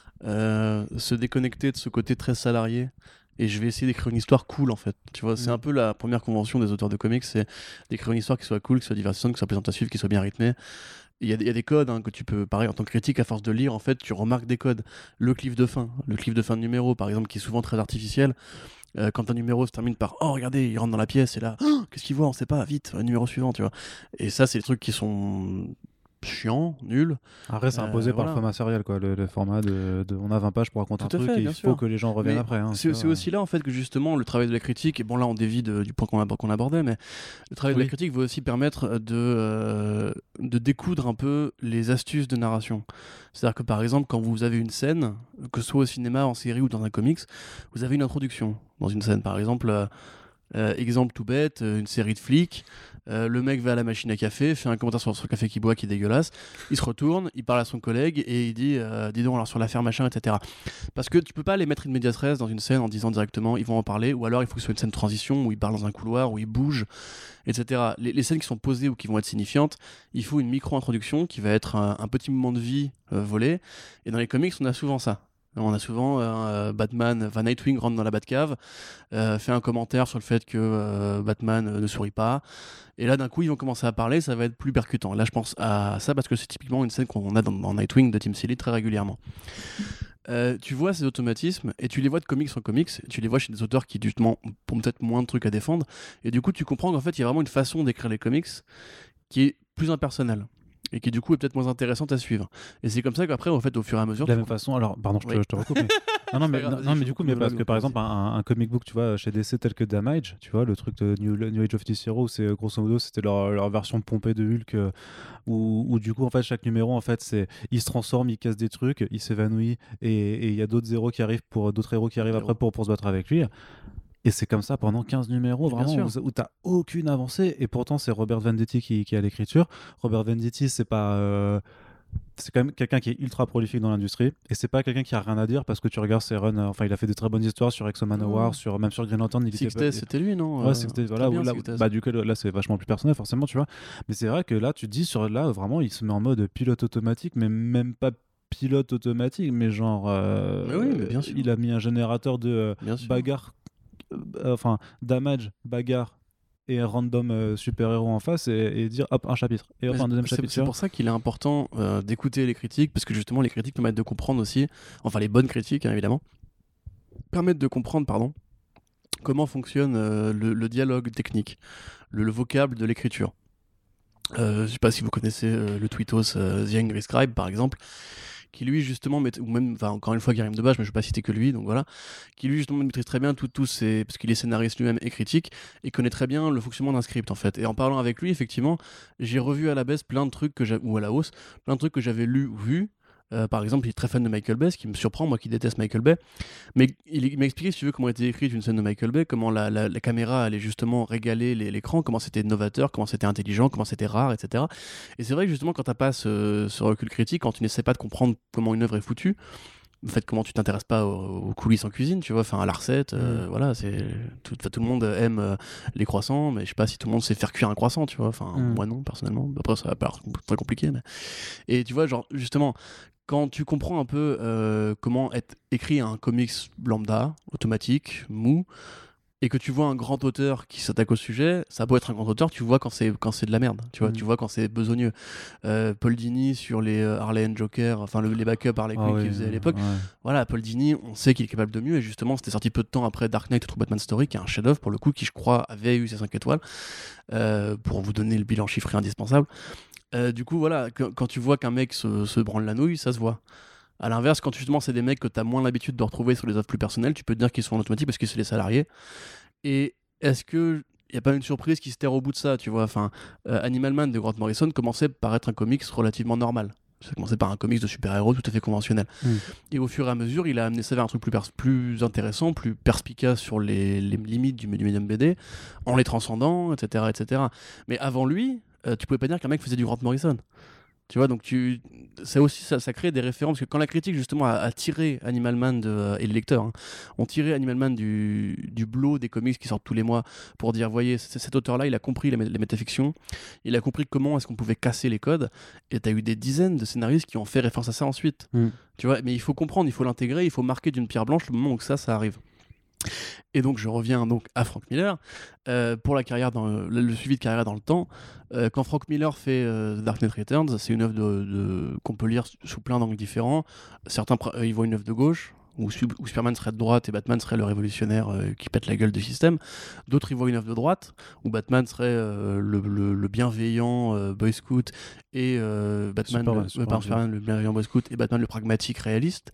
B: euh, se déconnecter de ce côté très salarié. Et je vais essayer d'écrire une histoire cool en fait. Tu vois, c'est
A: Mm.
B: un peu la première convention des auteurs de comics, c'est d'écrire une histoire qui soit cool, qui soit divertissante, qui soit plaisante à suivre, qui soit bien rythmée. Il y, a des- il y a des codes hein, que tu peux, pareil, en tant que critique, à force de lire, en fait, tu remarques des codes. Le cliff de fin, le cliff de fin de numéro, par exemple, qui est souvent très artificiel. Euh, quand un numéro se termine par oh regardez il rentre dans la pièce et là oh, qu'est-ce qu'il voit on sait pas vite un numéro suivant tu vois et ça c'est des trucs qui sont chiants nuls.
A: après c'est
B: Euh,
A: imposé par
B: voilà.
A: le format serial quoi, le, le format de, de on a vingt pages pour raconter
B: Tout
A: un
B: à
A: truc
B: fait,
A: et il
B: bien
A: faut
B: sûr.
A: que les gens reviennent
B: Mais
A: après hein,
B: c'est
A: tu
B: c'est
A: vois.
B: aussi là en fait que justement le travail de la critique et bon là on dévie de- du point qu'on a- qu'on abordait mais le travail de
A: Oui.
B: la critique va aussi permettre de, euh, de découdre un peu les astuces de narration. C'est-à-dire que par exemple quand vous avez une scène que ce soit au cinéma, en série ou dans un comics, vous avez une introduction dans une scène par exemple euh, euh, exemple tout bête, euh, une série de flics. Euh, le mec va à la machine à café, fait un commentaire sur son café qu'il boit qui est dégueulasse. Il se retourne, il parle à son collègue et il dit euh, dis donc alors sur l'affaire machin, et cetera. Parce que tu peux pas les mettre in medias res dans une scène en disant directement ils vont en parler, ou alors il faut que ce soit une scène de transition où ils parlent dans un couloir, où ils bougent, et cetera. Les, les scènes qui sont posées ou qui vont être signifiantes, il faut une micro-introduction qui va être un, un petit moment de vie euh, volé. Et dans les comics, on a souvent ça. On a souvent euh, Batman, enfin Nightwing rentre dans la Batcave, euh, fait un commentaire sur le fait que euh, Batman euh, ne sourit pas. Et là, d'un coup, ils vont commencer à parler, ça va être plus percutant. Là, je pense à ça parce que c'est typiquement une scène qu'on a dans, dans Nightwing de Tim Seeley très régulièrement. Euh, tu vois ces automatismes et tu les vois de comics en comics, et tu les vois chez des auteurs qui justement ont peut-être moins de trucs à défendre. Et du coup, tu comprends qu'en fait, il y a vraiment une façon d'écrire les comics qui est plus impersonnelle et qui du coup est peut-être moins intéressante à suivre. Et c'est comme ça qu'après, en fait, au fur et à mesure,
A: De la
B: tu
A: même façon, alors, pardon, je te,
B: Oui.
A: je te recoupe. Mais... Non, non, mais,
B: C'est pas grave,
A: non,
B: vas-y,
A: mais
B: je
A: du coup,
B: coupe
A: mais
B: le
A: parce
B: blog,
A: que par
B: vas-y.
A: exemple, un, un comic book, tu vois, chez D C tel que Damage, tu vois, le truc de New, New Age of D C Hero, c'est euh, grosso modo, c'était leur, leur version pompée de Hulk, euh, où, où du coup, en fait, chaque numéro, en fait, c'est, il se transforme, il casse des trucs, il s'évanouit, et et il y a d'autres héros qui arrivent pour d'autres héros qui arrivent après pour, pour se battre avec lui. Et c'est comme ça pendant quinze numéros,
B: Bien
A: vraiment,
B: sûr.
A: où, où t'as aucune avancée. Et pourtant, c'est Robert Venditti qui, qui a l'écriture. Robert Venditti, c'est pas. euh, c'est quand même quelqu'un qui est ultra prolifique dans l'industrie. Et c'est pas quelqu'un qui a rien à dire parce que tu regardes ses runs. euh, Enfin, il a fait des très bonnes histoires sur Exo Manowar,
B: Oh.
A: sur, même sur Green Lantern. Il était
B: Six
A: pas-
B: Days, c'était lui, non
A: Ouais,
B: Euh,
A: c'est que c'était-
B: très
A: voilà,
B: bien,
A: où là,
B: Six Days.
A: bah, du coup, là, c'est vachement plus personnel, forcément, tu vois. Mais c'est vrai que là, tu te dis, sur là, vraiment, il se met en mode pilote automatique, mais même pas pilote automatique, mais genre. euh,
B: Mais oui, mais bien sûr.
A: Il a mis un générateur de euh,
B: Bien sûr.
A: bagarre, euh, enfin, damage, bagarre et un random euh, super-héros en face et, et dire hop, un chapitre. Et hop,
B: Mais
A: un deuxième
B: c'est-
A: chapitre. tu
B: C'est
A: vois.
B: pour ça qu'il est important euh, d'écouter les critiques, parce que justement, les critiques permettent de comprendre aussi, enfin les bonnes critiques, hein, évidemment, permettent de comprendre, pardon, comment fonctionne euh, le, le dialogue technique, le, le vocable de l'écriture. Euh, je sais pas si vous connaissez euh, le tweetos euh, The Angry Scribe par exemple, qui lui justement met, ou même enfin encore une fois Karim Debache, mais je vais pas citer que lui, donc voilà, qui lui justement maîtrise très bien tout tous ses, parce qu'il est scénariste lui-même et critique et connaît très bien le fonctionnement d'un script en fait. Et en parlant avec lui, effectivement, j'ai revu à la baisse plein de trucs que j'ai, ou à la hausse, plein de trucs que j'avais lu ou vu. Euh, par exemple, il est très fan de Michael Bay, ce qui me surprend, moi qui déteste Michael Bay. Mais il, il m'a expliqué, si tu veux, comment était écrite une scène de Michael Bay, comment la, la, la caméra allait justement régaler les, l'écran, comment c'était novateur, comment c'était intelligent, comment c'était rare, et cetera. Et c'est vrai que justement, quand t'as pas ce, ce recul critique, quand tu n'essaies pas de comprendre comment une œuvre est foutue, en fait, comment tu t'intéresses pas aux, aux coulisses en cuisine, tu vois, enfin à la recette, euh,
A: Mm.
B: voilà, c'est tout, tout le monde aime euh, les croissants, mais je sais pas si tout le monde sait faire cuire un croissant, tu vois, enfin
A: Mm.
B: moi non personnellement. Après ça va pas très compliqué, mais et tu vois, genre justement, quand tu comprends un peu euh, comment être écrit un comics lambda, automatique, mou, et que tu vois un grand auteur qui s'attaque au sujet, ça peut être un grand auteur, tu vois quand c'est quand c'est de la merde, tu vois,
A: Mm.
B: tu vois quand c'est besogneux. Euh, Paul Dini sur les euh, Harley and Joker, enfin le, les backups Harley
A: Ah
B: Quinn
A: oui,
B: qu'il faisait à
A: euh,
B: l'époque.
A: ouais.
B: Voilà, Paul Dini, on sait qu'il est capable de mieux, et justement, c'était sorti peu de temps après Dark Knight et True Batman Story, qui est un chef-d'œuvre pour le coup, qui je crois avait eu ses cinq étoiles, euh, pour vous donner le bilan chiffré indispensable. Euh, du coup, voilà, que- quand tu vois qu'un mec se, se branle la nouille, ça se voit. À l'inverse, quand justement c'est des mecs que tu as moins l'habitude de retrouver sur les œuvres plus personnelles, tu peux te dire qu'ils sont en automatique parce que c'est les salariés. Et est-ce que il n'y a pas une surprise qui se terre au bout de ça, tu vois, enfin, euh, Animal Man de Grant Morrison commençait par être un comics relativement normal. Ça commençait par un comics de super-héros tout à fait conventionnel.
A: Mm.
B: Et au fur et à mesure, il a amené ça vers un truc plus, pers- plus intéressant, plus perspicace sur les, les limites du, du médium B D, en les transcendant, et cetera, et cetera. Mais avant lui, euh, tu pouvais pas dire qu'un mec faisait du Grant Morrison. Tu vois, donc tu, ça aussi, ça, ça crée des références. Parce que quand la critique, justement, a, a tiré Animal Man, de, euh, et le lecteur, hein, ont tiré Animal Man du, du bloc des comics qui sortent tous les mois pour dire, voyez, c- cet auteur-là, il a compris les, mé- les métafictions, il a compris comment est-ce qu'on pouvait casser les codes, et tu as eu des dizaines de scénaristes qui ont fait référence à ça ensuite.
A: Mm.
B: Tu vois, mais il faut comprendre, il faut l'intégrer, il faut marquer d'une pierre blanche le moment où ça, ça arrive. Et donc je reviens donc à Frank Miller euh, pour la carrière dans le, le suivi de carrière dans le temps. Euh, quand Frank Miller fait euh, Dark Knight Returns, c'est une œuvre de, de- qu'on peut lire sous plein d'angles différents. Certains euh, ils voient une œuvre de gauche où, où Superman serait de droite et Batman serait le révolutionnaire euh, qui pète la gueule du système. D'autres ils voient une œuvre de droite où Batman serait euh, le, le- le bienveillant euh, Boy Scout et euh, Batman,
A: Superman,
B: le,
A: Superman,
B: pardon, Superman le bienveillant Boy Scout et Batman le pragmatique réaliste.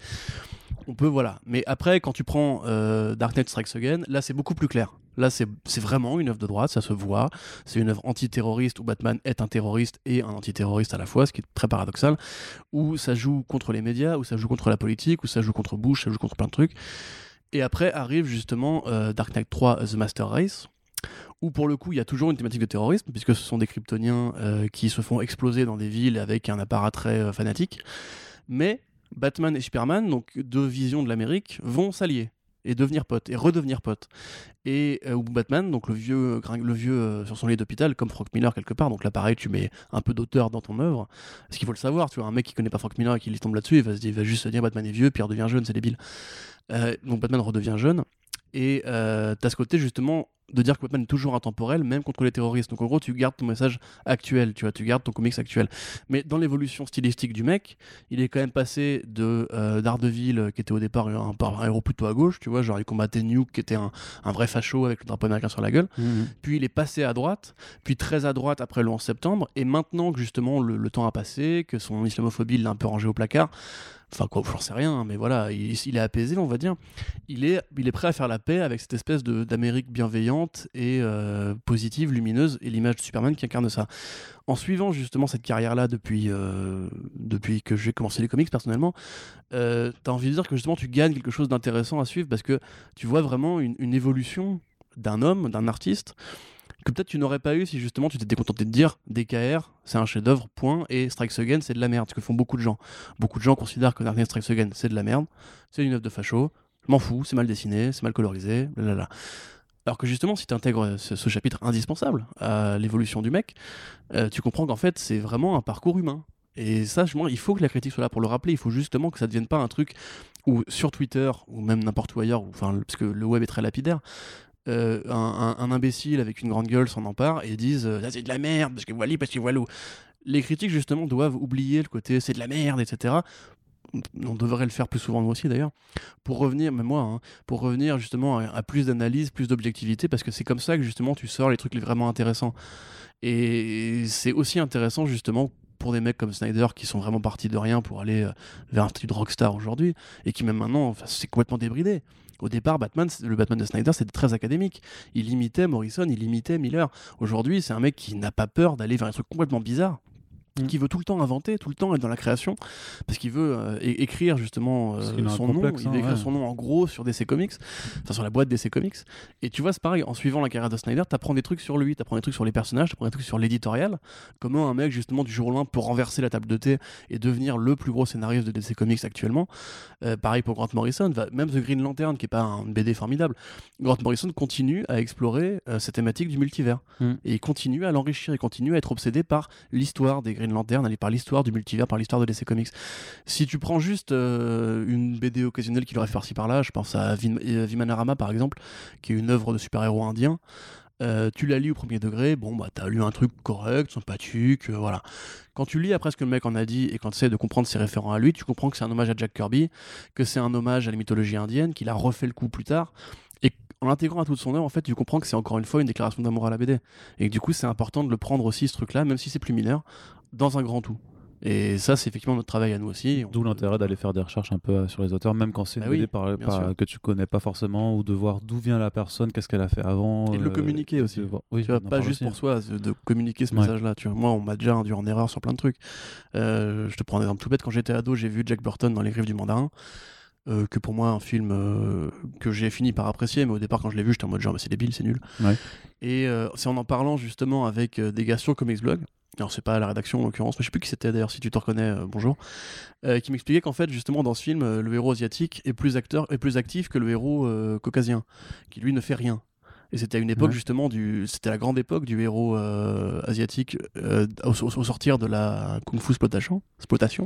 B: On peut, voilà. Mais après, quand tu prends euh, Dark Knight Strikes Again, là, c'est beaucoup plus clair. Là, c'est, c'est vraiment une œuvre de droite, ça se voit. C'est une œuvre antiterroriste où Batman est un terroriste et un antiterroriste à la fois, ce qui est très paradoxal. Où ça joue contre les médias, où ça joue contre la politique, où ça joue contre Bush, ça joue contre plein de trucs. Et après arrive justement euh, Dark Knight trois The Master Race, où pour le coup, il y a toujours une thématique de terrorisme, puisque ce sont des kryptoniens euh, qui se font exploser dans des villes avec un apparat très euh, fanatique. Mais Batman et Superman, donc deux visions de l'Amérique, vont s'allier et devenir potes et redevenir potes. Et euh, ou Batman, donc le vieux, le vieux euh, sur son lit d'hôpital, comme Frank Miller quelque part. Donc là, pareil, tu mets un peu d'auteur dans ton œuvre. Parce qu'il faut le savoir, tu vois, un mec qui connaît pas Frank Miller et qui lui tombe là-dessus, il va, se dire, il va juste se dire Batman est vieux, puis il redevient jeune, c'est débile. Euh, donc Batman redevient jeune. Et euh, t'as ce côté justement de dire que Batman est toujours intemporel, même contre les terroristes. Donc en gros, tu gardes ton message actuel, tu vois, tu gardes ton comics actuel. Mais dans l'évolution stylistique du mec, il est quand même passé de euh, Daredevil, qui était au départ un, un, un héros plutôt à gauche, tu vois, genre il combattait Nuke, qui était un, un vrai facho avec le drapeau américain sur la gueule.
A: Mm.
B: Puis il est passé à droite, puis très à droite après le onze septembre, et maintenant que justement le, le temps a passé, que son islamophobie l'a un peu rangé au placard, enfin quoi, j'en sais rien, hein, mais voilà, il, il est apaisé, on va dire. Il est, il est prêt à faire la paix avec cette espèce de, d'Amérique bienveillante et euh, positive, lumineuse, et l'image de Superman qui incarne ça. En suivant justement cette carrière-là depuis, euh, depuis que j'ai commencé les comics personnellement, euh, t'as envie de dire que justement tu gagnes quelque chose d'intéressant à suivre parce que tu vois vraiment une, une évolution d'un homme, d'un artiste, que peut-être tu n'aurais pas eu si justement tu t'étais contenté de dire D K R c'est un chef-d'œuvre, point, et Strikes Again c'est de la merde, ce que font beaucoup de gens. Beaucoup de gens considèrent que Dark Knight Strikes Again c'est de la merde, c'est une œuvre de facho, je m'en fous, c'est mal dessiné, c'est mal colorisé, blablabla. Alors que justement, si tu intègres ce, ce chapitre indispensable à l'évolution du mec, euh, tu comprends qu'en fait c'est vraiment un parcours humain. Et ça, je, moi, il faut que la critique soit là pour le rappeler. Il faut justement que ça ne devienne pas un truc où sur Twitter ou même n'importe où ailleurs, où, enfin, parce que le web est très lapidaire, euh, un, un, un imbécile avec une grande gueule s'en empare et disent euh, c'est de la merde parce que voilà, parce que voilà. Les critiques justement doivent oublier le côté c'est de la merde, et cetera. on devrait le faire plus souvent nous aussi d'ailleurs, pour revenir, même moi, hein, pour revenir justement à, à plus d'analyse, plus d'objectivité, parce que c'est comme ça que justement tu sors les trucs vraiment intéressants. Et c'est aussi intéressant justement pour des mecs comme Snyder qui sont vraiment partis de rien pour aller euh, vers un statut de rockstar aujourd'hui, et qui même maintenant, enfin, c'est complètement débridé. Au départ, Batman, le Batman de Snyder, c'était très académique. Il imitait Morrison, il imitait Miller. Aujourd'hui, c'est un mec qui n'a pas peur d'aller vers un truc complètement bizarre, mmh. qui veut tout le temps inventer, tout le temps être dans la création, parce qu'il veut euh, é- écrire justement euh, son nom,
A: complexe,
B: il veut
A: hein,
B: écrire
A: ouais.
B: son nom en gros sur D C Comics, enfin sur la boîte D C Comics. Et tu vois, c'est pareil, en suivant la carrière de Snyder, t'apprends des trucs sur lui, t'apprends des trucs sur les personnages, t'apprends des trucs sur l'éditorial, comment un mec justement du jour au lendemain peut renverser la table de thé et devenir le plus gros scénariste de D C Comics actuellement. Euh, pareil pour Grant Morrison, va, même The Green Lantern, qui est pas un B D formidable, Grant Morrison continue à explorer euh, cette thématique du multivers. Mm. Et il continue à l'enrichir, il continue à être obsédé par l'histoire des Green Lantern, par l'histoire du multivers, par l'histoire de D C Comics. Si tu prends juste euh, une B D occasionnelle qui l'aurait fait par-ci par-là, je pense à Vim- Vimanarama par exemple, qui est une œuvre de super-héros indien, euh, tu l'as lu au premier degré, bon bah t'as lu un truc correct, sympathique, euh, voilà. Quand tu lis après ce que le mec en a dit et quand tu essaies de comprendre ses référents à lui, tu comprends que c'est un hommage à Jack Kirby, que c'est un hommage à la mythologie indienne, qu'il a refait le coup plus tard. En l'intégrant à toute son œuvre, en fait, tu comprends que c'est encore une fois une déclaration d'amour à la B D. Et que du coup, c'est important de le prendre aussi, ce truc-là, même si c'est plus mineur, dans un grand tout. Et ça, c'est effectivement notre travail à nous aussi.
A: D'où l'intérêt d'aller faire des recherches un peu sur les auteurs, même quand c'est une
B: bah
A: B D
B: oui,
A: par, par, que tu connais pas forcément, ou de voir d'où vient la personne, qu'est-ce qu'elle a fait avant.
B: Et de le communiquer
A: euh,
B: aussi.
A: De voir... oui,
B: tu vois, pas juste
A: aussi.
B: pour soi, de communiquer ce
A: ouais.
B: message-là. Tu vois. Moi, on m'a déjà induit en erreur sur plein de trucs. Euh, je te prends un exemple tout bête. Quand j'étais ado, j'ai vu Jack Burton dans Les Griffes du Mandarin. Euh, que pour moi un film euh, que j'ai fini par apprécier, mais au départ quand je l'ai vu j'étais en mode genre bah, c'est débile, c'est nul.
A: Ouais.
B: Et euh, c'est en en parlant justement avec euh, des gars sur Comics Blog, alors c'est pas la rédaction en l'occurrence, mais je sais plus qui c'était d'ailleurs, si tu te reconnais, euh, bonjour, euh, qui m'expliquait qu'en fait justement dans ce film euh, le héros asiatique est plus acteur est plus actif que le héros euh, caucasien, qui lui ne fait rien. Et c'était à une époque ouais. justement du, c'était la grande époque du héros euh, asiatique euh, au, au, au sortir de la kung-fu exploitation, exploitation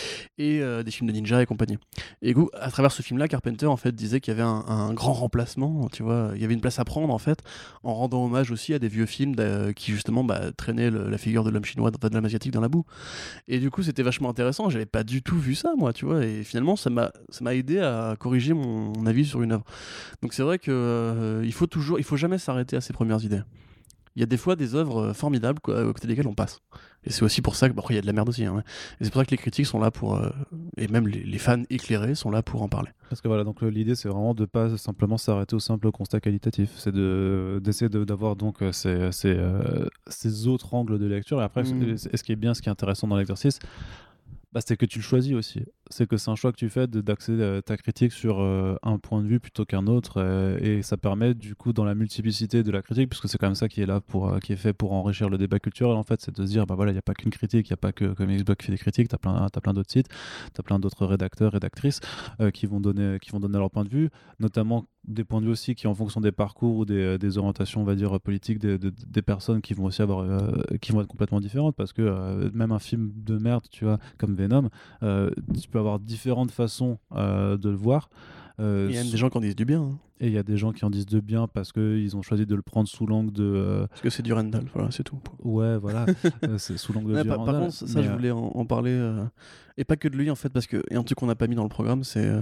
B: et euh, des films de ninja et compagnie. Et coup, à travers ce film-là, Carpenter en fait disait qu'il y avait un, un grand remplacement, tu vois, il y avait une place à prendre en fait, en rendant hommage aussi à des vieux films qui justement bah, traînaient le, la figure de l'homme chinois, de l'homme asiatique dans la boue. Et du coup, c'était vachement intéressant. J'avais pas du tout vu ça, moi, tu vois. Et finalement, ça m'a, ça m'a aidé à corriger mon, mon avis sur une œuvre. Donc c'est vrai que euh, il faut toujours, il faut jamais s'arrêter à ses premières idées. Il y a des fois des œuvres formidables quoi, à côté desquelles on passe. Et c'est aussi pour ça que, bah, après, il y a de la merde aussi. Hein, et c'est pour ça que les critiques sont là pour, euh, et même les, les fans éclairés sont là pour en parler.
A: Parce que voilà, donc l'idée c'est vraiment de pas simplement s'arrêter au simple constat qualitatif, c'est de d'essayer de, d'avoir donc ces, ces, euh, ces autres angles de lecture. Et après, mmh. ce qui est bien, ce qui est intéressant dans l'exercice, bah, c'est que tu le choisis aussi. C'est que c'est un choix que tu fais de, d'axer euh, ta critique sur euh, un point de vue plutôt qu'un autre, euh, et ça permet du coup dans la multiplicité de la critique, puisque c'est quand même ça qui est là pour, euh, qui est fait pour enrichir le débat culturel en fait, c'est de se dire bah voilà, il n'y a pas qu'une critique, il n'y a pas que Comics Blog qui fait des critiques, t'as plein, t'as plein d'autres sites, t'as plein d'autres rédacteurs, rédactrices euh, qui vont donner, qui vont donner leur point de vue, notamment des points de vue aussi qui en fonction des parcours ou des, des orientations on va dire politiques des, des, des personnes qui vont aussi avoir euh, qui vont être complètement différentes, parce que euh, même un film de merde tu vois comme Venom, euh, tu peux avoir différentes façons euh, de le voir.
B: Euh, il y a même des gens qui en disent du bien. Hein.
A: Et il y a des gens qui en disent de bien parce qu'ils ont choisi de le prendre sous l'angle de... Euh...
B: Parce que c'est du Randall, voilà, c'est tout.
A: Ouais, voilà, euh, c'est sous l'angle de
B: ouais,
A: du
B: par,
A: Randall.
B: Par contre, ça, mais je voulais en, en parler. Euh... Et pas que de lui, en fait, parce que... Et un truc qu'on n'a pas mis dans le programme, c'est... Euh,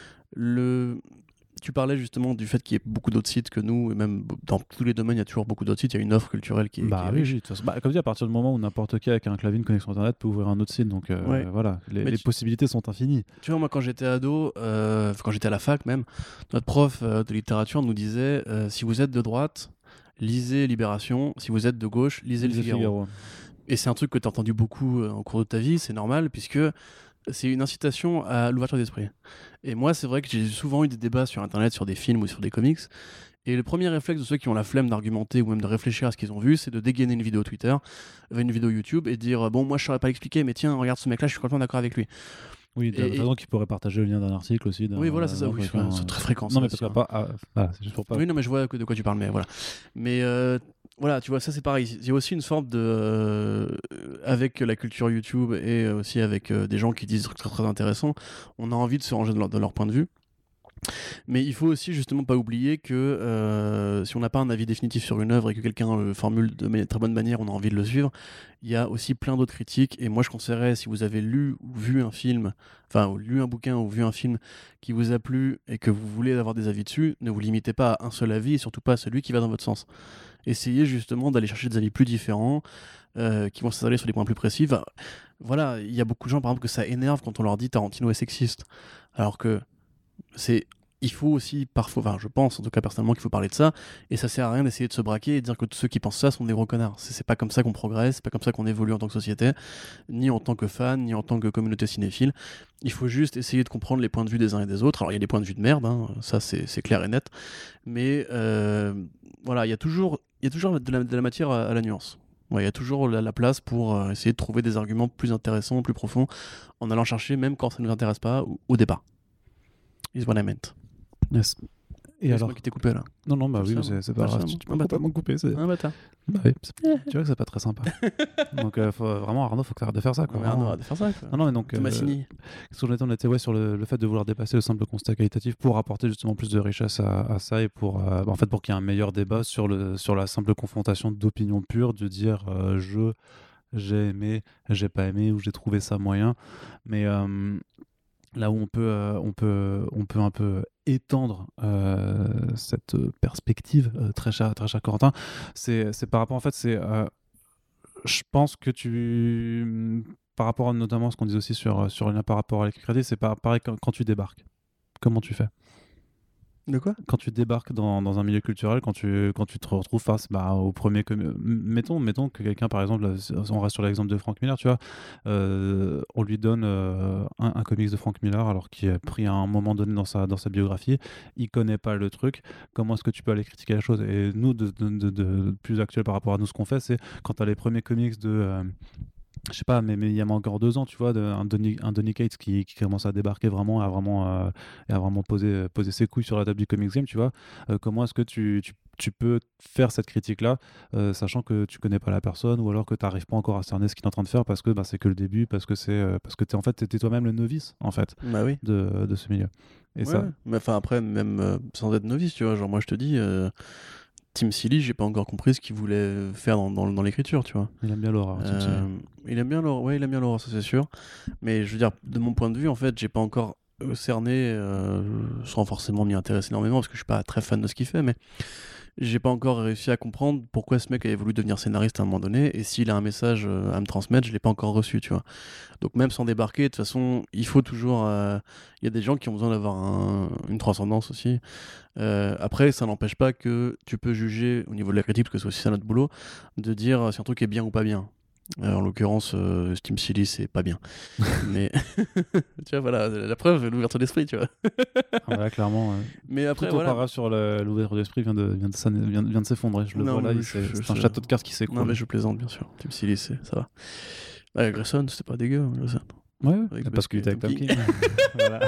B: le... Tu parlais justement du fait qu'il y ait beaucoup d'autres sites que nous, et même dans tous les domaines, il y a toujours beaucoup d'autres sites, il y a une offre culturelle qui est,
A: bah,
B: qui est riche.
A: Oui, bah, comme dit, à partir du moment où n'importe qui avec un clavier, une connexion internet peut ouvrir un autre site, donc euh, ouais. voilà, les, les tu... possibilités sont infinies.
B: Tu vois, moi quand j'étais ado, euh, quand j'étais à la fac même, notre prof euh, de littérature nous disait euh, si vous êtes de droite, lisez Libération, si vous êtes de gauche, lisez, lisez Le Figaro. Figaro. Et c'est un truc que tu as entendu beaucoup euh, au cours de ta vie, c'est normal, puisque c'est une incitation à l'ouverture d'esprit. Et moi, c'est vrai que j'ai souvent eu des débats sur Internet, sur des films ou sur des comics. Et le premier réflexe de ceux qui ont la flemme d'argumenter ou même de réfléchir à ce qu'ils ont vu, c'est de dégainer une vidéo Twitter, une vidéo YouTube et de dire bon, moi je saurais pas l'expliquer, mais tiens, regarde ce mec-là, je suis complètement d'accord avec lui.
A: Oui, de la façon qu'il pourrait partager le lien d'un article aussi. D'un,
B: oui, voilà, c'est ça. Oui, c'est, c'est très fréquent.
A: Non, mais parce que pas. Ah, ah, c'est juste pour pas.
B: Oui, non, mais je vois de quoi tu parles, mais voilà. Mais. Euh, Voilà, tu vois, ça c'est pareil. Il y a aussi une sorte de. Euh, avec la culture YouTube et aussi avec euh, des gens qui disent des trucs très très intéressants, on a envie de se ranger de leur, de leur point de vue. Mais il faut aussi justement pas oublier que euh, si on n'a pas un avis définitif sur une œuvre et que quelqu'un le formule de ma- très bonne manière, on a envie de le suivre, il y a aussi plein d'autres critiques. Et moi je conseillerais, si vous avez lu ou vu un film, enfin ou lu un bouquin ou vu un film qui vous a plu et que vous voulez avoir des avis dessus, ne vous limitez pas à un seul avis et surtout pas à celui qui va dans votre sens. Essayez justement d'aller chercher des avis plus différents, euh, qui vont s'installer sur des points plus précis. Enfin, voilà, il y a beaucoup de gens par exemple que ça énerve quand on leur dit Tarantino est sexiste. Alors que c'est il faut aussi parfois, enfin je pense en tout cas personnellement qu'il faut parler de ça, et ça sert à rien d'essayer de se braquer et de dire que tous ceux qui pensent ça sont des gros connards. C'est, c'est pas comme ça qu'on progresse, c'est pas comme ça qu'on évolue en tant que société, ni en tant que fan, ni en tant que communauté cinéphile. Il faut juste essayer de comprendre les points de vue des uns et des autres. Alors il y a des points de vue de merde, hein, ça c'est, c'est clair et net, mais euh, voilà, il y a toujours, il y a toujours de la, de la matière à, à la nuance. Ouais, il y a toujours la, la place pour euh, essayer de trouver des arguments plus intéressants, plus profonds, en allant chercher même quand ça ne nous intéresse pas au, au départ. Is what I meant.
A: Yes. Et
B: C'est
A: alors
B: moi qui t'ai coupé là.
A: Non, non, bah
B: Tout
A: oui,
B: ça,
A: c'est,
B: moi.
A: c'est pas
B: Pas
A: grave.
B: ça,
A: Tu
B: moi.
A: tu peux
B: Un bâtard.
A: complètement couper. C'est...
B: Un bâtard.
A: Bah oui, c'est- tu vois que c'est pas très sympa. Donc euh, faut, vraiment, Arnaud, faut que t'arrêtes de faire ça. Quoi.
B: Ouais, Arnaud,
A: Vraiment.
B: arrête de faire ça. Quoi.
A: Non, non, mais donc.
B: Tomassini.
A: Ce qu'on était, on était ouais, sur le, le fait de vouloir dépasser le simple constat qualitatif pour apporter justement plus de richesse à, à ça et pour, euh, bah, en fait, pour qu'il y ait un meilleur débat sur, le, sur la simple confrontation d'opinion pure, de dire euh, je, j'ai aimé, j'ai pas aimé ou j'ai trouvé ça moyen. Mais euh, là où on peut, euh, on peut, on peut un peu étendre euh, cette perspective, euh, très cher, très cher Corentin, c'est, c'est par rapport, en fait, c'est, euh, je pense que tu, par rapport à notamment ce qu'on disait aussi sur, sur par rapport à l'écriture, c'est pas pareil quand, quand tu débarques. Comment tu fais
B: De quoi?
A: quand tu débarques dans, dans un milieu culturel, quand tu, quand tu te retrouves face bah, au premier... Com- mettons, mettons que quelqu'un, par exemple, on reste sur l'exemple de Frank Miller, tu vois, euh, on lui donne euh, un, un comics de Frank Miller, alors qu'il est pris à un moment donné dans sa, dans sa biographie, il connaît pas le truc, comment est-ce que tu peux aller critiquer la chose? Et nous, de, de, de, de plus actuel par rapport à nous, ce qu'on fait, c'est quand tu as les premiers comics de... Euh, je sais pas, mais, mais il y a encore deux ans, tu vois, de, un, Donny, un Donny Cates qui, qui commence à débarquer vraiment, à vraiment, euh, et à vraiment poser, poser ses couilles sur la table du comics game, tu vois. Euh, comment est-ce que tu, tu, tu peux faire cette critique-là, euh, sachant que tu connais pas la personne, ou alors que tu n'arrives pas encore à cerner ce qu'il est en train de faire parce que bah, c'est que le début, parce que c'est euh, parce que t'es en fait t'es toi-même le novice en fait
B: Bah oui.
A: de, de ce milieu. Et
B: Ouais,
A: ça,
B: ouais. Mais enfin après, même euh, sans être novice, tu vois, genre moi je te dis, euh, Tim Seeley, j'ai pas encore compris ce qu'il voulait faire dans, dans, dans l'écriture, tu vois.
A: il aime bien l'horreur. Tim
B: Euh,
A: Seeley.
B: il aime bien l'horreur, ouais, il aime bien l'horreur, ça c'est sûr. Mais je veux dire, de mon point de vue, en fait, j'ai pas encore euh, cerné, euh, sans forcément m'y intéresser énormément, parce que je suis pas très fan de ce qu'il fait, mais j'ai pas encore réussi à comprendre pourquoi ce mec avait voulu devenir scénariste à un moment donné, et s'il a un message euh, à me transmettre, je l'ai pas encore reçu, tu vois. Donc même sans débarquer, de toute façon, il faut toujours... euh, Il y a des gens qui ont besoin d'avoir un- une transcendance aussi. Euh, après, ça n'empêche pas que tu peux juger au niveau de la critique, parce que c'est aussi ça notre boulot, de dire si un truc est bien ou pas bien. Euh, en l'occurrence, euh, Steam Silly, c'est pas bien. Mais tu vois, voilà, la preuve, l'ouverture d'esprit, tu vois.
A: Ah bah, clairement. euh,
B: Mais après,
A: tout ton
B: voilà.
A: paragraphe sur le- l'ouverture d'esprit vient de, vient, de, s'an- vient, vient de s'effondrer. Je le
B: Non,
A: vois là,
B: mais
A: il
B: je-
A: s'est-
B: je-
A: c'est un
B: je-
A: château de cartes qui s'écroule.
B: Non, mais je plaisante, bien sûr. Steam Silly, c'est... ça va. Ouais, Grayson, c'est pas dégueu, hein, Grayson.
A: Ouais, ouais,
B: Avec
A: parce qu'il était avec Tom King. Voilà.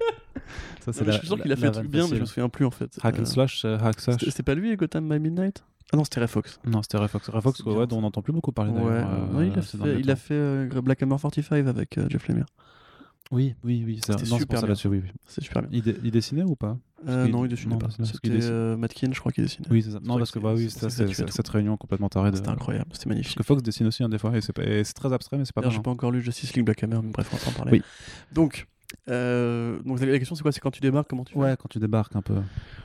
A: Ça,
B: Non, mais je suis sûr qu'il a fait un truc bien, mais je me souviens plus en fait.
A: Hack and
B: Euh,
A: slash, euh, hack slash.
B: C'était c'était pas lui, Gotham by Midnight? Ah non, c'était Ray Fox.
A: Non, c'était Ray Fox. Ray Fox,
B: C'est
A: ouais,
B: bien,
A: dont
B: ça.
A: on n'entend plus beaucoup parler
B: Ouais,
A: d'ailleurs.
B: non, il a
A: euh, ces derniers
B: fait, il a
A: temps.
B: fait euh, Black Hammer quarante-cinq avec euh, Jeff Lemire.
A: Oui, oui, oui. ça-
B: C'était
A: non, c'est
B: super
A: pour ça
B: bien.
A: là-dessus, oui, oui.
B: C'est super bien.
A: Il, dé- il dessinait ou pas Parce
B: Euh,
A: qu'il-
B: non, il dessinait
A: non,
B: pas.
A: parce que
B: C'était
A: il dessine-
B: euh, Matt Keane, je crois, qui dessinait.
A: Oui, c'est ça. Non,
B: vrai
A: parce
B: que
A: que bah
B: c'est-
A: oui,
B: c'est
A: ça,
B: pour ça que
A: c'est
B: ça tuait
A: c'est- cette réunion complètement tarée de.
B: C'était incroyable, c'était
A: Parce
B: magnifique.
A: que Fox dessine aussi, hein, des fois, et c'est pas- et c'est très abstrait, mais c'est pas
B: D'ailleurs,
A: mal.
B: j'ai
A: hein.
B: pas encore lu Justice League Black Hammer, mais bref, on va pas en parler.
A: Oui.
B: Donc, euh, donc la question, c'est quoi? C'est quand tu débarques, comment tu fais?
A: Ouais, quand tu débarques un peu.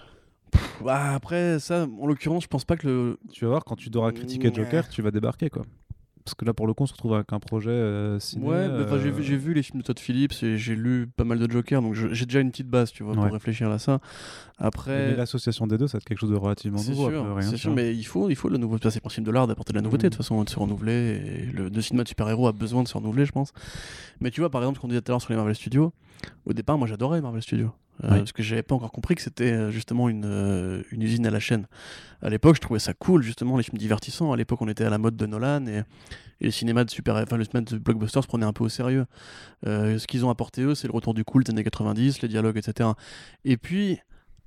B: Bah, après, ça, en l'occurrence, je pense pas que le.
A: Tu vas voir, quand tu devras critiquer
B: Ouais.
A: Joker, tu vas débarquer, quoi. Parce que là, pour le coup, on se retrouve avec un projet euh, ciné.
B: Ouais, mais enfin, j'ai
A: euh,
B: vu, j'ai vu les films de Todd Phillips et j'ai lu pas mal de Joker, donc je- j'ai déjà une petite base, tu vois,
A: Ouais.
B: pour réfléchir à ça. Après,
A: Mais l'association des deux, ça va être quelque chose de relativement
B: c'est
A: nouveau.
B: sûr,
A: après, rien,
B: c'est
A: tu
B: sûr,
A: vois.
B: mais il faut, il faut le nouveau. C'est le principe de l'art d'apporter de la nouveauté,
A: Mhm.
B: de toute façon, de se renouveler. Et le, le cinéma de super-héros a besoin de se renouveler, je pense. Mais tu vois, par exemple, ce qu'on disait tout à l'heure sur les Marvel Studios, au départ, moi j'adorais Marvel Studios. Euh,
A: Oui.
B: Parce que j'avais pas encore compris que c'était euh, justement une, euh, une usine à la chaîne. À l'époque, je trouvais ça cool, justement, les films divertissants. À l'époque, on était à la mode de Nolan et, et le cinéma de super, enfin, le cinéma de blockbuster se prenait un peu au sérieux. Euh, ce qu'ils ont apporté eux, c'est le retour du cool des années quatre-vingt-dix, les dialogues, et cetera. Et puis,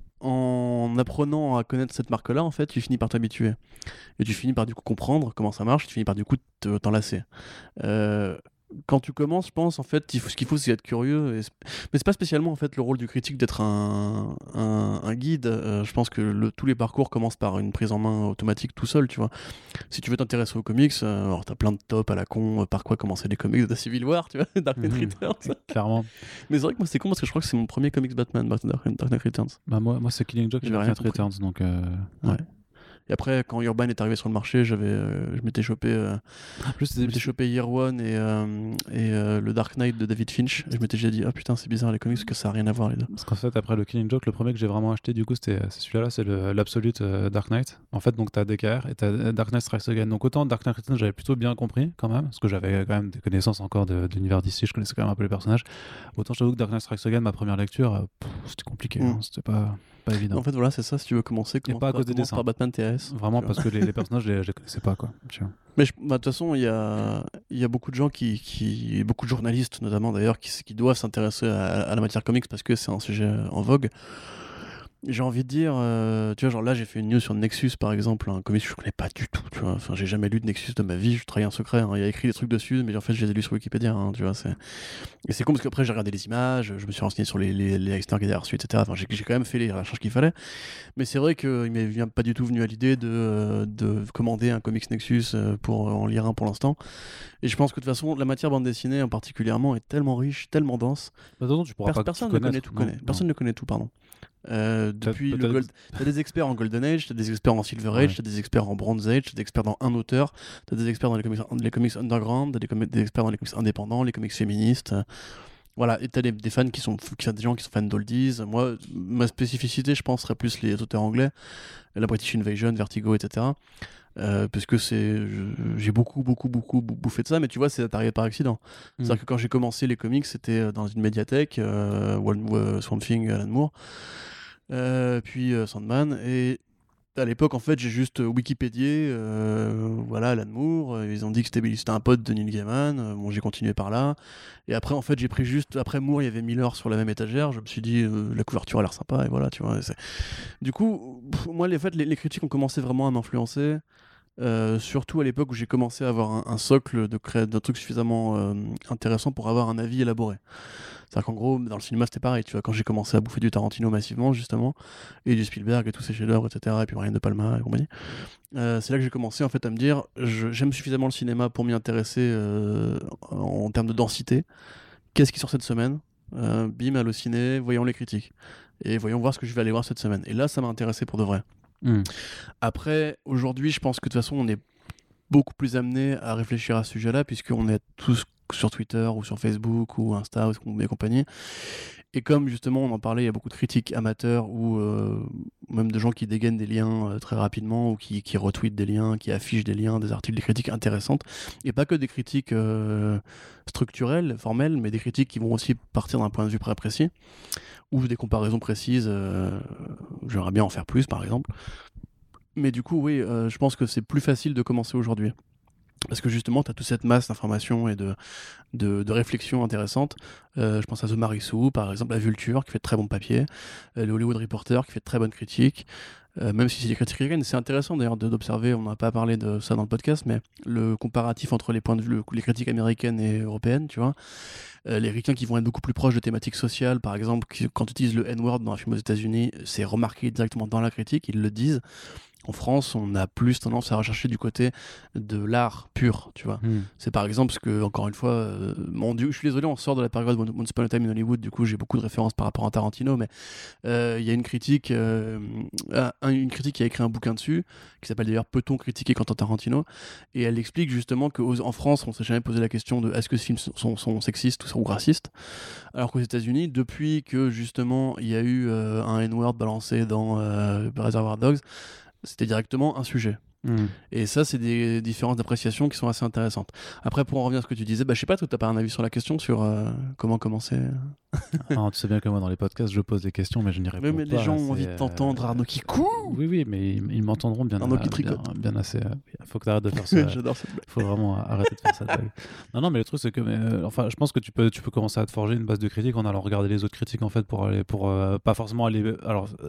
B: en apprenant à connaître cette marque-là, en fait, tu finis par t'habituer. Et tu finis par du coup comprendre comment ça marche, tu finis par du coup te- t'enlacer. Euh, quand tu commences, je pense, en fait, il faut, ce qu'il faut, c'est être curieux. Et c'est... Mais c'est pas spécialement en fait le rôle du critique d'être un, un, un guide. Euh, je pense que le, tous les parcours commencent par une prise en main automatique tout seul, tu vois. Si tu veux t'intéresser aux comics, euh, alors t'as plein de tops à la con, euh, par quoi commencer les comics de Civil War, tu vois, Dark Knight
A: Mhm.
B: Returns.
A: Clairement.
B: Mais c'est vrai que moi c'est con parce que je crois que c'est mon premier comics Batman, Dark Dark Knight Returns.
A: Bah, moi, moi c'est Killing Joke et
B: J'avais
A: Dark
B: rien
A: Knight
B: compris.
A: Returns. Donc, euh,
B: Ouais.
A: ouais.
B: Et après, quand Urban est arrivé sur le marché, j'avais, euh, je m'étais chopé, euh,
A: En plus,
B: je
A: c'est-
B: m'étais chopé Year One et, euh, et euh, le Dark Knight de David Finch. Et je m'étais déjà dit, ah putain, c'est bizarre les comics, que ça a rien à voir les deux.
A: Parce qu'en fait, après le Killing Joke, le premier que j'ai vraiment acheté, du coup, c'était c'est celui-là, c'est le- l'Absolute euh, Dark Knight. En fait, donc t'as D K R et t'as Dark Knight Strikes Again. Donc autant Dark Knight Returns, j'avais plutôt bien compris quand même, parce que j'avais quand même des connaissances encore de, de l'univers d'ici, je connaissais quand même un peu les personnages. Autant je t'avoue que Dark Knight Strikes Again, ma première lecture, euh, pff, c'était compliqué,
B: Mm.
A: hein, c'était pas, pas évident.
B: En fait, voilà, c'est ça. Si tu veux commencer, commence,
A: pas à
B: par,
A: cause des
B: commence
A: dessins.
B: par Batman T S.
A: Vraiment,
B: tu vois.
A: parce que les, les personnages, je les, je les connaissais pas, quoi. Tu vois.
B: Mais je- bah, de toute façon, il y a, il y a beaucoup de gens qui, qui, et beaucoup de journalistes notamment d'ailleurs, qui, s- qui doivent s'intéresser à, à la matière comics parce que c'est un sujet en vogue. J'ai envie de dire, euh, tu vois, genre là, j'ai fait une news sur Nexus par exemple, un comics que je connais pas du tout, tu vois. Enfin, j'ai jamais lu de Nexus de ma vie, je travaille un secret. Hein. Il y a écrit des trucs dessus, mais en fait, je les ai lus sur Wikipédia, hein, tu vois. C'est... Et c'est con parce qu'après, j'ai regardé les images, je me suis renseigné sur les, les, les experts qui avaient reçus, et cetera. Enfin, j'ai, j'ai quand même fait les recherches qu'il fallait. Mais c'est vrai qu'il m'est vient pas du tout venu à l'idée de, euh, de commander un comics Nexus euh, pour en lire un pour l'instant. Et je pense que de toute façon, la matière bande dessinée en particulièrement est tellement riche, tellement dense.
A: De toute façon, tu pourras
B: Pers-
A: pas
B: personne
A: tout
B: ne
A: connaître.
B: connaît tout,
A: Non,
B: connaît.
A: non.
B: Personne ne connaît tout, pardon. Euh,
A: Peut-être-
B: depuis le
A: peut-être-
B: Gold, t'as des experts en Golden Age, t'as des experts en Silver Age,
A: Ouais.
B: t'as des experts en Bronze Age, t'as des experts dans un auteur, t'as des experts dans les comics, les comics underground, t'as des, comi- des experts dans les comics indépendants, les comics féministes. euh, Voilà, et t'as des, des fans qui sont, qui sont des gens qui sont fans d'oldies. Moi, ma spécificité, je pense, serait plus les auteurs anglais, la British Invasion, Vertigo, et cetera. Euh, parce que c'est, je- j'ai beaucoup, beaucoup, beaucoup bou- bouffé de ça, mais tu vois, c'est arrivé par accident.
A: Mm.
B: C'est-à-dire que quand j'ai commencé les comics, c'était euh, dans une médiathèque, euh, Wal- euh, Swamp Thing, Alan Moore, euh, puis euh, Sandman, et à l'époque, en fait, j'ai juste euh, Wikipédié, euh, voilà, Alan Moore, euh, ils ont dit que c'était, c'était un pote de Neil Gaiman, euh, bon, j'ai continué par là, et après, en fait, j'ai pris juste, après Moore, il y avait Miller sur la même étagère, je me suis dit, euh, la couverture a l'air sympa, et voilà, tu vois. c'est- Du coup, pff, moi, les, en fait, les, les critiques ont commencé vraiment à m'influencer, euh, surtout à l'époque où j'ai commencé à avoir un, un socle de, cré... de trucs suffisamment euh, intéressants pour avoir un avis élaboré. C'est-à-dire qu'en gros, dans le cinéma, c'était pareil. Tu vois, quand j'ai commencé à bouffer du Tarantino massivement, justement, et du Spielberg et tous ces chefs-d'œuvre, et cetera, et puis Brian De Palma et compagnie, euh, c'est là que j'ai commencé en fait à me dire, je- j'aime suffisamment le cinéma pour m'y intéresser euh, en, en termes de densité. Qu'est-ce qui sort cette semaine? Euh, Bim, allô ciné, voyons les critiques. Et voyons voir ce que je vais aller voir cette semaine. Et là, ça m'a intéressé pour de vrai.
A: Mm.
B: Après, aujourd'hui, je pense que de toute façon, on est beaucoup plus amené à réfléchir à ce sujet-là, puisqu'on est tous sur Twitter ou sur Facebook ou Insta ou et compagnie. Et comme justement on en parlait, il y a beaucoup de critiques amateurs ou euh, même de gens qui dégainent des liens euh, très rapidement ou qui, qui retweetent des liens, qui affichent des liens, des articles, des critiques intéressantes. Et pas que des critiques euh, structurelles, formelles, mais des critiques qui vont aussi partir d'un point de vue très précis ou des comparaisons précises. Euh, j'aimerais bien en faire plus par exemple. Mais du coup, oui, euh, je pense que c'est plus facile de commencer aujourd'hui. Parce que justement, tu as toute cette masse d'informations et de, de, de réflexions intéressantes. Euh, je pense à The Marissou, par exemple, La Vulture, qui fait de très bons papiers, euh, le Hollywood Reporter, qui fait de très bonnes critiques. Euh, même si c'est des critiques américaines, c'est intéressant d'ailleurs de- d'observer, on n'a pas parlé de ça dans le podcast, mais le comparatif entre les points de vue, le- les critiques américaines et européennes, tu vois. Euh, les ricains qui vont être beaucoup plus proches de thématiques sociales, par exemple, qui, quand ils utilisent le N-word dans un film aux États-Unis, c'est remarqué directement dans la critique, ils le disent. En France, on a plus tendance à rechercher du côté de l'art pur, tu vois.
A: Mm.
B: C'est par exemple ce que, encore une fois, euh, mon Dieu, je suis désolé, on sort de la période Once Upon a Time in Hollywood, du coup j'ai beaucoup de références par rapport à Tarantino, mais euh, il y a une critique, euh, un- une critique qui a écrit un bouquin dessus, qui s'appelle d'ailleurs Peut-on critiquer Quentin Tarantino, et elle explique justement qu'en France, on s'est jamais posé la question de est-ce que ces films sont, sont sexistes ou racistes, alors qu'aux États-Unis, depuis que justement il y a eu euh, un N-word balancé dans euh, Reservoir Dogs, c'était directement un sujet.
A: Mm.
B: Et ça, c'est des différences d'appréciation qui sont assez intéressantes. Après, pour en revenir à ce que tu disais, bah, je sais pas, toi, t'as pas un avis sur la question, sur euh, comment commencer.
A: Ah, tu sais bien que moi, dans les podcasts, je pose des questions, mais je n'y réponds
B: Mais,
A: pas.
B: mais les gens ont
A: c'est,
B: envie de t'entendre, Arnaud qui court.
A: Oui, oui, mais ils, ils m'entendront bien,
B: Arnaud qui
A: euh,
B: tricote.
A: bien, bien assez. Il faut que tu arrêtes de faire ça.
B: J'adore cette blague.
A: Faut vraiment arrêter de faire ça. Non, non, mais le truc, c'est que, mais, euh, enfin, je pense que tu peux, tu peux commencer à te forger une base de critiques en allant regarder les autres critiques, en fait, pour aller, pour euh, pas forcément aller. Alors, euh,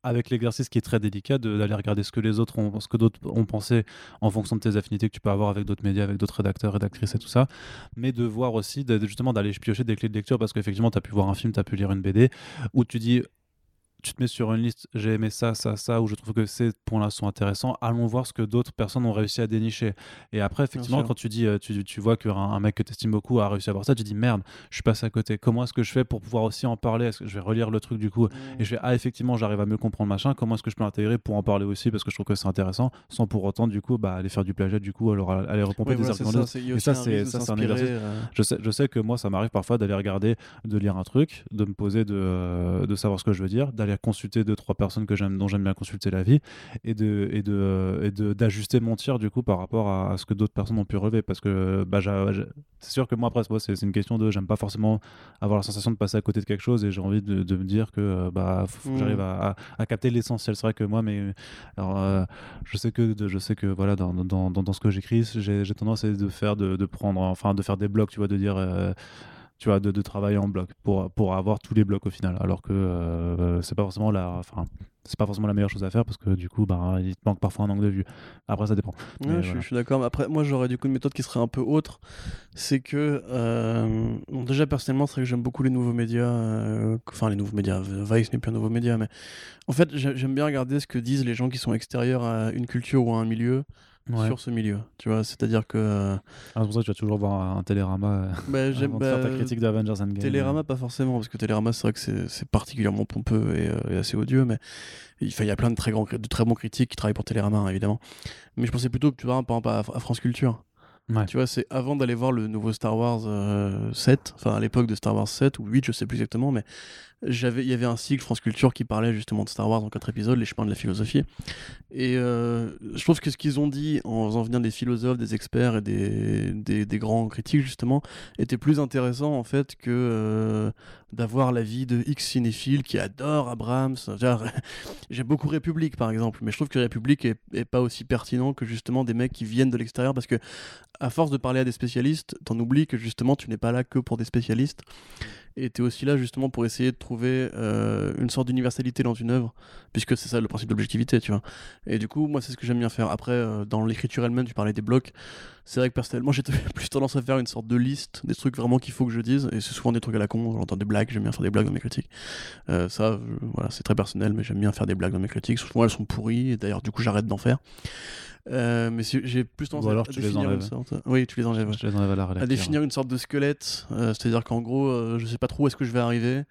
A: avec l'exercice qui est très délicat de- d'aller regarder ce que les autres ont, ce que d'autres ont pensé en fonction de tes affinités que tu peux avoir avec d'autres médias, avec d'autres rédacteurs, rédactrices et tout ça, mais de voir aussi, de- de- justement d'aller piocher des clés de lecture parce qu'effectivement tu as pu voir un film, tu as pu lire une B D où tu dis tu te mets sur une liste, j'ai aimé ça, ça, ça, où je trouve que ces points-là sont intéressants, allons voir ce que d'autres personnes ont réussi à dénicher. Et après, effectivement, quand tu dis, euh, tu, tu vois qu'un un mec que tu estimes beaucoup a réussi à voir ça, tu dis merde, je suis passé à côté. Comment est-ce que je fais pour pouvoir aussi en parler? Est-ce que je vais relire le truc du coup
B: Mmh.
A: et je vais, ah, effectivement, j'arrive à mieux comprendre machin, comment est-ce que je peux l'intégrer pour en parler aussi parce que je trouve que c'est intéressant, sans pour autant, du coup, bah, aller faire du plagiat, du coup, alors aller repomper
B: Oui,
A: des
B: voilà, c'est
A: arguments.
B: ça. C'est- il y a
A: Et
B: aussi
A: ça,
B: un
A: c'est
B: risque de
A: ça, c'est un
B: s'inspirer.
A: exercice.
B: euh,
A: Je sais, je sais que moi, ça m'arrive parfois d'aller regarder, de lire un truc, de me poser, de, euh, de savoir ce que je veux dire, d'aller consulter deux, trois personnes que j'aime, dont j'aime bien consulter l'avis, et de, et de, euh, et de, d'ajuster mon tir du coup par rapport à, à ce que d'autres personnes ont pu relever. Parce que bah, j'ai- j'ai- c'est sûr que moi, après, moi, c'est, c'est une question de, j'aime pas forcément avoir la sensation de passer à côté de quelque chose, et j'ai envie de, de me dire que euh, bah, faut, faut que j'arrive
B: mmh.
A: à, à, à capter l'essentiel. C'est vrai que moi, mais alors, euh, je sais que, de- je sais que voilà, dans, dans, dans, dans ce que j'écris, j'ai, j'ai tendance à de faire, de, de prendre, enfin, de faire des blocs, tu vois, de dire. Euh, tu vois, de, de travailler en bloc pour, pour avoir tous les blocs au final. Alors que euh, c'est pas forcément la, enfin, c'est pas forcément la meilleure chose à faire parce que du coup, bah, il te manque parfois un angle de vue. Après, ça dépend.
B: Ouais,
A: Mais
B: je, suis-
A: voilà.
B: je suis d'accord. Mais après, moi, j'aurais du coup une méthode qui serait un peu autre. C'est que, euh, bon, déjà, personnellement, c'est vrai que j'aime beaucoup les nouveaux médias. euh, Enfin, les nouveaux médias. Vice n'est plus un nouveau média, mais en fait, j'ai- j'aime bien regarder ce que disent les gens qui sont extérieurs à une culture ou à un milieu
A: Ouais.
B: sur ce milieu. Tu vois, c'est-à-dire que. euh,
A: Ah, c'est pour ça que tu vas toujours voir un, un Télérama euh,
B: bah, j'aime.
A: avant de faire ta
B: Bah,
A: critique de Avengers Endgame.
B: Télérama, pas forcément, parce que Télérama, c'est vrai que c'est c'est particulièrement pompeux et, euh, et assez odieux, mais il enfin, il y a plein de très, grands, de très bons critiques qui travaillent pour Télérama, hein, évidemment. Mais je pensais plutôt, tu vois, par exemple, à, à France Culture.
A: Ouais.
B: Tu vois, c'est avant d'aller voir le nouveau Star Wars euh, sept, enfin à l'époque de Star Wars sept ou huit, je sais plus exactement, mais j'avais, il y avait un cycle France Culture qui parlait justement de Star Wars en quatre épisodes, les chemins de la philosophie. Et euh, je trouve que ce qu'ils ont dit en faisant venir des philosophes, des experts et des, des, des grands critiques justement, était plus intéressant en fait que euh, d'avoir l'avis de X cinéphile qui adore Abrams. Genre, j'aime beaucoup République par exemple, mais je trouve que République est, est pas aussi pertinent que justement des mecs qui viennent de l'extérieur parce que à force de parler à des spécialistes, t'en oublies que justement tu n'es pas là que pour des spécialistes et t'es aussi là justement pour essayer de trouver euh, une sorte d'universalité dans une œuvre, puisque c'est ça le principe d'objectivité, tu vois. Et du coup, moi, c'est ce que j'aime bien faire. Après, euh, dans l'écriture elle-même, tu parlais des blocs. C'est vrai que personnellement, j'ai plus tendance à faire une sorte de liste des trucs vraiment qu'il faut que je dise, et c'est souvent des trucs à la con. J'entends des blagues, j'aime bien faire des blagues dans mes critiques. Euh, ça, je- voilà, c'est très personnel, mais j'aime bien faire des blagues dans mes critiques. Souvent, elles sont pourries, et d'ailleurs, du coup, j'arrête d'en faire. Euh, mais c'est- j'ai plus tendance
A: Ou
B: à,
A: alors
B: à
A: tu les
B: définir une
A: enlèves.
B: sorte. Oui, tu les enlèves. ouais.
A: Je les enlève à la
B: À
A: rédaction.
B: définir une sorte de squelette, euh, c'est-à-dire qu'en gros, euh, je sais pas trop où est-ce que je vais arriver.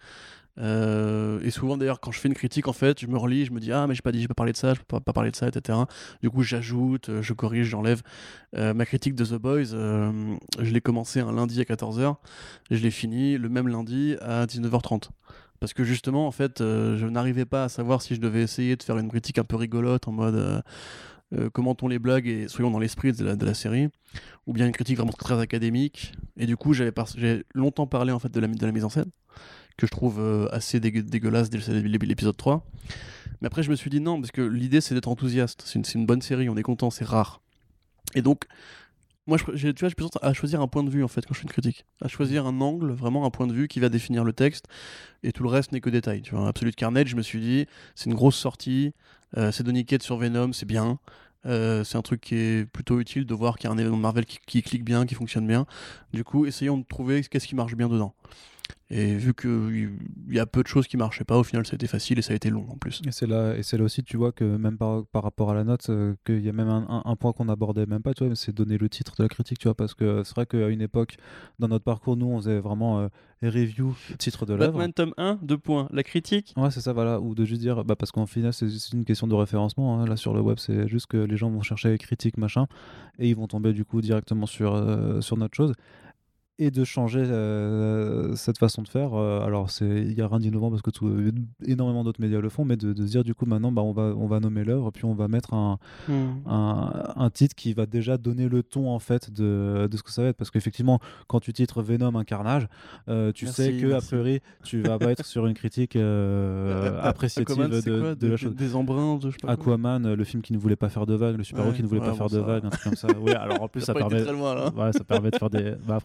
B: Euh, et souvent d'ailleurs quand je fais une critique en fait je me relis, je me dis ah mais j'ai pas dit, j'ai pas parlé de ça, je peux pas, pas parler de ça, etc. Du coup j'ajoute, euh, je corrige, j'enlève. Euh, ma critique de The Boys, euh, je l'ai commencé un lundi à quatorze heures, je l'ai fini le même lundi à dix-neuf heures trente, parce que justement en fait euh, je n'arrivais pas à savoir si je devais essayer de faire une critique un peu rigolote en mode euh, euh, commentons les blagues et soyons dans l'esprit de la, de la série, ou bien une critique vraiment très académique. Et du coup j'avais par- j'ai longtemps parlé en fait de la, de la mise en scène que je trouve euh, assez dégue- dégueulasse dès l'épisode trois. Mais après, je me suis dit non, parce que l'idée, c'est d'être enthousiaste. C'est une, c'est une bonne série, on est content, c'est rare. Et donc, moi, je, j'ai, tu vois, je pense à choisir un point de vue, en fait, quand je fais une critique. À choisir un angle, vraiment un point de vue qui va définir le texte. Et tout le reste n'est que détail. Tu vois, Absolute Carnage, je me suis dit, c'est une grosse sortie. Euh, c'est Donny Cates sur Venom, c'est bien. Euh, c'est un truc qui est plutôt utile de voir qu'il y a un événement Marvel qui, qui clique bien, qui fonctionne bien. Du coup, essayons de trouver qu'est-ce qui marche bien dedans. Et vu qu'il y a peu de choses qui marchaient pas, au final ça a été facile et ça a été long en plus.
A: Et c'est là, et c'est là aussi, tu vois, que même par, par rapport à la note, euh, qu'il y a même un, un- un point qu'on abordait même pas, tu vois, c'est donner le titre de la critique, tu vois, parce que c'est vrai qu'à une époque, dans notre parcours, nous, on faisait vraiment euh, review, titre de l'œuvre.
B: Batman tome un, deux points. La critique.
A: Ouais, c'est ça, voilà, ou de juste dire, bah, parce qu'en final, c'est c'est une question de référencement, hein, là sur le web, c'est juste que les gens vont chercher critique, machin, et ils vont tomber du coup directement sur, euh, sur notre chose. Et de changer euh, cette façon de faire. Euh, alors, c'est, il n'y a rien d'innovant parce que tout, énormément d'autres médias le font, mais de, de se dire du coup maintenant, bah, on, va, on va nommer l'œuvre, puis on va mettre un,
B: Hmm.
A: un, un titre qui va déjà donner le ton en fait de, de ce que ça va être. Parce qu'effectivement, quand tu titres Venom un carnage, euh, tu
B: Merci,
A: sais que
B: merci.
A: a priori, tu vas pas être sur une critique euh,
B: A- a-
A: appréciative
B: Aquaman, c'est
A: de,
B: quoi
A: de la
B: des,
A: chose.
B: des embruns, de, je sais pas quoi.
A: Aquaman, euh, le film qui ne voulait pas faire de vagues, le super-héros
B: Ouais,
A: qui ne voulait
B: ouais,
A: pas
B: bon,
A: faire de
B: ça-
A: vagues, un truc comme ça. Oui, alors en plus,
B: T'as
A: ça
B: pas été
A: permet,
B: très loin, là.
A: ouais, ça permet de faire des. Bah, après, avec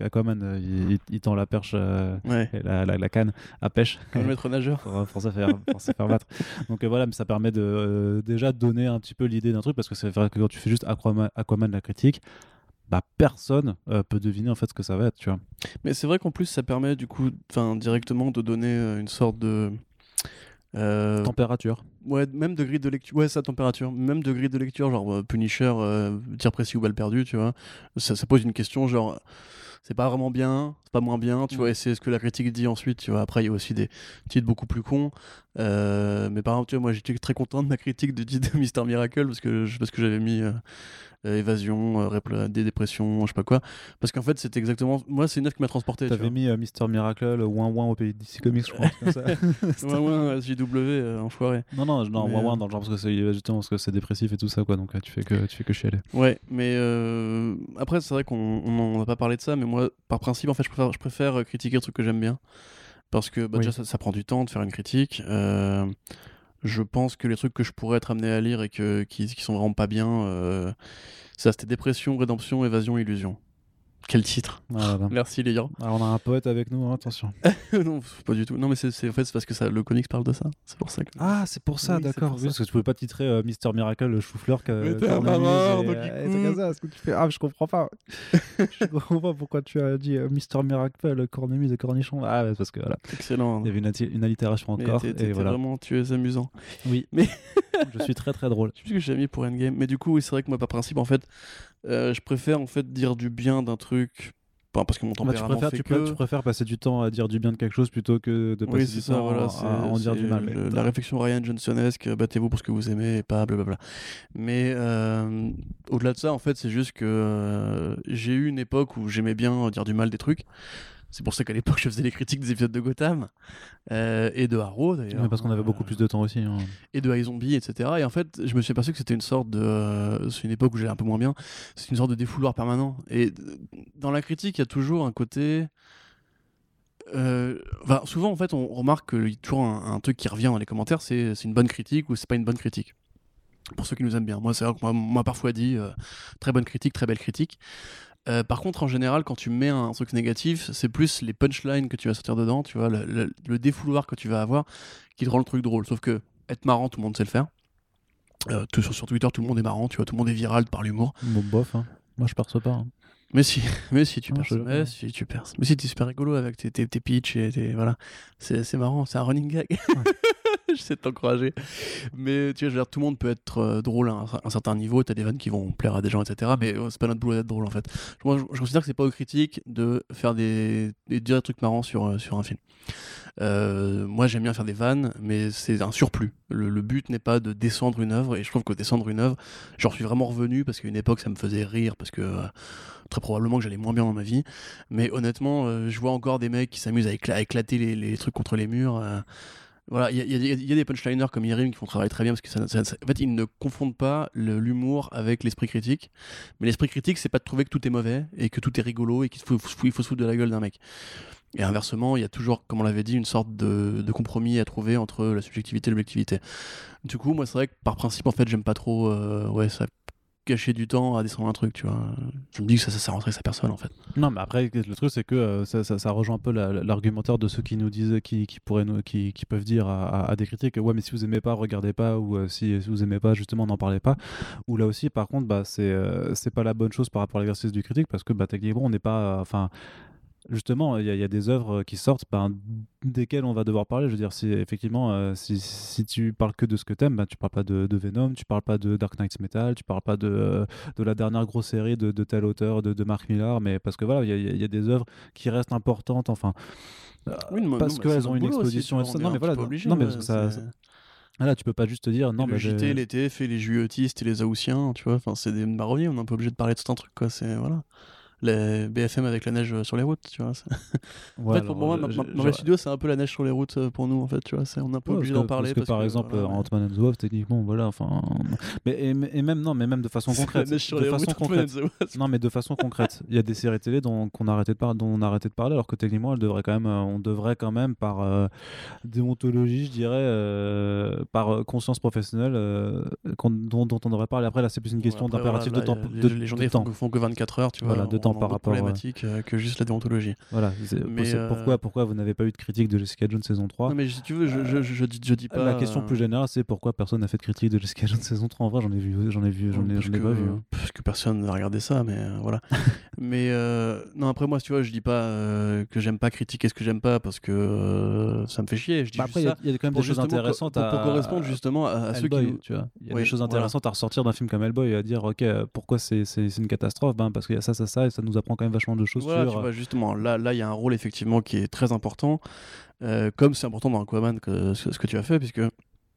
A: Aquaman, euh, il, il- il tend la perche, euh,
B: Ouais.
A: et la, la, la canne à pêche
B: Comme le maître nageur.
A: pour, pour se faire, pour se faire battre. Donc euh, voilà, mais ça permet de euh, déjà donner un petit peu l'idée d'un truc, parce que c'est vrai que quand tu fais juste Aquaman, Aquaman la critique, bah personne euh, peut deviner en fait ce que ça va être, tu vois.
B: Mais c'est vrai qu'en plus, ça permet du coup, enfin, directement de donner euh, une sorte de. euh,
A: Température.
B: Ouais, même de grille de lecture. Ouais, sa température. Même de grille de lecture, genre euh, Punisher, euh, tir précis ou balle perdue, tu vois. Ça, ça pose une question, genre, c'est pas vraiment bien, c'est pas moins bien, tu
A: Mm.
B: vois, et c'est ce que la critique dit ensuite, tu vois. Après, il y a aussi des titres beaucoup plus cons. Euh, mais par exemple, tu vois, moi, j'étais très content de ma critique de, de Mister Miracle parce que, je- parce que j'avais mis. euh, euh, évasion, euh, répl- des dépressions, je sais pas quoi. Parce qu'en fait, c'était exactement. Moi, c'est une œuvre qui m'a transporté. tu
A: T'avais
B: vois.
A: mis euh, Mister Miracle, euh, ouin ouin au pays de D C Comics, je crois, un truc comme ça. C'était-
B: Ouais, ouais, S J W, euh, enfoiré.
A: Non, non, non,
B: Mais,
A: ouin ouin
B: euh,
A: dans le genre parce que c'est justement parce que c'est dépressif et tout ça, quoi. Donc euh, tu fais que tu fais que chialer.
B: Ouais, mais euh, après, c'est vrai qu'on on n'a pas parlé de ça, mais moi, par principe, en fait, je préfère, je préfère euh, critiquer le truc que j'aime bien. Parce que bah,
A: Oui.
B: déjà, ça, ça prend du temps de faire une critique. Euh, je pense que les trucs que je pourrais être amené à lire et que, qui, qui sont vraiment pas bien, euh, ça, c'était Dépression, Rédemption, Évasion, Illusion. Quel titre!
A: Ah là là.
B: Merci les gars.
A: Alors on a un poète avec nous, hein, attention.
B: Non, pas du tout. Non, mais c'est c'est- en fait, c'est parce que ça, le comics parle de ça. C'est pour ça que.
A: Ah, c'est pour ça,
B: Oui, c'est
A: d'accord.
B: pour
A: Oui,
B: ça.
A: parce que tu pouvais pas titrer euh, Mister Miracle, le chou-fleur, que
B: Mais t'es un
A: cornemuse
B: bavard,
A: et,
B: donc,
A: euh,
B: du
A: et
B: coup.
A: c'est comme ça. Parce que tu fais, ah, je comprends pas. Je comprends pas pourquoi tu as dit euh, Mister Miracle, le cornemuse et cornichon. Ah, ouais, parce que voilà,
B: Excellent.
A: il y avait une, atti- une allitération
B: Mais
A: encore.
B: t'es- t'es-
A: Et
B: t'es
A: voilà.
B: vraiment, tu es amusant.
A: Oui.
B: Mais-
A: Je suis très très drôle.
B: Je sais plus ce que j'ai mis pour Endgame. Mais du coup, oui, c'est vrai que moi, par principe, en fait, euh, je préfère en fait dire du bien d'un truc. Enfin, parce que mon
A: Bah, tu,
B: tempérament
A: préfères,
B: fait
A: tu,
B: que.
A: pré- tu préfères passer du temps à dire du bien de quelque chose plutôt que de passer
B: Oui,
A: du
B: c'est ça,
A: temps
B: voilà.
A: à,
B: C'est
A: à en dire
B: c'est
A: du mal.
B: le- la réflexion Ryan Johnsonesque, euh, battez-vous pour ce que vous aimez et pas blablabla. Mais euh, au-delà de ça, en fait, c'est juste que euh, j'ai eu une époque où j'aimais bien dire du mal des trucs. C'est pour ça qu'à l'époque, je faisais les critiques des épisodes de Gotham euh, et de Arrow d'ailleurs.
A: Mais parce qu'on avait beaucoup
B: Euh,
A: plus de temps aussi. hein.
B: et de iZombie, et cetera. Et en fait, je me suis aperçu que c'était une sorte de. euh, c'est une époque où j'allais un peu moins bien. C'est une sorte de défouloir permanent. Et euh, dans la critique, il y a toujours un côté. euh, Enfin, souvent, en fait, on remarque qu'il y a toujours un, un truc qui revient dans les commentaires c'est c'est une bonne critique ou c'est pas une bonne critique. Pour ceux qui nous aiment bien. Moi, c'est vrai que moi, moi parfois dit euh, très bonne critique, très belle critique. Euh, par contre, en général, quand tu mets un truc négatif, c'est plus les punchlines que tu vas sortir dedans, tu vois, le, le- le défouloir que tu vas avoir qui te rend le truc drôle. Sauf que être marrant, tout le monde sait le faire. Euh, tout sur, sur Twitter, tout le monde est marrant, tu vois, tout le monde est viral par l'humour.
A: Bon, bof, hein. Moi je perce pas. hein.
B: Mais si, mais si tu
A: Non,
B: perces,
A: je-
B: mais si tu perces. Mais si t'es super rigolo avec tes, tes, tes pitchs et tes, voilà, c'est c'est marrant, c'est un running gag. J'essaie de t'encourager. Mais tu vois, je veux dire, tout le monde peut être euh, drôle à un, un certain niveau, t'as des vannes qui vont plaire à des gens, et cetera. Mais euh, c'est pas notre boulot d'être drôle en fait. Moi, je, je considère que c'est pas aux critiques de faire des, des dire des trucs marrants sur, euh, sur un film. Euh, moi j'aime bien faire des vannes, mais c'est un surplus. Le, le but n'est pas de descendre une œuvre, et je trouve que descendre une œuvre, j'en suis vraiment revenu parce qu'à une époque ça me faisait rire, parce que euh, très probablement que j'allais moins bien dans ma vie. Mais honnêtement, euh, je vois encore des mecs qui s'amusent à, écla- à éclater les, les trucs contre les murs. euh, voilà, il y, a- il y a- il y a des punchliners comme Irim qui font travailler très bien parce que ça, ça- ça- en fait, ils ne confondent pas le- l'humour avec l'esprit critique. Mais l'esprit critique, c'est pas de trouver que tout est mauvais et que tout est rigolo et qu'il faut, faut- il faut se foutre de la gueule d'un mec. Et inversement, il y a toujours, comme on l'avait dit, une sorte de, de compromis à trouver entre la subjectivité et l'objectivité. Du coup, moi, c'est vrai que par principe, en fait, j'aime pas trop euh, ouais, ça gâcher du temps à descendre un truc, tu vois. Je me dis que ça, ça, ça rentrait sa personne, en fait.
A: Non, mais après, le truc, c'est que euh, ça, ça, ça rejoint un peu la- l'argumentaire de ceux qui nous disent, qui, qui, pourraient nous, qui, qui peuvent dire à, à- à des critiques, ouais, mais si vous aimez pas, regardez pas, ou euh, si, si vous aimez pas, justement, n'en parlez pas. Ou là aussi, par contre, bah, c'est euh, c'est pas la bonne chose par rapport à l'exercice du critique, parce que bah, techniquement, on n'est pas. Enfin. Justement, il y, a- il y a des œuvres qui sortent ben, desquelles on va devoir parler. Je veux dire, si effectivement, euh, si, si tu parles que de ce que t'aimes, ben, tu parles pas de, de Venom, tu parles pas de Dark Knight Metal, tu parles pas de, euh, de la dernière grosse série de, de tel auteur, de, de Mark Millar, mais parce que voilà, il y, a- il y a des œuvres qui restent importantes, enfin, euh,
B: Oui, mais
A: parce
B: non, mais
A: qu'elles
B: c'est
A: ont
B: notre
A: une
B: boulot aussi,
A: exposition
B: tu
A: et
B: vois,
A: tout ça.
B: on est
A: Non,
B: un
A: mais
B: petit
A: voilà,
B: peu
A: non,
B: obligé,
A: non, mais
B: ouais,
A: parce que ça,
B: c'est-
A: voilà, tu peux pas juste te dire non,
B: Et le
A: bah,
B: J T,
A: j'ai-
B: l'été, fait les juillettistes et les Haussiens, tu vois, enfin, c'est des marronniers, on est un peu obligé de parler de certains trucs, quoi, c'est, voilà. Les B F M avec la neige sur les routes, tu vois. c'est-
A: Ouais,
B: en fait, pour
A: alors,
B: moi,
A: je-
B: Ma-
A: je-
B: Ma- Marvel
A: je-
B: Studios, c'est un peu la neige sur les routes euh, pour nous, en fait, tu vois. C'est, on est un peu
A: Ouais,
B: obligé
A: parce
B: d'en
A: que,
B: parler.
A: parce que par exemple,
B: voilà,
A: euh,
B: mais-
A: Ant-Man and the Wasp, techniquement, voilà, enfin, mais et, et même non, mais même de façon
B: C'est
A: concrète,
B: la neige sur
A: de
B: les
A: façon
B: routes,
A: concrète.
B: Ant-Man and the Wasp.
A: Non, mais de façon concrète, il y a des séries télé dont, qu'on a arrêté de par- dont on a arrêté de parler, alors que techniquement, elles devraient quand même, euh, on devrait quand même, par euh, déontologie, je dirais, euh, par euh, conscience professionnelle, euh, qu'on- dont, dont on devrait parler. Après, là, c'est plus une question
B: Ouais, après,
A: d'impératif
B: voilà,
A: de
B: là,
A: temps.
B: y a-
A: De,
B: les, les
A: de
B: journées font
A: temps.
B: que, font que vingt-quatre heures, tu vois.
A: Voilà, de
B: on-
A: temps autant
B: vraiment
A: par
B: d'autres
A: rapport, euh,
B: problématiques euh, que juste la déontologie.
A: Voilà, c'est-
B: Mais,
A: c'est-
B: euh,
A: pourquoi, pourquoi vous n'avez pas eu de critique de Jessica Jones saison trois?
B: Non, mais si tu veux, je, je, je, je dis, je dis pas.
A: La question
B: euh,
A: plus générale, c'est pourquoi personne n'a fait de critique de Jessica Jones saison trois. En vrai, j'en ai vu, j'en ai vu, j'en ai,
B: parce
A: j'en ai
B: que,
A: pas vu. hein.
B: parce que personne n'a regardé ça, mais euh, voilà. mais euh, non, après moi, tu vois, je dis pas euh, que j'aime pas critiquer ce que j'aime pas parce que euh, ça me fait chier. Je dis
A: Bah
B: juste
A: après, il y, a-
B: ça
A: il y a quand même
B: pour
A: des choses
B: justement co-
A: intéressantes
B: pour,
A: à,
B: pour correspondre justement à, à ceux qui
A: Hellboy,
B: nous.
A: tu vois. Il y a
B: Oui,
A: des choses
B: voilà.
A: intéressantes à ressortir d'un film comme Hellboy et à dire, ok, euh, pourquoi c'est, c'est, c'est une catastrophe? Ben, parce qu'il y a ça, ça, ça, et ça nous apprend quand même vachement de choses
B: Voilà,
A: sur.
B: tu
A: euh,
B: vois, justement, là, là, il y a un rôle effectivement qui est très important, euh, comme c'est important dans Aquaman que ce, ce que tu as fait, puisque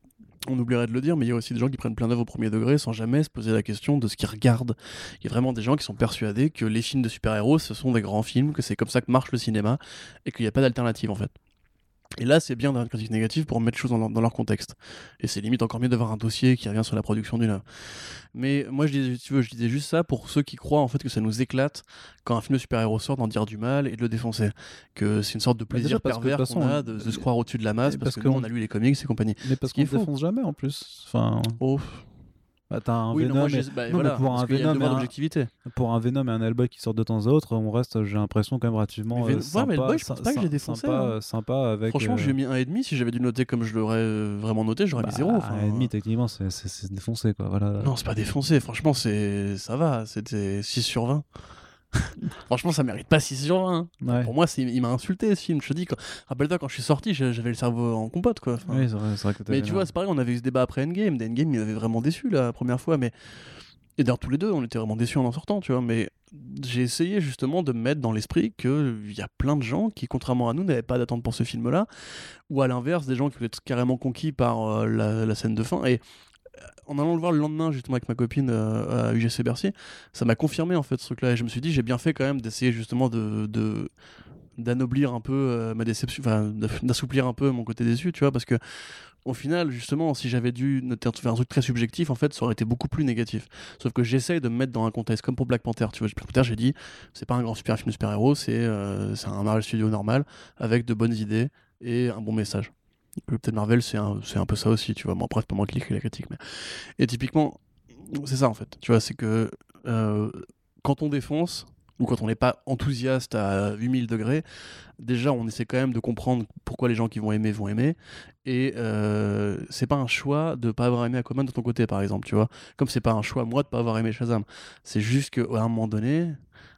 B: on oublierait de le dire, mais il y a aussi des gens qui prennent plein d'œuvres au premier degré sans jamais se poser la question de ce qu'ils regardent. Il y a vraiment des gens qui sont persuadés que les films de super-héros, ce sont des grands films, que c'est comme ça que marche le cinéma, et qu'il n'y a pas d'alternative en fait. Et là, c'est bien d'avoir une critique négative pour mettre les choses dans leur, dans leur contexte. Et c'est limite encore mieux d'avoir un dossier qui revient sur la production d'une œuvre. Mais moi, je disais, tu veux, je disais juste ça pour ceux qui croient en fait que ça nous éclate quand un film de super-héros sort d'en dire du mal et de le défoncer. Que c'est une sorte de
A: Bah, déjà,
B: plaisir
A: parce que, de
B: pervers
A: toute
B: qu'on
A: façon,
B: a de, de se croire au-dessus de la masse
A: et
B: parce,
A: parce
B: que nous,
A: qu'on-
B: on a lu les comics et compagnie.
A: Mais parce
B: Ce qui
A: qu'on
B: est
A: ne
B: faux.
A: défonce jamais en plus. Enfin,
B: Oh.
A: bah, t'as un
B: Oui, non,
A: Venom.
B: moi,
A: et-
B: j'ai- bah,
A: non, mais
B: voilà,
A: pour
B: parce
A: un
B: qu'il y a le
A: Venom et
B: devoir
A: un-
B: d'objectivité.
A: Pour un Venom et un Hellboy qui sortent de temps à autre, on reste, j'ai l'impression, quand même relativement
B: Mais
A: euh,
B: Ven- ouais,
A: sympa.
B: mais Hellboy, je pense
A: sy-
B: pas que je l'ai
A: sy-
B: défoncé,
A: Sympa,
B: hein.
A: euh, sympa avec.
B: Franchement,
A: euh,
B: j'ai mis un et demi. Si j'avais dû noter comme je l'aurais euh, vraiment noté, j'aurais mis
A: bah,
B: zéro. Enfin,
A: un et demi, techniquement, c'est, c'est, c'est défoncé, quoi. Voilà.
B: non, c'est pas défoncé. Franchement, c'est ça va. C'était six sur vingt. Franchement, ça mérite pas six sur vingt.
A: Ouais.
B: Pour moi, c'est... il m'a insulté ce film. Je te dis, quand... rappelle-toi, quand je suis sorti, j'ai- j'avais le cerveau en compote, quoi. Enfin,
A: Oui, c'est vrai, c'est vrai que t'as
B: mais
A: vénère.
B: tu vois, c'est pareil, on avait eu ce débat après Endgame. Endgame, il avait vraiment déçu la première fois. Mais... Et d'ailleurs, tous les deux, on était vraiment déçus en en sortant, tu vois. Mais j'ai essayé justement de me mettre dans l'esprit qu'il y a plein de gens qui, contrairement à nous, n'avaient pas d'attente pour ce film-là. Ou à l'inverse, des gens qui voulaient être carrément conquis par euh, la, la scène de fin. Et en allant le voir le lendemain, justement, avec ma copine euh, à U G C Bercy, ça m'a confirmé en fait ce truc-là. Et je me suis dit, j'ai bien fait quand même d'essayer justement de. de d'anoblir un peu euh, ma déception, enfin d'assouplir un peu mon côté déçu, tu vois, parce que au final, justement, si j'avais dû noter faire un truc très subjectif, en fait, ça aurait été beaucoup plus négatif. Sauf que j'essaye de me mettre dans un contexte, comme pour Black Panther, tu vois, Black Panther, j'ai dit, c'est pas un grand super film de super-héros, c'est euh, c'est un Marvel Studio normal, avec de bonnes idées et un bon message. Peut-être Marvel, c'est un, c'est un peu ça aussi, tu vois, bon après, c'est pas moi qui écris la critique, mais... Et typiquement, c'est ça, en fait, tu vois, c'est que euh, quand on défonce, ou quand on n'est pas enthousiaste à huit mille degrés, déjà on essaie quand même de comprendre pourquoi les gens qui vont aimer vont aimer, et euh, c'est pas un choix de pas avoir aimé Aquaman de ton côté, par exemple, tu vois, comme c'est pas un choix moi de pas avoir aimé Shazam, c'est juste qu'à un moment donné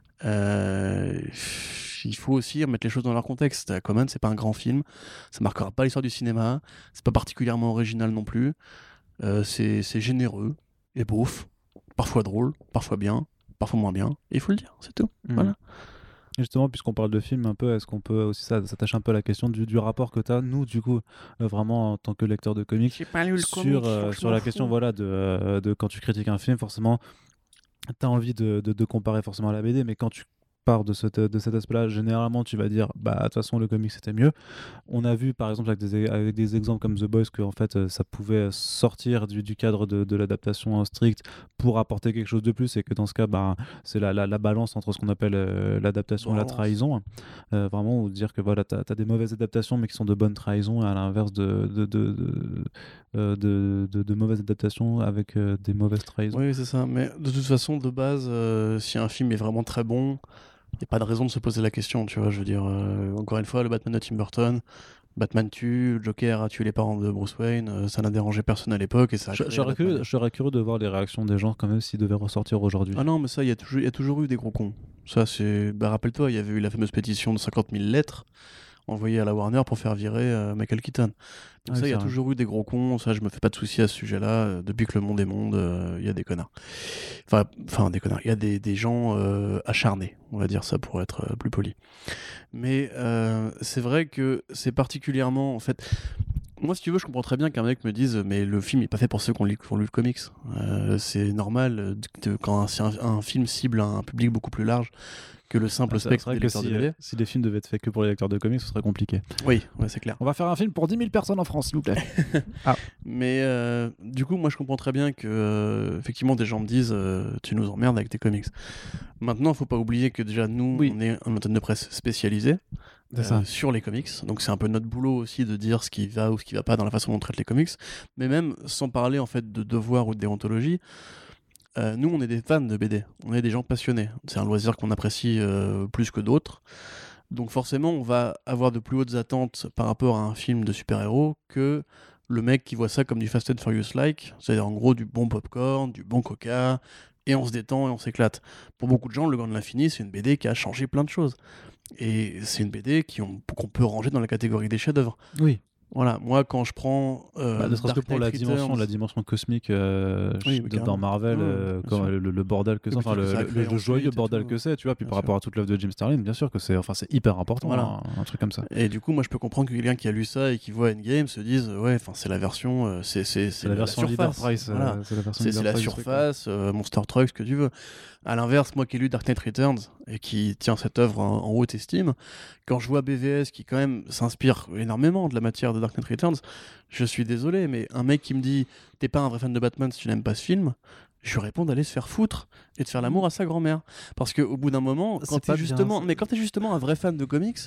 B: euh, il faut aussi remettre les choses dans leur contexte. Aquaman, c'est pas un grand film, ça marquera pas l'histoire du cinéma, c'est pas particulièrement original non plus, euh, c'est, c'est généreux et beauf, parfois drôle, parfois bien, parfois moins bien, et il faut le dire, c'est tout.
A: Mhm.
B: Voilà.
A: Et justement, puisqu'on parle de film un peu, est-ce qu'on peut aussi ça, s'attacher un peu à la question du, du rapport que tu as, nous, du coup, euh, vraiment en tant que lecteur de comics,
B: J'ai pas lu le
A: sur,
B: comics,
A: euh,
B: faut que je
A: sur
B: m'en
A: la question
B: fous.
A: voilà, de, euh, de quand tu critiques un film, forcément, tu as envie de, de, de comparer forcément à la B D, mais quand tu pars de, cette, de cet aspect-là, généralement, tu vas dire, bah, de toute façon, le comics, c'était mieux. On a vu, par exemple, avec des, avec des exemples comme The Boys, que en fait, euh, ça pouvait sortir du, du cadre de, de l'adaptation euh, stricte pour apporter quelque chose de plus, et que dans ce cas, bah, c'est la, la, la balance entre ce qu'on appelle euh, l'adaptation et la
B: Balance.
A: trahison. Euh, vraiment, ou dire que voilà, tu as des mauvaises adaptations, mais qui sont de bonnes trahisons, et à l'inverse de, de, de, de, euh, de, de, de mauvaises adaptations avec euh, des mauvaises trahisons.
B: Oui, c'est ça. Mais de toute façon, de base, euh, si un film est vraiment très bon, il n'y a pas de raison de se poser la question, tu vois. Je veux dire, euh, encore une fois, le Batman de Tim Burton, Batman tue, Joker a tué les parents de Bruce Wayne, euh, ça n'a dérangé personne à l'époque et ça a
A: Je-
B: créé
A: J'aurais
B: Batman.
A: curieux, j'aurais curieux de voir les réactions des gens quand même s'ils devaient ressortir aujourd'hui.
B: Ah non, mais ça, il y, a toujours- il y a toujours eu des gros cons. Ça, c'est. Bah, rappelle-toi, il y avait eu la fameuse pétition de cinquante mille lettres envoyée à la Warner pour faire virer euh, Michael Keaton. Donc
A: Ouais,
B: ça, il y
A: c'est
B: a
A: vrai.
B: toujours eu des gros cons. Ça, je me fais pas de soucis à ce sujet-là. Euh, Depuis que le monde est monde, euh, il y a des connards. Enfin, enfin des connards. Il y a des, des gens euh, acharnés, on va dire ça pour être euh, plus poli. Mais euh, c'est vrai que c'est particulièrement, en fait. Moi, si tu veux, je comprends très bien qu'un mec me dise mais le film n'est pas fait pour ceux qui ont lu, qui ont lu le comics. Euh, c'est normal euh, de- quand un, si un, un film cible un public beaucoup plus large que le simple
A: Ah, c'est
B: spectre
A: vrai
B: des
A: que
B: lecteurs
A: si,
B: de B D.
A: euh, si les films devaient être faits que pour les lecteurs de comics, ce serait compliqué.
B: Oui, ouais, c'est clair.
A: On va faire un film pour dix mille personnes en France, s'il vous plaît.
B: Mais euh, du coup, moi, je comprends très bien que euh, effectivement des gens me disent euh, tu nous emmerdes avec tes comics. Maintenant, faut pas oublier que déjà nous,
A: Oui.
B: on est un antenne de presse spécialisée.
A: C'est
B: Euh,
A: ça.
B: sur les comics, donc c'est un peu notre boulot aussi de dire ce qui va ou ce qui va pas dans la façon dont on traite les comics, mais même sans parler en fait de devoir ou de déontologie, Euh, nous, on est des fans de B D, on est des gens passionnés. C'est un loisir qu'on apprécie euh, plus que d'autres. Donc forcément, on va avoir de plus hautes attentes par rapport à un film de super-héros que le mec qui voit ça comme du Fast and Furious-like, c'est-à-dire en gros du bon popcorn, du bon coca, et on se détend et on s'éclate. Pour beaucoup de gens, Le Gant de l'Infini, c'est une B D qui a changé plein de choses. Et c'est une B D qui on, qu'on peut ranger dans la catégorie des chefs-d'œuvre.
A: Oui.
B: Voilà, moi quand je prends euh,
A: bah, ne serait-ce que pour la dimension, la dimension cosmique euh, oui, de, dans Marvel, euh, comme le, le bordel que c'est, enfin le, le, le joyeux bordel tout, que c'est, tu vois, puis par sûr. rapport à toute l'œuvre de Jim Starlin, bien sûr que c'est, enfin c'est hyper important, voilà. un, un truc comme ça.
B: Et du coup, moi je peux comprendre que quelqu'un qui a lu ça et qui voit Endgame se dise, ouais, enfin c'est la version, euh, c'est c'est c'est,
A: c'est la, la version
B: surface,
A: Leader Price,
B: voilà.
A: euh, c'est la version
B: c'est, c'est la surface, euh, Monster Truck, ce que tu veux. À l'inverse, moi qui ai lu Dark Knight Returns et qui tient cette œuvre en, en haute estime, quand je vois B V S qui quand même s'inspire énormément de la matière de Dark Knight Returns, je suis désolé, mais un mec qui me dit t'es pas un vrai fan de Batman si tu n'aimes pas ce film, je lui réponds d'aller se faire foutre et de faire l'amour à sa grand-mère. Parce qu'au bout d'un moment, quand t'es, justement, mais quand t'es justement un vrai fan de comics,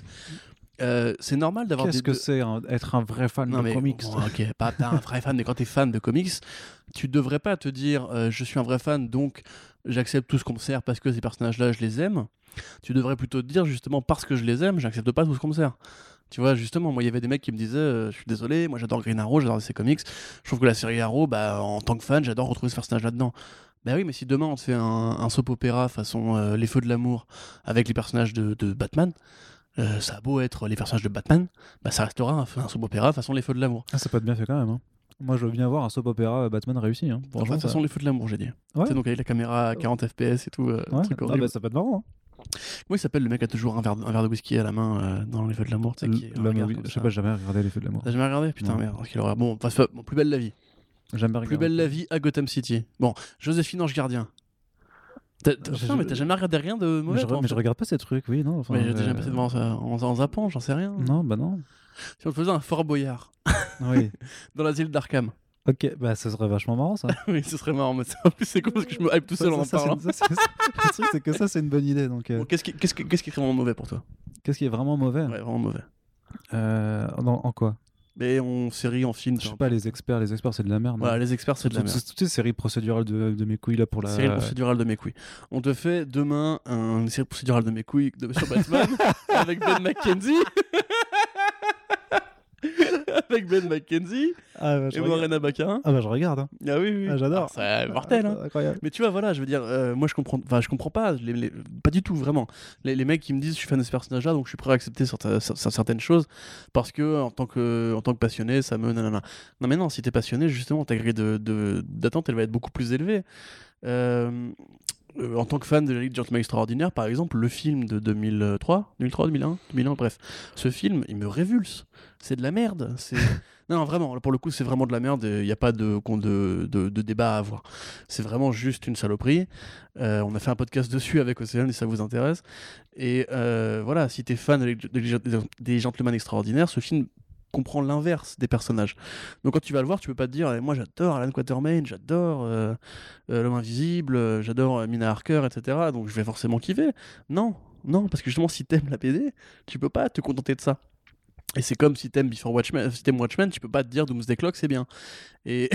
B: euh, c'est normal d'avoir
A: Qu'est-ce
B: des...
A: que c'est un, être un vrai fan
B: non,
A: de
B: mais,
A: comics
B: bon, ok, pas, pas un vrai fan, mais quand t'es fan de comics, tu devrais pas te dire euh, je suis un vrai fan, donc j'accepte tout ce qu'on me sert parce que ces personnages-là, je les aime. Tu devrais plutôt te dire justement parce que je les aime, j'accepte pas tout ce qu'on me sert. Tu vois, justement, moi, il y avait des mecs qui me disaient euh, je suis désolé, moi j'adore Green Arrow, j'adore ces comics. Je trouve que la série Arrow, bah, en tant que fan, j'adore retrouver ce personnage là-dedans. Bah oui, mais si demain on te fait un, un soap opéra façon euh, Les Feux de l'amour avec les personnages de, de Batman, euh, ça a beau être les personnages de Batman, bah ça restera un, un soap opéra façon Les Feux de l'amour.
A: Ah, ça peut être bien fait quand même. Hein. Moi, je veux bien voir un soap opéra Batman réussi. Hein.
B: De toute façon, Les Feux de l'amour, j'ai dit.
A: Ouais.
B: C'est donc avec la caméra à quarante F P S et tout. Euh,
A: ouais.
B: truc
A: ah, bah, ça peut être marrant. Hein.
B: Comment il s'appelle le mec qui a toujours un verre, un verre de whisky à la main euh, dans Les Feux de l'amour, tu sais, qui est
A: le, oui, je sais pas, j'ai jamais regardé Les Feux de l'amour.
B: T'as jamais regardé? Putain, non. Merde, quelle horreur. Bon, enfin, bon, Plus belle la vie.
A: Jamais
B: Plus belle la vie à Gotham City. Bon, Joséphine Ange Gardien. T'as, t'as, je, mais t'as jamais regardé rien de mauvais?
A: Mais, je,
B: toi,
A: mais je regarde pas ces trucs, oui, non.
B: Enfin, mais j'ai euh... déjà passé devant ça en, en zappant, j'en sais rien.
A: Non, bah non.
B: Si on te faisait un Fort Boyard.
A: Oui.
B: Dans l'asile d'Arkham.
A: Ok, bah ça serait vachement marrant ça.
B: Oui, ce serait marrant, mais ça, en plus c'est cool parce que je me hype tout seul ça, en
A: ça,
B: en parlant.
A: C'est, ça, c'est, le truc, c'est que ça, c'est une bonne idée. Donc, euh...
B: bon, qu'est-ce, qui, qu'est-ce, qui, qu'est-ce qui est vraiment mauvais pour toi?
A: Qu'est-ce qui est vraiment mauvais?
B: Ouais, vraiment mauvais.
A: Euh, en, en quoi?
B: Mais en série, en film.
A: Je sais pas, les experts, les experts, c'est de la merde.
B: Voilà, les experts, c'est de la merde.
A: Toutes ces séries procédurales de, de mes couilles là pour la.
B: Série procédurale de mes couilles. On te fait demain un, une série procédurale de mes couilles de, sur Batman avec Ben McKenzie. Avec Ben McKenzie
A: ah bah,
B: et Morena Baccarin.
A: Ah bah je regarde. Hein.
B: Ah oui, oui.
A: Ah, j'adore.
B: Ah, c'est mortel.
A: Ah,
B: hein.
A: Incroyable.
B: Mais tu vois, voilà, je veux dire, euh, moi je comprends, enfin je comprends pas, les, les, pas du tout vraiment. Les, les mecs qui me disent je suis fan de ce personnage-là, donc je suis prêt à accepter certaines, certaines choses parce que en tant que, en tant que passionné, ça me nanana. Non mais non, si t'es passionné, justement, ta grille de, de, d'attente, elle va être beaucoup plus élevée. Euh, Euh, en tant que fan de la Ligue des Gentlemen Extraordinaires, par exemple, le film de deux mille trois, deux mille trois, deux mille un, deux mille un, bref, ce film, il me révulse. C'est de la merde. C'est... non, vraiment, pour le coup, c'est vraiment de la merde. Il n'y a pas de, de, de, de débat à avoir. C'est vraiment juste une saloperie. Euh, on a fait un podcast dessus avec Océane, si ça vous intéresse. Et euh, voilà, si t'es fan de la Ligue des Gentlemen Extraordinaires, ce film comprend l'inverse des personnages. Donc quand tu vas le voir, tu peux pas te dire eh, moi j'adore Alan Quatermain, j'adore euh, euh, L'Homme Invisible, euh, j'adore euh, Mina Harker, et cetera. Donc je vais forcément kiffer. Non, non, parce que justement si t'aimes la B D, tu peux pas te contenter de ça. Et c'est comme si t'aimes Before Watchmen, si t'aimes Watchmen, tu peux pas te dire Doomsday Clock c'est bien. Et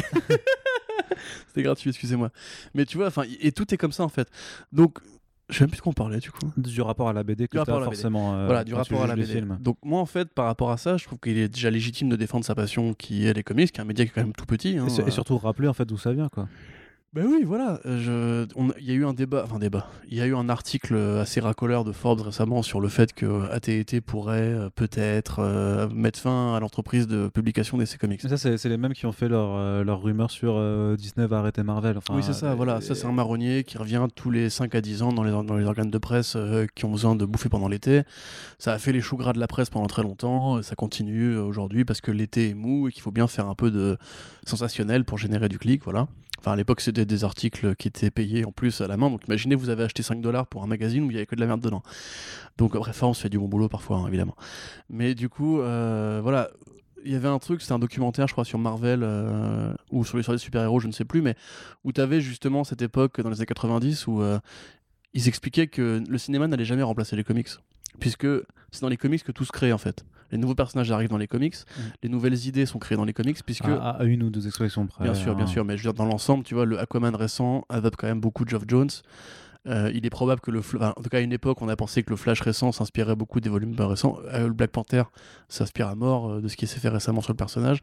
B: c'était gratuit, excusez-moi. Mais tu vois, enfin, et tout est comme ça en fait. Donc je sais même plus de quoi on parlait du coup.
A: Du rapport à la B D que t'as forcément. Euh,
B: voilà, du rapport à la B D.
A: Films.
B: Donc moi en fait, par rapport à ça, je trouve qu'il est déjà légitime de défendre sa passion qui est les comics, qui est un média qui est quand même tout petit. Hein,
A: et, et surtout rappeler en fait d'où ça vient quoi.
B: Ben oui, voilà. Il y a eu un débat, enfin débat. Il y a eu un article assez racoleur de Forbes récemment sur le fait que A T et T pourrait euh, peut-être euh, mettre fin à l'entreprise de publication d'essais comics.
A: Mais ça, c'est, c'est les mêmes qui ont fait leur, euh, leur rumeur sur euh, Disney va arrêter Marvel. Enfin,
B: oui, c'est ça,
A: euh,
B: voilà. Et... Ça, c'est un marronnier qui revient tous les cinq à dix ans dans les, dans les organes de presse euh, qui ont besoin de bouffer pendant l'été. Ça a fait les choux gras de la presse pendant très longtemps. Ça continue aujourd'hui parce que l'été est mou et qu'il faut bien faire un peu de sensationnel pour générer du clic, voilà. Enfin, à l'époque, c'était des articles qui étaient payés en plus à la main. Donc, imaginez, vous avez acheté cinq dollars pour un magazine où il n'y avait que de la merde dedans. Donc, bref, on se fait du bon boulot parfois, hein, évidemment. Mais du coup, euh, voilà. Il y avait un truc, c'était un documentaire, je crois, sur Marvel, euh, ou sur les, sur les super-héros, je ne sais plus, mais où tu avais justement cette époque dans les années quatre-vingt-dix où euh, ils expliquaient que le cinéma n'allait jamais remplacer les comics. Puisque c'est dans les comics que tout se crée, en fait. les nouveaux personnages arrivent dans les comics, mmh. les nouvelles idées sont créées dans les comics, puisque...
A: À, à une ou deux expressions près.
B: Bien sûr, hein. bien sûr, mais je veux dire, dans l'ensemble, tu vois, le Aquaman récent adopte quand même beaucoup de Geoff Jones. Euh, il est probable que le... Enfin, en tout cas, à une époque, on a pensé que le Flash récent s'inspirait beaucoup des volumes récents. Euh, le Black Panther s'inspire à mort euh, de ce qui s'est fait récemment sur le personnage.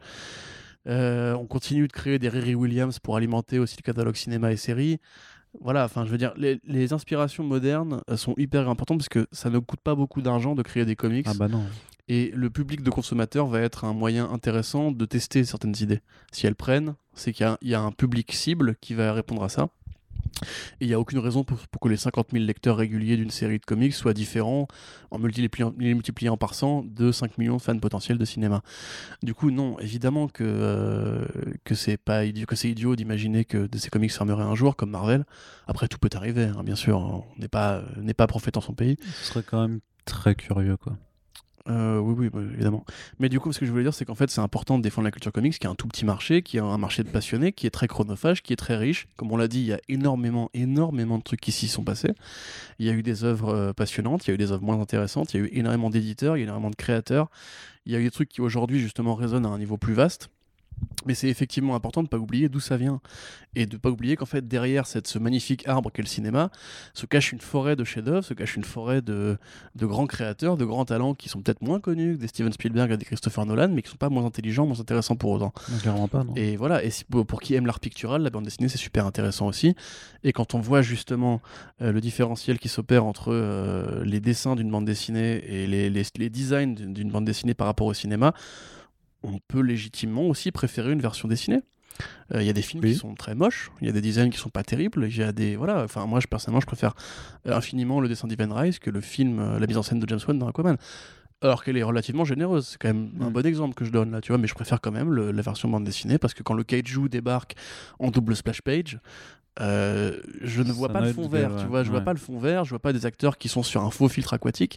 B: Euh, on continue de créer des Riri Williams pour alimenter aussi le catalogue cinéma et séries. Voilà, enfin, je veux dire, les, les inspirations modernes sont hyper importantes parce que ça ne coûte pas beaucoup d'argent de créer des comics.
A: Ah bah non.
B: Et le public de consommateurs va être un moyen intéressant de tester certaines idées. Si elles prennent, c'est qu'il y a, il y a un public cible qui va répondre à ça. Et il n'y a aucune raison pour, pour que les cinquante mille lecteurs réguliers d'une série de comics soient différents en multipliant, multipliant par cent de cinq millions de fans potentiels de cinéma. Du coup, non, évidemment que, euh, que, c'est pas idiot, que c'est idiot d'imaginer que de ces comics fermeraient un jour, comme Marvel. Après, tout peut arriver, hein, bien sûr. On n'est pas, n'est pas prophète en son pays.
A: Ce serait quand même très curieux, quoi.
B: Euh, oui, oui, bah, évidemment. Mais du coup, ce que je voulais dire, c'est qu'en fait, c'est important de défendre la culture comics, qui est un tout petit marché, qui est un marché de passionnés, qui est très chronophage, qui est très riche. Comme on l'a dit, il y a énormément, énormément de trucs qui s'y sont passés. Il y a eu des œuvres euh, passionnantes, il y a eu des œuvres moins intéressantes, il y a eu énormément d'éditeurs, il y a eu énormément de créateurs. Il y a eu des trucs qui aujourd'hui, justement, résonnent à un niveau plus vaste. Mais c'est effectivement important de ne pas oublier d'où ça vient. Et de ne pas oublier qu'en fait, derrière cette, ce magnifique arbre qu'est le cinéma, se cache une forêt de chefs-d'œuvre, se cache une forêt de, de grands créateurs, de grands talents qui sont peut-être moins connus que des Steven Spielberg et des Christopher Nolan, mais qui ne sont pas moins intelligents, moins intéressants pour autant.
A: Non, clairement pas, non.
B: Et voilà, et si, pour, pour qui aime l'art pictural, la bande dessinée, c'est super intéressant aussi. Et quand on voit justement euh, le différentiel qui s'opère entre euh, les dessins d'une bande dessinée et les, les, les designs d'une, d'une bande dessinée par rapport au cinéma, on peut légitimement aussi préférer une version dessinée. Il euh, y a des films oui. qui sont très moches, il y a des designs qui sont pas terribles, il y a des voilà, enfin moi je, personnellement je préfère euh, infiniment le dessin d'Ivan Reis que le film, euh, la mise en scène de James Wan dans Aquaman. Alors qu'elle est relativement généreuse, c'est quand même mm. un bon exemple que je donne là, tu vois, mais je préfère quand même le, la version bande dessinée parce que quand le kaiju débarque en double splash page, euh, je ne vois ça pas le fond vert, ouais. tu vois, je ouais. vois pas le fond vert, je vois pas des acteurs qui sont sur un faux filtre aquatique.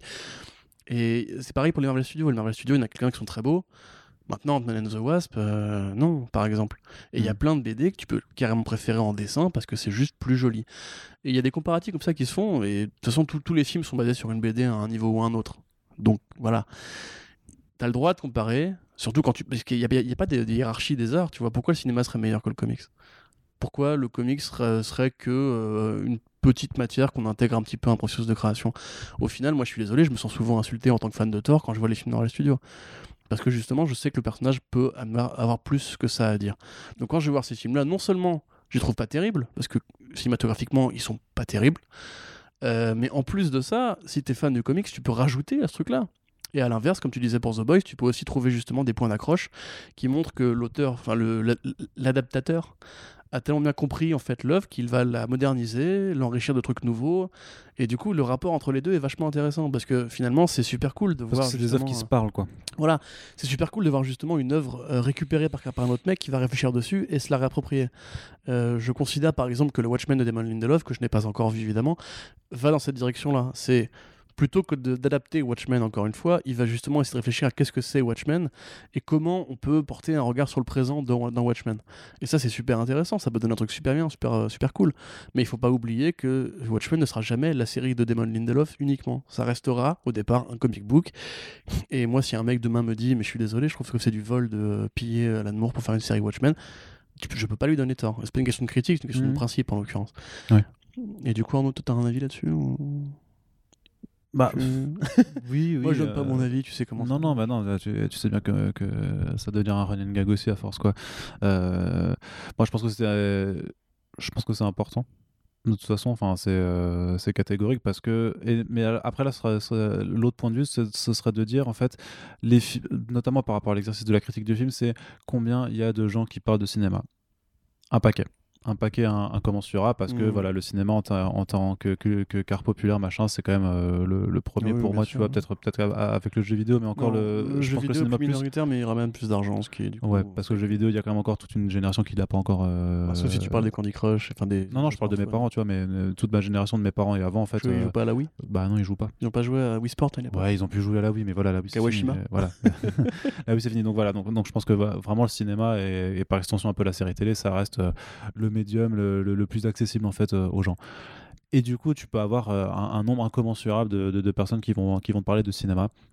B: Et c'est pareil pour les Marvel Studios, les Marvel Studios, il y en a quelques qui sont très beaux. Maintenant, Ant-Man and the Wasp, euh, non, par exemple. Et il mmh. y a plein de B D que tu peux carrément préférer en dessin parce que c'est juste plus joli. Et il y a des comparatifs comme ça qui se font, et de toute façon, tous les films sont basés sur une B D à un niveau ou un autre. Donc, voilà. T'as le droit de comparer, surtout quand tu... Parce qu'il n'y a, a, a pas de, de hiérarchie des arts, tu vois. Pourquoi le cinéma serait meilleur que le comics ? Pourquoi le comics serait, serait que euh, une petite matière qu'on intègre un petit peu à un processus de création ? Au final, moi, je suis désolé, je me sens souvent insulté en tant que fan de Thor quand je vois les films dans les studios. Parce que justement, je sais que le personnage peut avoir plus que ça à dire. Donc quand je vais voir ces films-là, non seulement je les trouve pas terribles, parce que cinématographiquement, ils sont pas terribles, euh, mais en plus de ça, si t'es fan du comics, tu peux rajouter à ce truc-là. Et à l'inverse, comme tu disais pour The Boys, tu peux aussi trouver justement des points d'accroche qui montrent que l'auteur, enfin le, l'adaptateur, a tellement bien compris en fait l'œuvre qu'il va la moderniser, l'enrichir de trucs nouveaux, et du coup le rapport entre les deux est vachement intéressant parce que finalement c'est super cool de
A: parce
B: voir.
A: Que c'est des œuvres qui se parlent quoi.
B: Voilà, c'est super cool de voir justement une œuvre euh, récupérée par, par un autre mec qui va réfléchir dessus et se la réapproprier. Euh, je considère par exemple que le Watchmen de Damon Lindelof, que je n'ai pas encore vu évidemment, va dans cette direction-là. C'est plutôt que de, d'adapter Watchmen, encore une fois, il va justement essayer de réfléchir à qu'est-ce que c'est Watchmen et comment on peut porter un regard sur le présent dans, dans Watchmen. Et ça, c'est super intéressant, ça peut donner un truc super bien, super, super cool. Mais il ne faut pas oublier que Watchmen ne sera jamais la série de Damon Lindelof uniquement. Ça restera, au départ, un comic book. Et moi, si un mec demain me dit « mais je suis désolé, je trouve que c'est du vol de piller Alan Moore pour faire une série Watchmen », je peux pas lui donner tort. C'est pas une question de critique, c'est une question mmh. de principe, en l'occurrence. Ouais. Et du coup, Arnaud, tu as un avis là-dessus ou...
A: Bah, je... oui, oui.
B: Moi, je donne
A: euh...
B: pas mon avis, tu sais comment.
A: Non, ça non, bah non, tu, tu sais bien que, que ça devient un running gag aussi à force, quoi. Euh... Moi, je pense que c'est, euh... je pense que c'est important. De toute façon, enfin, c'est, euh, c'est catégorique parce que. Et, mais après, là, ce serait, ce serait, l'autre point de vue, ce, ce serait de dire, en fait, les fi... notamment par rapport à l'exercice de la critique du film, c'est combien il y a de gens qui parlent de cinéma. Un paquet. Un paquet incommensurable parce que mmh. voilà, le cinéma en, ta, en tant que, que, que qu'art populaire machin c'est quand même euh, le, le premier oui, pour moi sûr, tu vois oui. peut-être peut-être avec le jeu vidéo mais encore non, le,
B: le
A: je
B: jeu
A: pense
B: vidéo
A: que le cinéma
B: est plus minoritaire mais il ramène plus d'argent ce qui est du coup...
A: ouais parce que le jeu vidéo il y a quand même encore toute une génération qui l'a pas encore euh...
B: ah, sauf si tu parles des Candy Crush enfin des
A: non non je parle de mes parents tu vois mais euh, toute ma génération de mes parents et avant en fait
B: ils euh... jouent pas à la Wii
A: bah non ils jouent pas
B: ils ont pas joué à Wii Sport à l'époque
A: ouais ils ont pu jouer à la Wii mais voilà la Wii c'est fini mais, voilà la Wii c'est fini donc voilà donc donc je pense que vraiment le cinéma et, et par extension un peu la série télé ça reste euh, le médium le, le, le plus accessible en fait euh, aux gens. Et du coup, tu peux avoir euh, un, un nombre incommensurable de, de, de personnes qui vont, qui vont te parler de cinéma.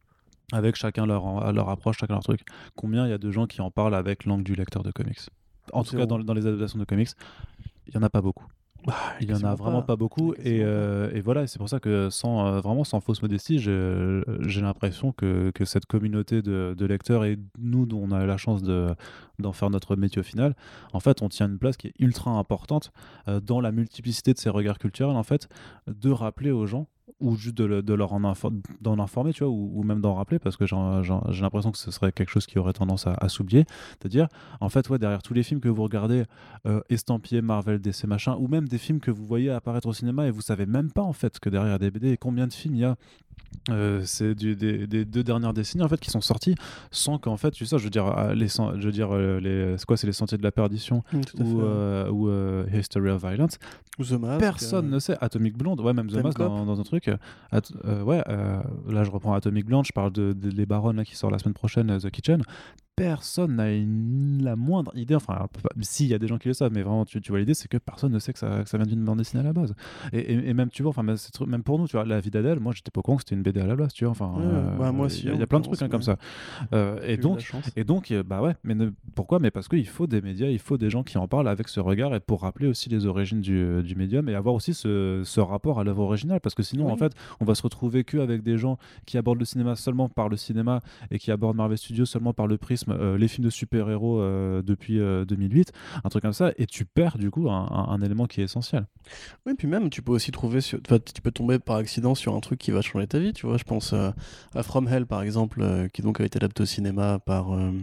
A: avec chacun leur, leur approche, chacun leur truc. Combien il y a de gens qui en parlent avec l'angle du lecteur de comics? En tout cas, dans, dans les adaptations de comics, il y en a pas beaucoup.
B: Bah,
A: il y en a vraiment pas, pas beaucoup et, euh, et voilà, c'est pour ça que sans euh, vraiment sans fausse modestie, j'ai, j'ai l'impression que, que cette communauté de, de lecteurs et nous dont on a la chance de, d'en faire notre métier au final, en fait on tient une place qui est ultra importante euh, dans la multiplicité de ces regards culturels, en fait, de rappeler aux gens ou juste de, le, de leur en info, d'en informer, tu vois, ou, ou même d'en rappeler, parce que j'en, j'en, j'ai l'impression que ce serait quelque chose qui aurait tendance à, à s'oublier. C'est-à-dire, en fait, ouais, derrière tous les films que vous regardez, euh, estampillés, Marvel, D C, machin, ou même des films que vous voyez apparaître au cinéma et vous savez même pas, en fait, que derrière des B D, combien de films il y a. Euh, c'est du, des, des deux dernières décennies en fait qui sont sortis sans qu'en fait tu sais, je veux dire les, je veux dire les, c'est quoi, c'est les Sentiers de la Perdition mmh, ou, euh, ou euh, History of Violence,
B: ou The Mask,
A: personne euh... ne sait. Atomic Blonde, ouais, même The Mask dans, dans un truc At, euh, ouais euh, là je reprends Atomic Blonde, je parle de, de Les Baronnes là, qui sort la semaine prochaine, The Kitchen. Personne n'a une, la moindre idée, enfin, alors, si, il y a des gens qui le savent, mais vraiment, tu, tu vois, l'idée, c'est que personne ne sait que ça, que ça vient d'une bande dessinée à la base. Et, et, et même, tu vois, enfin, même pour nous, tu vois, La Vie d'Adèle, moi, j'étais pas au courant que c'était une B D à la base, tu vois, enfin,
B: ouais,
A: euh,
B: bah, moi aussi.
A: Il y, y a plein de trucs hein, comme ça. Euh, et, donc, et donc, bah ouais, mais ne, pourquoi? Mais parce qu'il faut des médias, il faut des gens qui en parlent avec ce regard et pour rappeler aussi les origines du, du médium et avoir aussi ce, ce rapport à l'œuvre originale, parce que sinon, oui. en fait, on va se retrouver qu'avec des gens qui abordent le cinéma seulement par le cinéma et qui abordent Marvel Studios seulement par le prisme, euh, les films de super-héros euh, depuis euh, deux mille huit, un truc comme ça, et tu perds du coup un, un, un élément qui est essentiel.
B: Oui, puis même tu peux aussi trouver, sur... enfin, tu peux tomber par accident sur un truc qui va changer ta vie, tu vois. Je pense euh, à From Hell par exemple, euh, qui donc a été adapté au cinéma par euh,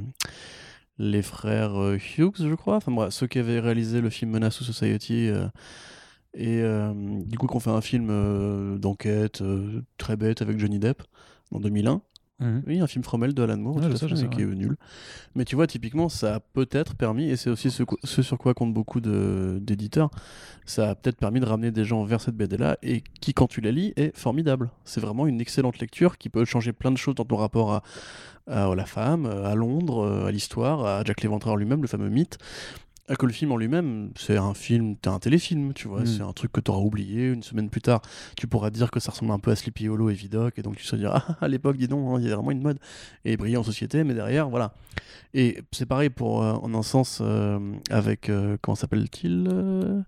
B: les frères euh, Hughes, je crois, enfin bref, ceux qui avaient réalisé le film Menace to Society. Euh, et euh, du coup qu'on fait un film euh, d'enquête euh, très bête avec Johnny Depp en deux mille un. Mmh. Oui, un film From Hell de Alan Moore, ouais, tout à fait, sais, qui ouais. est nul. Mais tu vois, typiquement, ça a peut-être permis, et c'est aussi ce, ce sur quoi comptent beaucoup de, d'éditeurs, ça a peut-être permis de ramener des gens vers cette B D-là, et qui, quand tu la lis, est formidable. C'est vraiment une excellente lecture qui peut changer plein de choses dans ton rapport à, à, à la femme, à Londres, à l'histoire, à Jack l'Éventreur lui-même, le fameux mythe. Que le film en lui-même, c'est un film, t'es un téléfilm, tu vois, mmh. c'est un truc que t'auras oublié, une semaine plus tard, tu pourras dire que ça ressemble un peu à Sleepy Hollow et Vidoc, et donc tu te diras, ah, à l'époque, dis donc, il hein, y a vraiment une mode, et briller en société, mais derrière, voilà. Et c'est pareil pour, euh, en un sens, euh, avec, euh, comment s'appelle-t-il euh...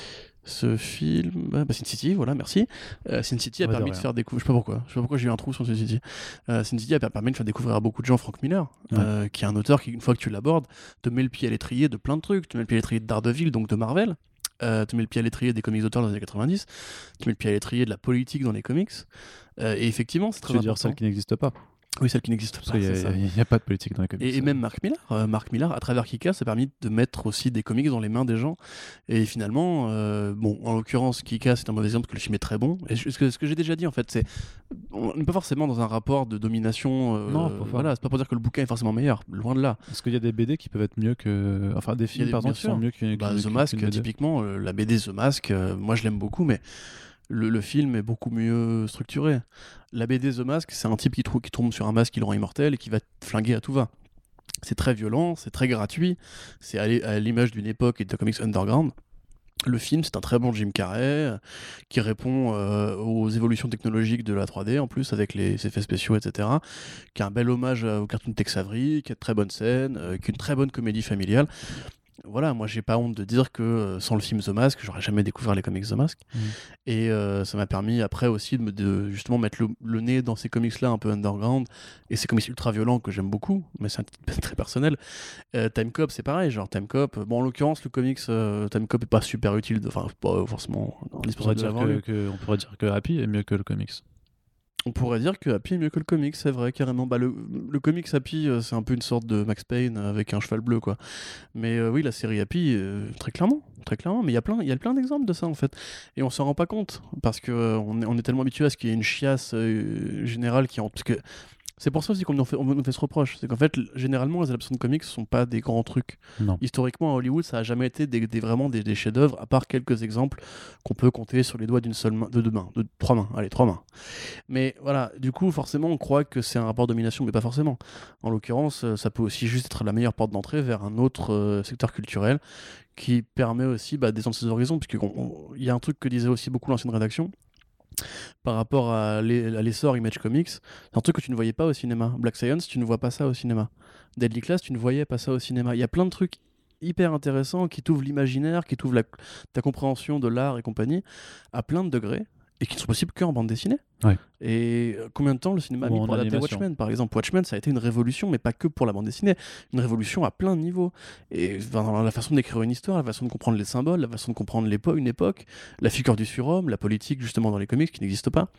B: ce film, bah, Sin City, voilà, merci. Euh, Sin City a ouais, permis de, de faire découvrir, je sais pas pourquoi, je sais pas pourquoi j'ai eu un trou sur Sin City. Euh, Sin City a permis de faire découvrir à beaucoup de gens Frank Miller, ouais. euh, qui est un auteur qui, une fois que tu l'abordes, te met le pied à l'étrier de plein de trucs. Tu mets le pied à l'étrier de Daredevil, donc de Marvel. Euh, tu mets le pied à l'étrier des comics d'auteurs dans les années quatre-vingt-dix. Tu mets le pied à l'étrier de la politique dans les comics. Euh, et effectivement, c'est très
A: tu veux
B: important.
A: dire celle qui n'existe pas.
B: Oui, celle qui n'existe pas.
A: Il n'y a, a pas de politique dans les comics.
B: Et, et même Mark Millar, euh, Mark Millar, à travers Kick-Ass, ça a permis de mettre aussi des comics dans les mains des gens. Et finalement, euh, bon, en l'occurrence, Kick-Ass c'est un mauvais exemple parce que le film est très bon. Et ce que, ce que j'ai déjà dit, en fait, c'est on n'est pas forcément dans un rapport de domination. Euh,
A: non,
B: voilà, c'est pas pour dire que le bouquin est forcément meilleur, loin de là.
A: Est-ce qu'il y a des B D qui peuvent être mieux que, enfin, des films, des, par exemple, qui sont mieux qu'une
B: bah,
A: qu
B: The Mask, typiquement, euh, la B D The Mask, euh, moi je l'aime beaucoup, mais Le, le film est beaucoup mieux structuré. La B D The Mask, c'est un type qui, trou- qui tombe sur un masque qui le rend immortel et qui va te flinguer à tout va. C'est très violent, c'est très gratuit, c'est à, à l'image d'une époque et de comics underground. Le film, c'est un très bon Jim Carrey euh, qui répond euh, aux évolutions technologiques de la trois D, en plus avec les effets spéciaux, et cetera. Qui est un bel hommage euh, au cartoon Tex Avery, qui a de très bonnes scènes, euh, qui est une très bonne comédie familiale. Voilà, moi j'ai pas honte de dire que euh, sans le film The Mask, j'aurais jamais découvert les comics The Mask. Mmh. Et euh, ça m'a permis après aussi de, me, de justement mettre le, le nez dans ces comics-là un peu underground et ces comics ultra violents que j'aime beaucoup, mais c'est un titre très personnel. Euh, Time Cop, c'est pareil, genre Time Cop. Bon, en l'occurrence, le comics euh, Time Cop est pas super utile, enfin, pas forcément
A: indispensable de l'avoir lu. Que, on pourrait dire que Happy est mieux que le comics.
B: On pourrait dire que Happy est mieux que le comics, c'est vrai, carrément. Bah, le, le comics Happy, euh, c'est un peu une sorte de Max Payne avec un cheval bleu, quoi. Mais euh, oui, la série Happy, euh, très clairement, très clairement. Mais il y a plein, il y a plein d'exemples de ça, en fait. Et on s'en rend pas compte, parce qu'on euh, est, on est tellement habitué à ce qu'il y ait une chiasse euh, générale qui en... Parce que c'est pour ça aussi qu'on nous fait, on nous fait ce reproche. C'est qu'en fait, généralement, les adaptations de comics sont pas des grands trucs.
A: Non.
B: Historiquement, à Hollywood, ça a jamais été des, des, vraiment des, des chefs-d'œuvre, à part quelques exemples qu'on peut compter sur les doigts d'une seule main, de deux mains, de trois mains. Allez, trois mains. Mais voilà, du coup, forcément, on croit que c'est un rapport de domination, mais pas forcément. En l'occurrence, ça peut aussi juste être la meilleure porte d'entrée vers un autre euh, secteur culturel qui permet aussi bah, d'étendre ses horizons, puisqu'il y a un truc que disait aussi beaucoup l'ancienne rédaction. par rapport à l'essor Image Comics, c'est un truc que tu ne voyais pas au cinéma. Black Science, tu ne vois pas ça au cinéma. Deadly Class, tu ne voyais pas ça au cinéma. Il y a plein de trucs hyper intéressants qui t'ouvrent l'imaginaire, qui t'ouvrent la... ta compréhension de l'art et compagnie à plein de degrés et qui ne sont possibles qu'en bande dessinée.
A: Ouais.
B: Et combien de temps le cinéma a mis pour adapter Watchmen, par exemple. Watchmen, ça a été une révolution, mais pas que pour la bande dessinée, une révolution à plein de niveaux. Et dans la façon d'écrire une histoire, la façon de comprendre les symboles, la façon de comprendre l'époque, une époque, la figure du surhomme, la politique justement dans les comics qui n'existent pas.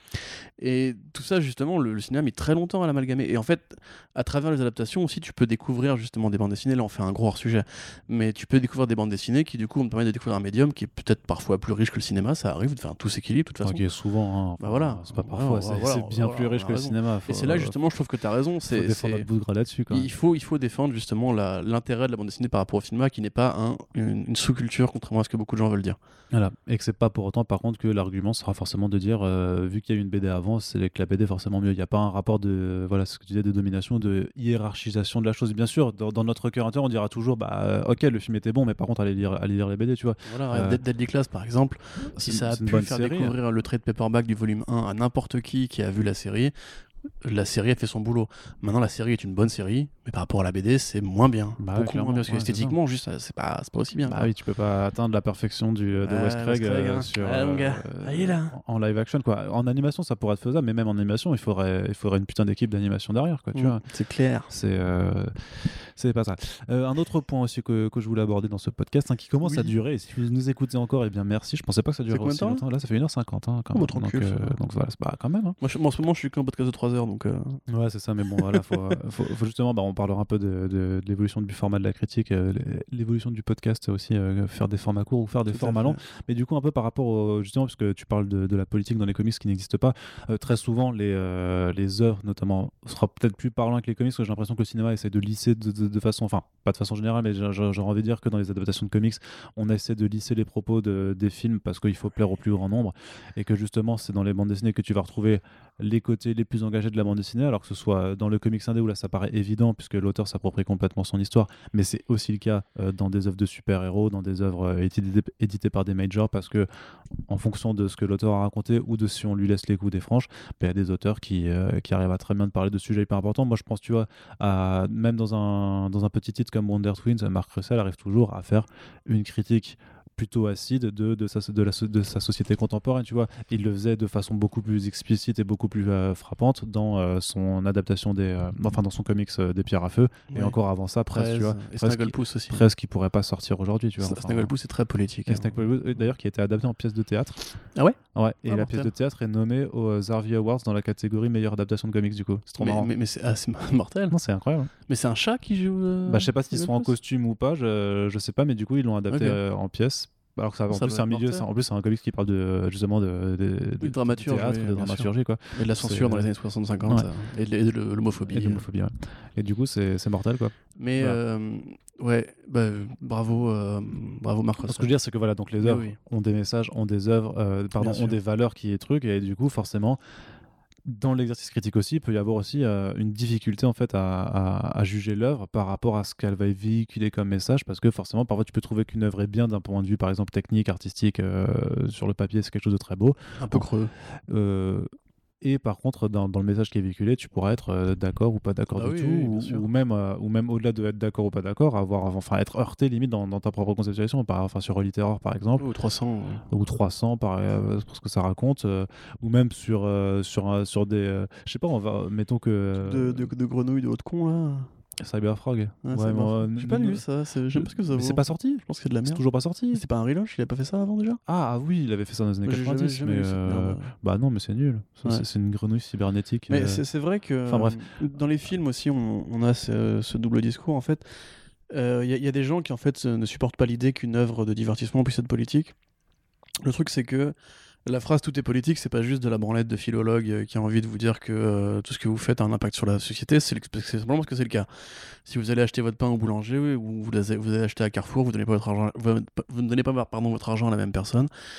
B: Et tout ça justement, le, le cinéma a mis très longtemps à l'amalgamer. Et en fait, à travers les adaptations aussi, tu peux découvrir justement des bandes dessinées. Là, on fait un gros hors-sujet, mais tu peux découvrir des bandes dessinées qui du coup me permettent de découvrir un médium qui est peut-être parfois plus riche que le cinéma. Ça arrive, enfin tout s'équilibre de toute façon.
A: Qui est souvent. Hein,
B: bah voilà.
A: C'est pas parfois.
B: Voilà,
A: c'est,
B: voilà,
A: c'est bien
B: voilà,
A: plus riche que le cinéma.
B: Faut, et c'est là justement, je trouve que tu as raison. C'est,
A: faut défendre notre bout de gras là-dessus. Quoi.
B: Il faut, il faut défendre justement la, l'intérêt de la bande dessinée par rapport au cinéma, qui n'est pas un, une, une sous-culture, contrairement à ce que beaucoup de gens veulent dire.
A: Voilà. Et que c'est pas pour autant, par contre, que l'argument sera forcément de dire, euh, vu qu'il y a eu une B D avant, c'est que la B D est forcément mieux. Il n'y a pas un rapport de, voilà, ce que tu disais, de domination, de hiérarchisation de la chose. Bien sûr, dans, dans notre cœur intérieur, on dira toujours, bah, euh, ok, le film était bon, mais par contre, allez lire, allez lire les B D, tu vois.
B: Voilà, euh, Deadly Class, par exemple, si ça a pu faire série, découvrir hein. le trade paperback du volume un à n'importe qui qui a vu la série, la série a fait son boulot. Maintenant, la série est une bonne série, mais par rapport à la B D, c'est moins bien.
A: Bah,
B: beaucoup moins bien, parce que
A: ouais,
B: esthétiquement, c'est juste, c'est pas, c'est pas aussi bien.
A: Bah oui, tu peux pas atteindre la perfection du, de
B: ah,
A: Wes Craig,
B: Craig
A: euh,
B: hein.
A: sur,
B: ah, mon gars.
A: Euh,
B: ah, il est là.
A: En, en live action, quoi. En animation, ça pourrait être faisable, mais même en animation, il faudrait, il faudrait une putain d'équipe d'animation derrière, quoi. Tu
B: mmh,
A: vois.
B: C'est clair.
A: C'est, euh, c'est pas ça. Euh, un autre point aussi que, que je voulais aborder dans ce podcast, hein, qui commence oui. à durer, et si vous nous écoutez encore, eh bien merci. Je pensais pas que ça durerait aussi longtemps. Là, ça fait une heure cinquante. Hein, quand
B: oh,
A: même.
B: Bah,
A: donc, euh, donc voilà, c'est pas quand même. Hein.
B: Moi, je, moi, en ce moment, je suis qu'un podcast de trois heures, donc. Euh...
A: Ouais, c'est ça, mais bon, voilà, faut, faut, faut justement, bah, on parlera un peu de, de, de l'évolution du format de la critique, euh, l'évolution du podcast aussi, euh, faire des formats courts ou faire des Tout formats longs. Mais du coup, un peu par rapport au, justement, parce que tu parles de, de la politique dans les comics qui n'existe pas, euh, très souvent, les, euh, les œuvres, notamment, sera peut-être plus parlant que les comics, parce que j'ai l'impression que le cinéma essaie de lisser de, de, de façon, enfin, pas de façon générale, mais j'ai envie de dire que dans les adaptations de comics, on essaie de lisser les propos de, des films parce qu'il faut plaire au plus grand nombre, et que justement, c'est dans les bandes dessinées que tu vas retrouver les côtés les plus engagés de la bande dessinée, alors que ce soit dans le comics indé où là ça paraît évident puisque l'auteur s'approprie complètement son histoire, mais c'est aussi le cas euh, dans des œuvres de super-héros, dans des œuvres euh, éditées, éditées par des majors, parce que en fonction de ce que l'auteur a raconté ou de si on lui laisse les coups des franches, il y a des auteurs qui, euh, qui arrivent à très bien de parler de sujets hyper importants. Moi je pense, tu vois, à, même dans un, dans un petit titre comme Wonder Twins, Mark Russell arrive toujours à faire une critique plutôt acide de, de, sa, de, la, de sa société contemporaine, tu vois. Il le faisait de façon beaucoup plus explicite et beaucoup plus euh, frappante dans euh, son adaptation des... Euh, enfin, dans son comics euh, des Pierres à Feu, ouais. Et encore avant ça, presque, tu vois.
B: Et Snagglepuss aussi.
A: Presque, il pourrait pas sortir aujourd'hui, tu vois. Enfin,
B: Snagglepuss est très politique.
A: Et Snagglepuss, d'ailleurs, qui a été adapté en pièce de théâtre.
B: Ah ouais
A: Ouais, et
B: ah,
A: la
B: mortel.
A: pièce de théâtre est nommée aux Zarvie Awards dans la catégorie meilleure adaptation de comics, du coup. C'est trop
B: mais,
A: marrant.
B: Mais, mais c'est, ah, c'est mortel.
A: Non, c'est incroyable.
B: Mais c'est un chat qui joue... Euh,
A: bah, je sais pas s'ils sont en costume ou pas, je, je sais pas, mais du coup, ils l'ont adapté okay. euh, en pièce. Alors que ça, en ça plus c'est un milieu, c'est, en plus c'est un comics qui parle de justement de, de, de,
B: de dramaturgie,
A: de théâtre,
B: oui,
A: de dramaturgie quoi.
B: Et de la censure c'est... dans les années soixante cinquante ouais. et, de, et de l'homophobie.
A: Et de l'homophobie, ouais. Et du coup c'est, c'est mortel quoi.
B: Mais voilà. euh, ouais, bah, bravo, euh, bravo Marc Russell.
A: Ce que je veux dire c'est que voilà, donc les œuvres
B: oui, oui.
A: ont des messages, ont des œuvres, euh, pardon, ont des valeurs qui est truc et du coup forcément. Dans l'exercice critique aussi, il peut y avoir aussi euh, une difficulté en fait à, à, à juger l'œuvre par rapport à ce qu'elle va véhiculer comme message, parce que forcément parfois tu peux trouver qu'une œuvre est bien d'un point de vue par exemple technique, artistique, euh, sur le papier c'est quelque chose de très beau.
B: Un peu creux.
A: Euh, Et par contre, dans, dans le message qui est véhiculé, tu pourras être euh, d'accord ou pas d'accord
B: ah
A: du
B: oui,
A: tout,
B: oui,
A: ou, ou même, euh, ou même au-delà de être d'accord ou pas d'accord, avoir, enfin, être heurté limite dans, dans ta propre conceptualisation, par, enfin, sur Holy Terror par exemple,
B: ou trois cents,
A: ouais. ou trois cents par, euh, pour ce que ça raconte, euh, ou même sur, euh, sur, euh, sur des, euh, je sais pas, on va, mettons que
B: euh, de, de, de grenouilles de l'autre con là.
A: Cyberfrog.
B: Ah, ouais, moi, j'ai pas lu ça, c'est... j'aime pas ce que ça vaut.
A: Mais c'est pas sorti.
B: Je pense que c'est de la merde.
A: C'est toujours pas sorti.
B: C'est pas un relaunch, il a pas fait ça avant déjà.
A: Ah oui, il avait fait ça dans les années
B: moi,
A: quatre-vingt-dix,
B: jamais, jamais
A: mais euh... bah non, mais c'est nul. Ça, ouais. c'est, c'est une grenouille cybernétique.
B: Mais
A: euh...
B: c'est, c'est vrai que
A: enfin, bref.
B: dans les films aussi, on, on a ce, ce double discours en fait. Il euh, y, y a des gens qui en fait ne supportent pas l'idée qu'une œuvre de divertissement puisse être politique. Le truc c'est que la phrase tout est politique, c'est pas juste de la branlette de philologue euh, qui a envie de vous dire que euh, tout ce que vous faites a un impact sur la société, c'est, c'est simplement parce que c'est le cas. Si vous allez acheter votre pain au boulanger oui, ou vous, vous allez acheter à Carrefour, vous, donnez pas votre argent, vous, vous ne donnez pas pardon, votre argent à la même personne.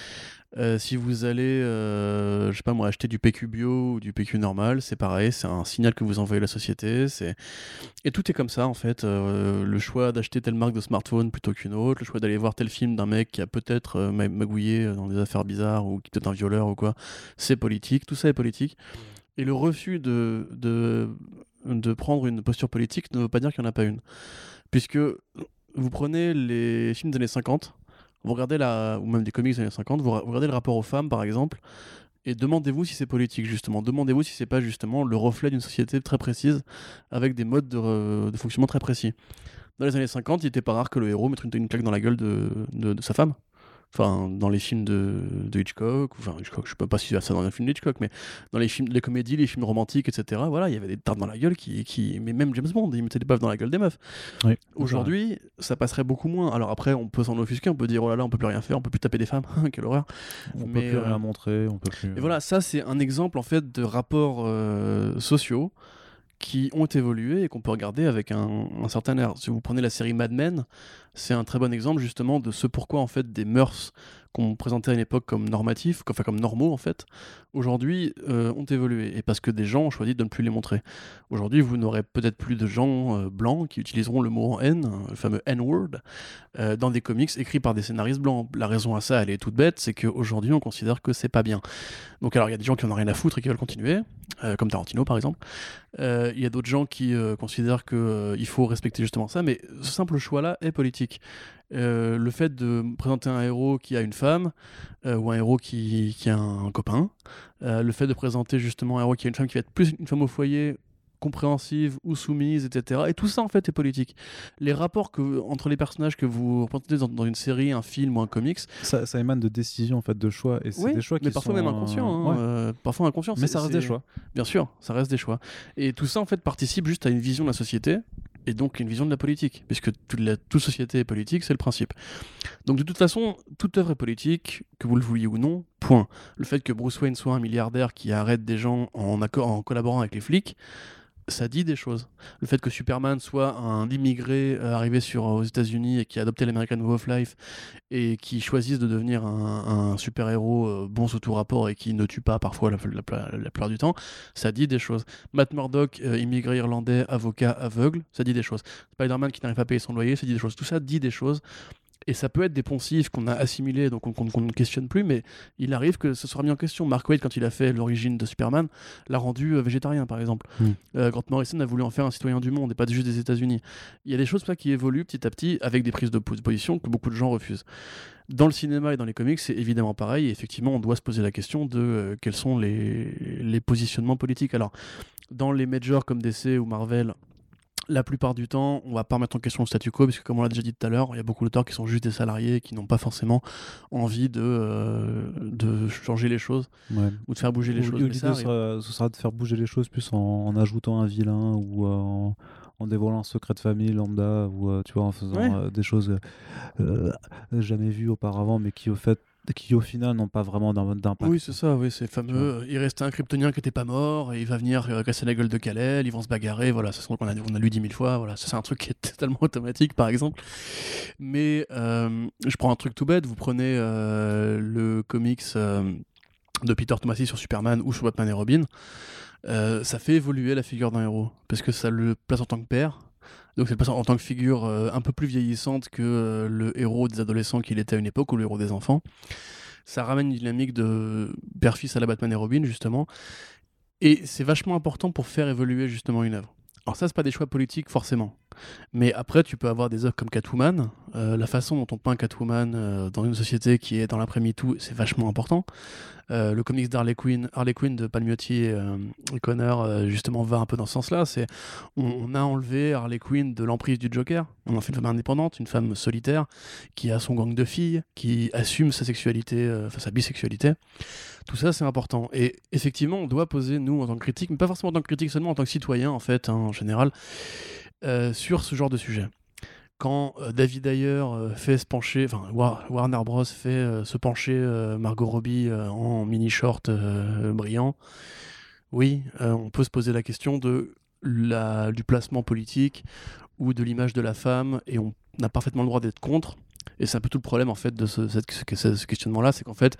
B: Euh, si vous allez, euh, je sais pas moi, acheter du P Q bio ou du P Q normal, c'est pareil, c'est un signal que vous envoyez à la société. C'est... Et tout est comme ça en fait. Euh, le choix d'acheter telle marque de smartphone plutôt qu'une autre, le choix d'aller voir tel film d'un mec qui a peut-être euh, ma- magouillé dans des affaires bizarres ou qui est peut-être un violeur ou quoi, c'est politique. Tout ça est politique. Et le refus de, de, de prendre une posture politique ne veut pas dire qu'il n'y en a pas une. Puisque vous prenez les films des années cinquante, vous regardez la, ou même des comics des années cinquante, vous, vous regardez le rapport aux femmes par exemple, et demandez-vous si c'est politique justement. Demandez-vous si c'est pas justement le reflet d'une société très précise, avec des modes de, re- de fonctionnement très précis. Dans les années cinquante, il n'était pas rare que le héros mette une, une claque dans la gueule de, de, de sa femme. Enfin, dans les films de, de Hitchcock, enfin Hitchcock, je ne sais pas si c'est ça dans un film d'Hitchcock, mais dans les films, les comédies, les films romantiques, et cetera. Voilà, il y avait des tartes dans la gueule qui, qui, mais même James Bond, il mettait des baffes dans la gueule des meufs.
A: Oui,
B: Aujourd'hui, ça passerait beaucoup moins. Alors après, on peut s'en offusquer, on peut dire oh là là, on peut plus rien faire, on peut plus taper des femmes, quelle horreur.
A: on
B: Mais,
A: peut plus
B: euh,
A: rien montrer, on peut plus.
B: Et voilà, ça c'est un exemple en fait de rapports euh, sociaux qui ont évolué et qu'on peut regarder avec un, un certain air. Si vous prenez la série Mad Men, c'est un très bon exemple justement de ce pourquoi en fait des mœurs qu'on présentait à une époque comme normatifs, enfin comme normaux en fait, aujourd'hui euh, ont évolué et parce que des gens ont choisi de ne plus les montrer. Aujourd'hui, vous n'aurez peut-être plus de gens euh, blancs qui utiliseront le mot en N, le fameux N-word, euh, dans des comics écrits par des scénaristes blancs. La raison à ça, elle est toute bête, c'est qu'aujourd'hui on considère que c'est pas bien. Donc alors il y a des gens qui en ont rien à foutre et qui veulent continuer, euh, comme Tarantino par exemple. Il euh, y a d'autres gens qui euh, considèrent qu'il euh, faut respecter justement ça, mais ce simple choix-là est politique. Euh, le fait de présenter un héros qui a une femme, euh, ou un héros qui, qui a un copain, euh, le fait de présenter justement un héros qui a une femme qui va être plus une femme au foyer, compréhensive ou soumise, et cetera. Et tout ça, en fait, est politique. Les rapports que, entre les personnages que vous représentez dans, dans une série, un film ou un comics...
A: Ça, ça émane de décisions, en fait, de choix. Et c'est
B: oui,
A: des choix qui
B: mais parfois
A: sont,
B: même inconscients. Hein,
A: ouais.
B: euh, parfois inconscients.
A: Mais ça reste des choix.
B: Bien sûr, ça reste des choix. Et tout ça, en fait, participe juste à une vision de la société et donc une vision de la politique, puisque toute, la, toute société est politique, c'est le principe. Donc de toute façon, toute œuvre est politique, que vous le vouliez ou non, point. Le fait que Bruce Wayne soit un milliardaire qui arrête des gens en, accord, en collaborant avec les flics, ça dit des choses. Le fait que Superman soit un immigré euh, arrivé sur, aux États-Unis et qui a adopté l'American Way of Life et qui choisisse de devenir un, un super-héros euh, bon sous tout rapport et qui ne tue pas parfois la, la, la, la plupart du temps, ça dit des choses. Matt Murdock, euh, immigré irlandais, avocat aveugle, ça dit des choses. Spider-Man qui n'arrive pas à payer son loyer, ça dit des choses. Tout ça dit des choses. Et ça peut être des poncifs qu'on a assimilés, donc qu'on, qu'on, qu'on ne questionne plus, mais il arrive que ce soit mis en question. Mark Waid, quand il a fait l'origine de Superman, l'a rendu euh, végétarien, par exemple. Mm. Euh, Grant Morrison a voulu en faire un citoyen du monde et pas juste des États-Unis. Il y a des choses ça, qui évoluent petit à petit avec des prises de position que beaucoup de gens refusent. Dans le cinéma et dans les comics, c'est évidemment pareil. Et effectivement, on doit se poser la question de euh, quels sont les, les positionnements politiques. Alors, dans les majors comme D C ou Marvel, la plupart du temps, on va pas remettre en question le statu quo, parce que comme on l'a déjà dit tout à l'heure, il y a beaucoup d'auteurs qui sont juste des salariés, qui n'ont pas forcément envie de, euh, de changer les choses, ouais. ou de faire bouger les ou, choses.
A: L'idée sera, ce sera de faire bouger les choses plus en, en ajoutant un vilain, ou en, en dévoilant un secret de famille lambda, ou euh, tu vois, en faisant ouais. euh, des choses euh, jamais vues auparavant, mais qui au fait qui au final n'ont pas vraiment d'impact.
B: Oui, c'est ça, oui, c'est fameux. Il restait un kryptonien qui n'était pas mort, et il va venir euh, casser la gueule de Kal-El, ils vont se bagarrer, voilà, c'est ce qu'on a, on a lu dix mille fois, voilà, ça, c'est un truc qui est totalement automatique, par exemple. Mais euh, je prends un truc tout bête, vous prenez euh, le comics euh, de Peter Tomasi sur Superman ou sur Batman et Robin, euh, ça fait évoluer la figure d'un héros, parce que ça le place en tant que père. Donc c'est le en tant que figure euh, un peu plus vieillissante que euh, le héros des adolescents qu'il était à une époque, ou le héros des enfants. Ça ramène une dynamique de père-fils à la Batman et Robin, justement. Et c'est vachement important pour faire évoluer justement une œuvre. Alors ça, c'est pas des choix politiques forcément. Mais après, tu peux avoir des œuvres comme Catwoman. Euh, la façon dont on peint Catwoman euh, dans une société qui est dans l'après-MeToo, c'est vachement important. Euh, le comics d'Harley Quinn, Harley Quinn de Palmiotti et, euh, et Connor, euh, justement, va un peu dans ce sens-là. C'est, on, on a enlevé Harley Quinn de l'emprise du Joker. On en fait une femme indépendante, une femme solitaire, qui a son gang de filles, qui assume sa sexualité, euh, enfin sa bisexualité. Tout ça, c'est important. Et effectivement, on doit poser, nous, en tant que critique, mais pas forcément en tant que critique seulement, en tant que citoyen, en fait, hein, en général, euh, sur ce genre de sujet. Quand euh, David Ayer euh, fait se pencher, enfin War- Warner Bros fait euh, se pencher euh, Margot Robbie euh, en mini short euh, brillant, oui, euh, on peut se poser la question de la, du placement politique ou de l'image de la femme, et on a parfaitement le droit d'être contre. Et c'est un peu tout le problème en fait de ce, cette, ce, ce questionnement-là, c'est qu'en fait,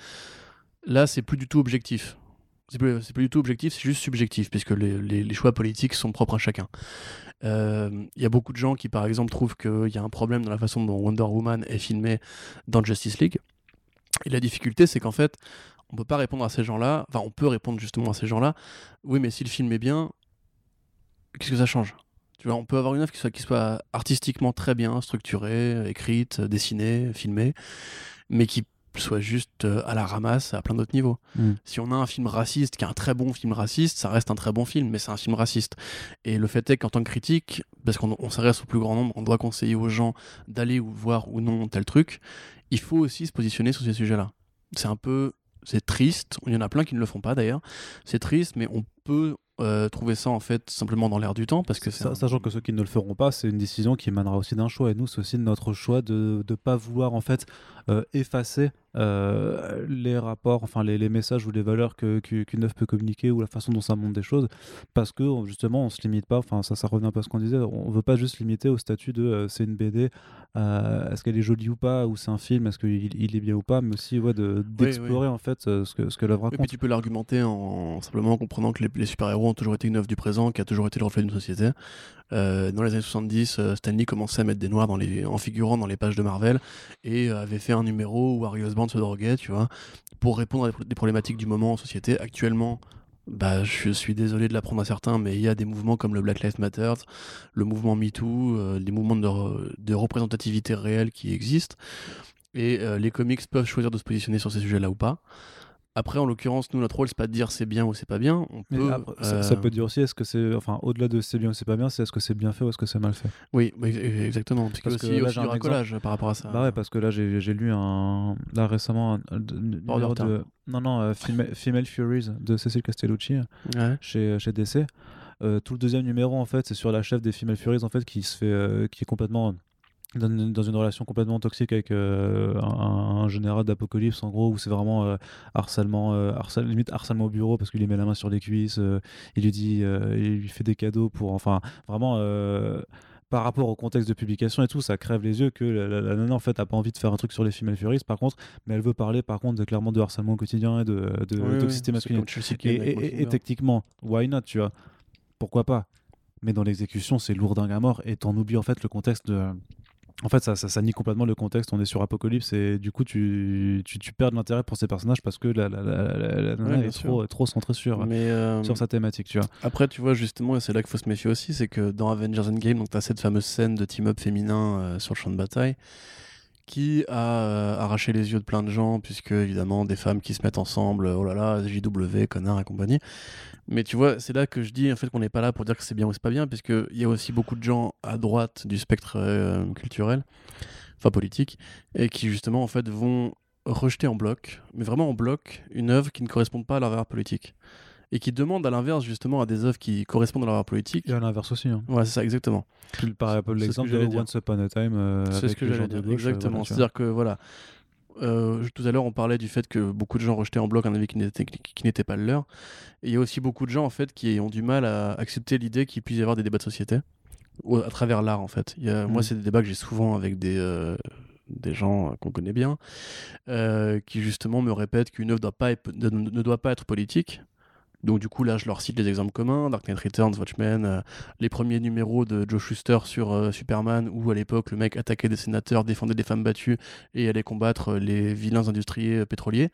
B: là, c'est plus du tout objectif. C'est plus, c'est plus du tout objectif, c'est juste subjectif, puisque les, les, les choix politiques sont propres à chacun. Il euh, y a beaucoup de gens qui, par exemple, trouvent qu'il y a un problème dans la façon dont Wonder Woman est filmée dans Justice League. Et la difficulté, c'est qu'en fait, on peut pas répondre à ces gens-là, enfin, on peut répondre justement à ces gens-là. Oui, mais si le film est bien, qu'est-ce que ça change ? Tu vois, on peut avoir une œuvre qui soit, qui soit artistiquement très bien structurée, écrite, dessinée, filmée, mais qui soit juste euh, à la ramasse à plein d'autres niveaux. Mm. Si on a un film raciste, qui est un très bon film raciste, ça reste un très bon film, mais c'est un film raciste. Et le fait est qu'en tant que critique, parce qu'on on s'adresse au plus grand nombre, on doit conseiller aux gens d'aller ou voir ou non tel truc, il faut aussi se positionner sur ces sujets-là. C'est un peu... C'est triste, il y en a plein qui ne le font pas d'ailleurs, c'est triste, mais on peut... Euh, trouver ça en fait simplement dans l'air du temps parce que c'est
A: Sa-
B: un...
A: sachant que ceux qui ne le feront pas, c'est une décision qui émanera aussi d'un choix, et nous c'est aussi notre choix de ne pas vouloir en fait euh, effacer euh, les rapports, enfin les, les messages ou les valeurs que, que, qu'une œuvre peut communiquer ou la façon dont ça montre des choses, parce que justement on se limite pas, enfin ça, ça revient un peu à ce qu'on disait, on veut pas juste se limiter au statut de euh, c'est une B D, euh, est-ce qu'elle est jolie ou pas, ou c'est un film, est-ce qu'il il est bien ou pas, mais aussi ouais, de, d'explorer oui, oui. en fait euh, ce que, ce que l'œuvre raconte.
B: Et puis tu peux l'argumenter en simplement en comprenant que les, les super-héros ont toujours été une œuvre du présent, qui a toujours été le reflet d'une société. Euh, dans les années soixante-dix, euh, Stan Lee commençait à mettre des noirs dans les, en figurant dans les pages de Marvel et euh, avait fait un numéro où Harry Osborn se droguait, tu vois, pour répondre à des problématiques du moment en société. Actuellement, bah, je suis désolé de l'apprendre à certains, mais il y a des mouvements comme le Black Lives Matter, le mouvement MeToo, euh, des mouvements de, re- de représentativité réelle qui existent. Et euh, les comics peuvent choisir de se positionner sur ces sujets-là ou pas. Après, en l'occurrence, nous, notre rôle, c'est pas de dire c'est bien ou c'est pas bien. On peut,
A: après,
B: euh...
A: ça, ça peut dire aussi, est-ce que c'est, enfin, au-delà de c'est bien ou c'est pas bien, c'est est-ce que c'est bien fait ou est-ce que c'est mal fait.
B: Oui, exactement. Parce, parce que, que aussi, là, aussi du racolage exemple... par rapport à ça.
A: Bah ouais, parce que là, j'ai, j'ai lu un, là récemment un, un, un numéro de, non non, euh, Female, Female Furies de Cecil Castellucci ouais. chez chez D C. Euh, tout le deuxième numéro, en fait, c'est sur la chef des Female Furies, en fait, qui se fait, euh, qui est complètement dans une, dans une relation complètement toxique avec euh, un, un général d'Apocalypse, en gros, où c'est vraiment euh, harcèlement, euh, harcèle, limite harcèlement au bureau, parce qu'il lui met la main sur les cuisses, euh, il lui dit, euh, il lui fait des cadeaux pour, enfin, vraiment, euh, par rapport au contexte de publication et tout, ça crève les yeux que la, la, la nana, en fait, a pas envie de faire un truc sur les Female Furies, par contre, mais elle veut parler, par contre, de, clairement de harcèlement au quotidien et de, de
B: oui,
A: toxicité
B: oui,
A: masculine. Et, et, et, et techniquement, why not, tu vois, pourquoi pas, mais dans l'exécution, c'est lourdingue à mort, et t'en oublies, en fait, le contexte de... En fait, ça, ça, ça nie complètement le contexte. On est sur Apocalypse et du coup, tu, tu, tu perds de l'intérêt pour ces personnages parce que la, la, la, la, la nana ouais, est trop, trop centrée sur,
B: Mais euh...
A: sur sa thématique. Tu vois.
B: Après, tu vois, justement, et c'est là qu'il faut se méfier aussi, c'est que dans Avengers Endgame, tu as cette fameuse scène de team-up féminin euh, sur le champ de bataille qui a euh, arraché les yeux de plein de gens, puisque évidemment, des femmes qui se mettent ensemble, oh là là, J W, connard et compagnie. Mais tu vois, c'est là que je dis en fait qu'on n'est pas là pour dire que c'est bien ou c'est pas bien, parce qu'il y a aussi beaucoup de gens à droite du spectre euh, culturel, enfin politique, et qui justement en fait vont rejeter en bloc, mais vraiment en bloc, une œuvre qui ne correspond pas à leur valeur politique. Et qui demandent à l'inverse justement à des œuvres qui correspondent à leur valeur politique.
A: Et à l'inverse aussi. Hein.
B: Ouais, c'est ça, exactement.
A: Puis, par exemple, l'exemple de Once Upon a Time euh,
B: c'est
A: avec
B: ce que
A: les
B: j'allais
A: gens
B: dire.
A: de gauche.
B: Exactement.
A: Euh, voilà,
B: C'est-à-dire que voilà. Euh, tout à l'heure, on parlait du fait que beaucoup de gens rejetaient en bloc un avis qui n'était, qui n'était pas le leur. Et il y a aussi beaucoup de gens en fait qui ont du mal à accepter l'idée qu'il puisse y avoir des débats de société à travers l'art en fait. Il y a, mmh. Moi, c'est des débats que j'ai souvent avec des euh, des gens qu'on connaît bien, euh, qui justement me répètent qu'une œuvre doit pas être, ne, ne doit pas être politique. Donc du coup là je leur cite les exemples communs, Dark Knight Returns, Watchmen, euh, les premiers numéros de Joe Shuster sur euh, Superman où à l'époque le mec attaquait des sénateurs, défendait des femmes battues et allait combattre euh, les vilains industriels euh, pétroliers.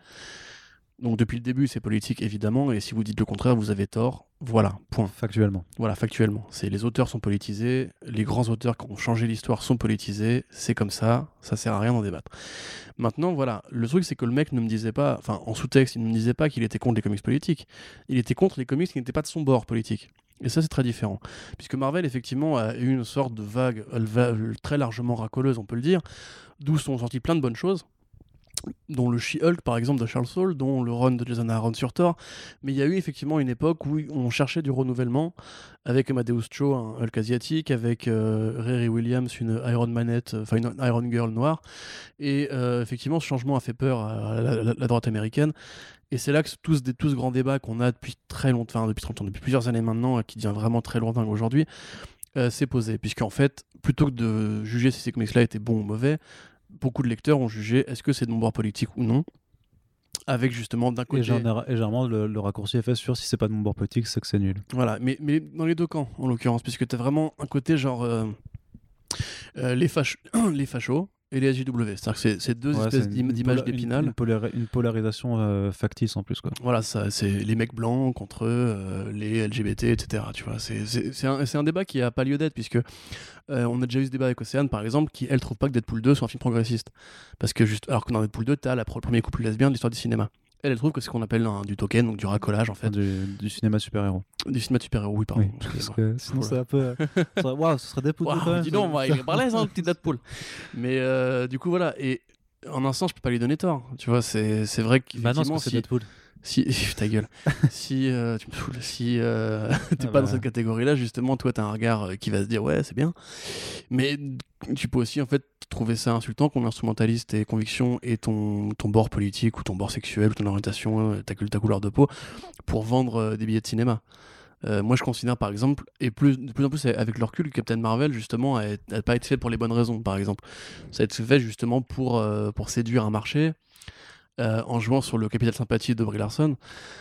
B: Donc depuis le début c'est politique évidemment, et si vous dites le contraire vous avez tort, voilà, point.
A: Factuellement.
B: Voilà, factuellement. C'est, les auteurs sont politisés, les grands auteurs qui ont changé l'histoire sont politisés, c'est comme ça, ça sert à rien d'en débattre. Maintenant voilà, le truc c'est que le mec ne me disait pas, enfin en sous-texte il ne me disait pas qu'il était contre les comics politiques, il était contre les comics qui n'étaient pas de son bord politique. Et ça c'est très différent, puisque Marvel effectivement a eu une sorte de vague très largement racoleuse on peut le dire, d'où sont sorties plein de bonnes choses, dont le She-Hulk par exemple de Charles Soule, dont le run de Jason Aaron sur Thor, mais il y a eu effectivement une époque où on cherchait du renouvellement avec Amadeus Cho, un Hulk asiatique, avec euh, Riri Williams, une Iron Manette, enfin une Iron Girl noire, et euh, effectivement ce changement a fait peur à la, la, la droite américaine, et c'est là que tout ce, tout ce grand débat qu'on a depuis très longtemps, enfin depuis très longtemps, depuis plusieurs années maintenant, qui devient vraiment très lointain aujourd'hui, euh, s'est posé, puisqu'en fait, plutôt que de juger si ces comics-là étaient bons ou mauvais, beaucoup de lecteurs ont jugé est-ce que c'est de mon bord politique ou non, avec justement d'un côté...
A: Et, général, et généralement, le, le raccourci est fait sur si c'est pas de mon bord politique, c'est que c'est nul.
B: Voilà, mais, mais dans les deux camps, en l'occurrence, puisque tu as vraiment un côté genre euh, euh, les, fach- les fachos et les S J W. C'est-à-dire que c'est, c'est deux
A: Ouais,
B: espèces
A: c'est
B: d'im-
A: une,
B: d'images
A: pola- une,
B: d'épinal.
A: une, polari- une polarisation euh, factice en plus, quoi.
B: Voilà, ça, c'est les mecs blancs contre euh, les L G B T, et cetera. Tu vois, c'est, c'est, c'est, un, c'est un débat qui n'a pas lieu d'être, puisque euh, on a déjà eu ce débat avec Océane, par exemple, qui, elle, trouve pas que Deadpool deux soit un film progressiste. Parce que juste, alors que dans Deadpool deux, t'as la, le premier couple lesbien de l'histoire du cinéma. Elle, elle trouve que c'est ce qu'on appelle un, du token, donc du racolage, en fait.
A: Du, du cinéma super-héros.
B: Du cinéma de super-héros, oui, pardon.
A: Oui, parce que sinon, c'est un peu. euh, ça serait- Waouh, ce serait Deadpool
B: Wow,
A: quand même.
B: dis donc, ouais, il est balèze, hein, le petit Deadpool. Mais euh, du coup, voilà. Et en un sens, je peux pas lui donner tort. Tu vois, c'est, c'est vrai
A: Bah non,
B: qu'effectivement,
A: parce que c'est
B: si,
A: Deadpool.
B: si, ta gueule. si euh, tu me saoules, si euh, t'es
A: Ah
B: pas
A: bah.
B: dans cette catégorie-là, justement, toi, t'as un regard euh, qui va se dire ouais, c'est bien. Mais tu peux aussi en fait trouver ça insultant qu'on instrumentalise tes convictions et ton, ton bord politique ou ton bord sexuel ou ton orientation, euh, ta, ta couleur de peau pour vendre euh, des billets de cinéma. Euh, moi, je considère par exemple, et plus, de plus en plus avec le recul, que Captain Marvel justement n'a pas été fait pour les bonnes raisons. Par exemple, ça a été fait justement pour, euh, pour séduire un marché euh, en jouant sur le capital sympathie de Brie Larson.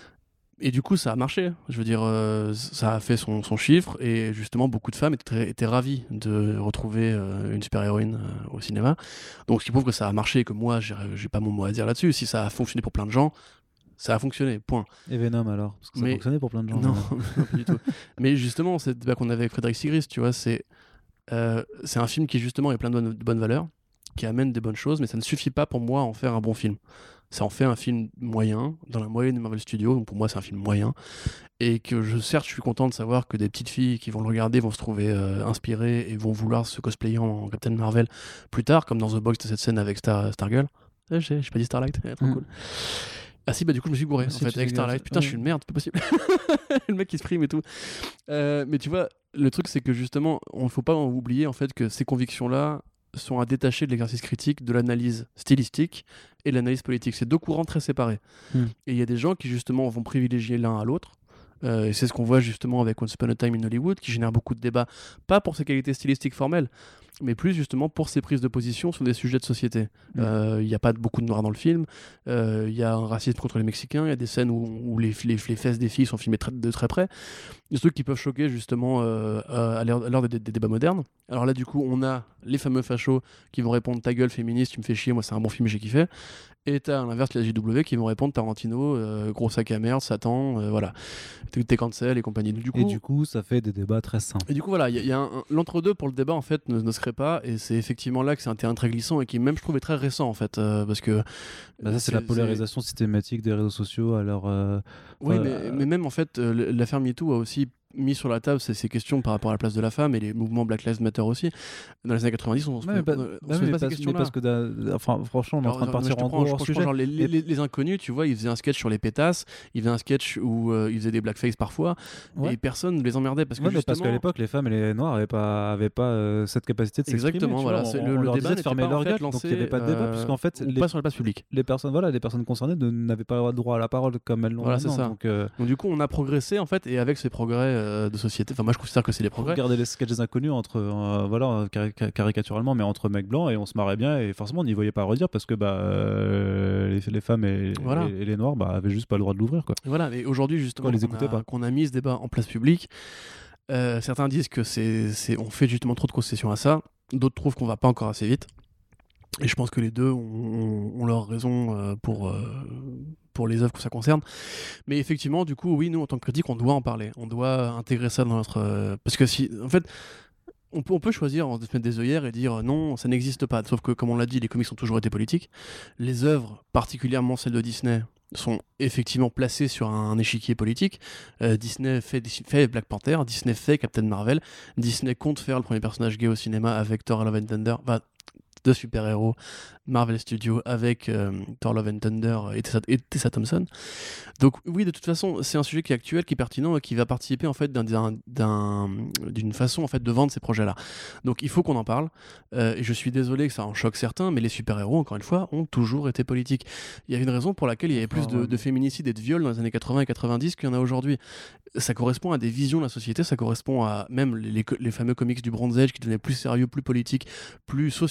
B: Et du coup, ça a marché. Je veux dire, euh, ça a fait son, son chiffre et justement, beaucoup de femmes étaient, étaient ravies de retrouver euh, une super-héroïne euh, au cinéma. Donc, ce qui prouve que ça a marché et que moi, j'ai, j'ai pas mon mot à dire là-dessus. Si ça a fonctionné pour plein de gens, ça a fonctionné, point.
A: Et Venom alors parce que ça
B: Mais-
A: fonctionnait pour plein de gens.
B: Non,
A: Venom.
B: non, pas du tout. Mais justement, c'est le débat qu'on avait avec Frédéric Sigris, tu vois, c'est, euh, c'est un film qui justement est plein de bonnes, de bonnes valeurs, qui amène des bonnes choses, mais ça ne suffit pas pour moi à en faire un bon film. Ça en fait un film moyen, dans la moyenne de Marvel Studios, donc pour moi c'est un film moyen, et que je, certes je suis content de savoir que des petites filles qui vont le regarder vont se trouver euh, inspirées et vont vouloir se cosplayer en Captain Marvel plus tard, comme dans The Box, cette scène avec Star, Stargirl. Eh, j'ai, j'ai pas dit Starlight, eh, trop
A: Mm.
B: cool. Ah si, bah du coup je me suis gouré
A: Ah,
B: en
A: si,
B: fait
A: tu
B: avec
A: dis
B: Starlight.
A: ça.
B: Putain, je
A: Ouais.
B: suis une merde, c'est pas possible. Le mec qui se prime et tout. Euh, mais tu vois, le truc c'est que justement, on faut pas oublier en fait que ces convictions-là sont à détacher de l'exercice critique, de l'analyse stylistique et de l'analyse politique. C'est deux courants très séparés.
A: Hmm.
B: Et il y a des gens qui justement vont privilégier l'un à l'autre. Euh, et c'est ce qu'on voit justement avec Once Upon a Time in Hollywood, qui génère beaucoup de débats, pas pour ses qualités stylistiques formelles, mais plus justement pour ses prises de position sur des sujets de société. Il
A: Mm.
B: n'y euh, a pas de, beaucoup de noirs dans le film, il euh, y a un racisme contre les Mexicains, il y a des scènes où, où les, les, les fesses des filles sont filmées très, de très près. Des trucs qui peuvent choquer justement euh, à l'heure, à l'heure des, des débats modernes. Alors là, du coup, on a les fameux fachos qui vont répondre ta gueule féministe, tu me fais chier, moi c'est un bon film, j'ai kiffé. Et t'as à l'inverse les J W qui vont répondre Tarantino, euh, gros sac à merde, Satan, euh, voilà, t'es cancel et compagnie. Du coup,
A: Et du coup, ça fait des débats très sains.
B: et du coup, voilà, il y, y a un, un- l'entre-deux pour le débat en fait ne, ne serait pas, et c'est effectivement là que c'est un terrain très glissant et qui même je trouve est très récent en fait, euh, parce que
A: Bah, ça, c'est la polarisation systématique des réseaux sociaux. Alors, euh,
B: Oui,
A: enfin,
B: mais,
A: euh,
B: mais même en fait, euh, l'affaire MeToo a aussi mis sur la table ces, ces questions par rapport à la place de la femme et les mouvements Black Lives Matter aussi. Dans les années quatre-vingt-dix, on se
A: Ouais, mais
B: pose
A: pas-
B: on se
A: bah
B: pose
A: oui,
B: pas
A: mais
B: ces
A: parce, mais
B: questions-là.
A: parce que, da- enfin, franchement, on est en
B: Alors,
A: train de
B: non, mais je
A: partir
B: te
A: en
B: prends-
A: gros
B: je
A: hors
B: prends- je prends
A: sujet.
B: genre les, les-
A: Mais-
B: les inconnus, tu vois, ils faisaient un sketch sur les pétasses, ils faisaient un sketch où euh, ils faisaient des blackface parfois,
A: Ouais.
B: et personne ne les emmerdait parce que
A: Ouais, mais parce
B: justement...
A: qu'à l'époque, les femmes et les noirs n'avaient pas, avaient pas euh, cette capacité de s'exprimer.
B: Exactement,
A: tu
B: voilà.
A: vois.
B: c'est-
A: On,
B: le,
A: on
B: le
A: leur
B: débat
A: disait de
B: n'était
A: fermer
B: pas, en
A: leur
B: fait,
A: gueule, donc il n'y avait
B: lancé,
A: pas de débat,
B: euh,
A: puisqu'en fait,
B: ou
A: les,
B: pas sur l'espace public.
A: les personnes, voilà, les personnes concernées ne- n'avaient pas le droit à la parole comme elles l'ont
B: Voilà, c'est
A: maintenant.
B: ça.
A: Donc, euh,
B: Donc du coup, on a progressé en fait, et avec ces progrès euh, de société, enfin moi je considère que c'est des progrès.
A: regarder les sketchs des inconnus entre, euh, voilà, cari- caricaturalement, mais entre mecs blancs, et on se marrait bien, et forcément on n'y voyait pas à redire parce que bah, euh, les, les femmes et,
B: Voilà.
A: et- et les noirs bah, avaient juste pas le droit de l'ouvrir, quoi.
B: Voilà, mais aujourd'hui justement,
A: On les
B: qu'on
A: écoutait
B: a,
A: pas.
B: qu'on a mis ce débat en place publique, euh, certains disent que c'est, c'est, on fait justement trop de concessions à ça, d'autres trouvent qu'on va pas encore assez vite. Et je pense que les deux ont, ont- ont leur raison euh, pour, euh, pour les œuvres que ça concerne. Mais effectivement, du coup, oui, nous, en tant que critique, on doit en parler. On doit intégrer ça dans notre... euh, parce que si... En fait, on peut, on peut choisir de se mettre des œillères et dire euh, non, ça n'existe pas. Sauf que, comme on l'a dit, les comics ont toujours été politiques. Les œuvres, particulièrement celles de Disney, sont effectivement placées sur un échiquier politique. Euh, Disney fait, fait Black Panther, Disney fait Captain Marvel, Disney compte faire le premier personnage gay au cinéma avec Thor Love and Thunder. Enfin, de super-héros, Marvel Studios avec euh, Thor Love and Thunder et Tessa, et Tessa Thompson. Donc oui, de toute façon, c'est un sujet qui est actuel, qui est pertinent et qui va participer en fait d'un, d'un, d'un, d'une façon en fait de vendre ces projets-là. Donc il faut qu'on en parle. Euh, et je suis désolé que ça en choque certains, mais les super-héros, encore une fois, ont toujours été politiques. Il y a une raison pour laquelle il y avait plus de, de féminicides et de viols dans les années quatre-vingts et quatre-vingt-dix qu'il y en a aujourd'hui. Ça correspond à des visions de la société, ça correspond à même les, les, les fameux comics du Bronze Age qui devenaient plus sérieux, plus politiques, plus sociétaux.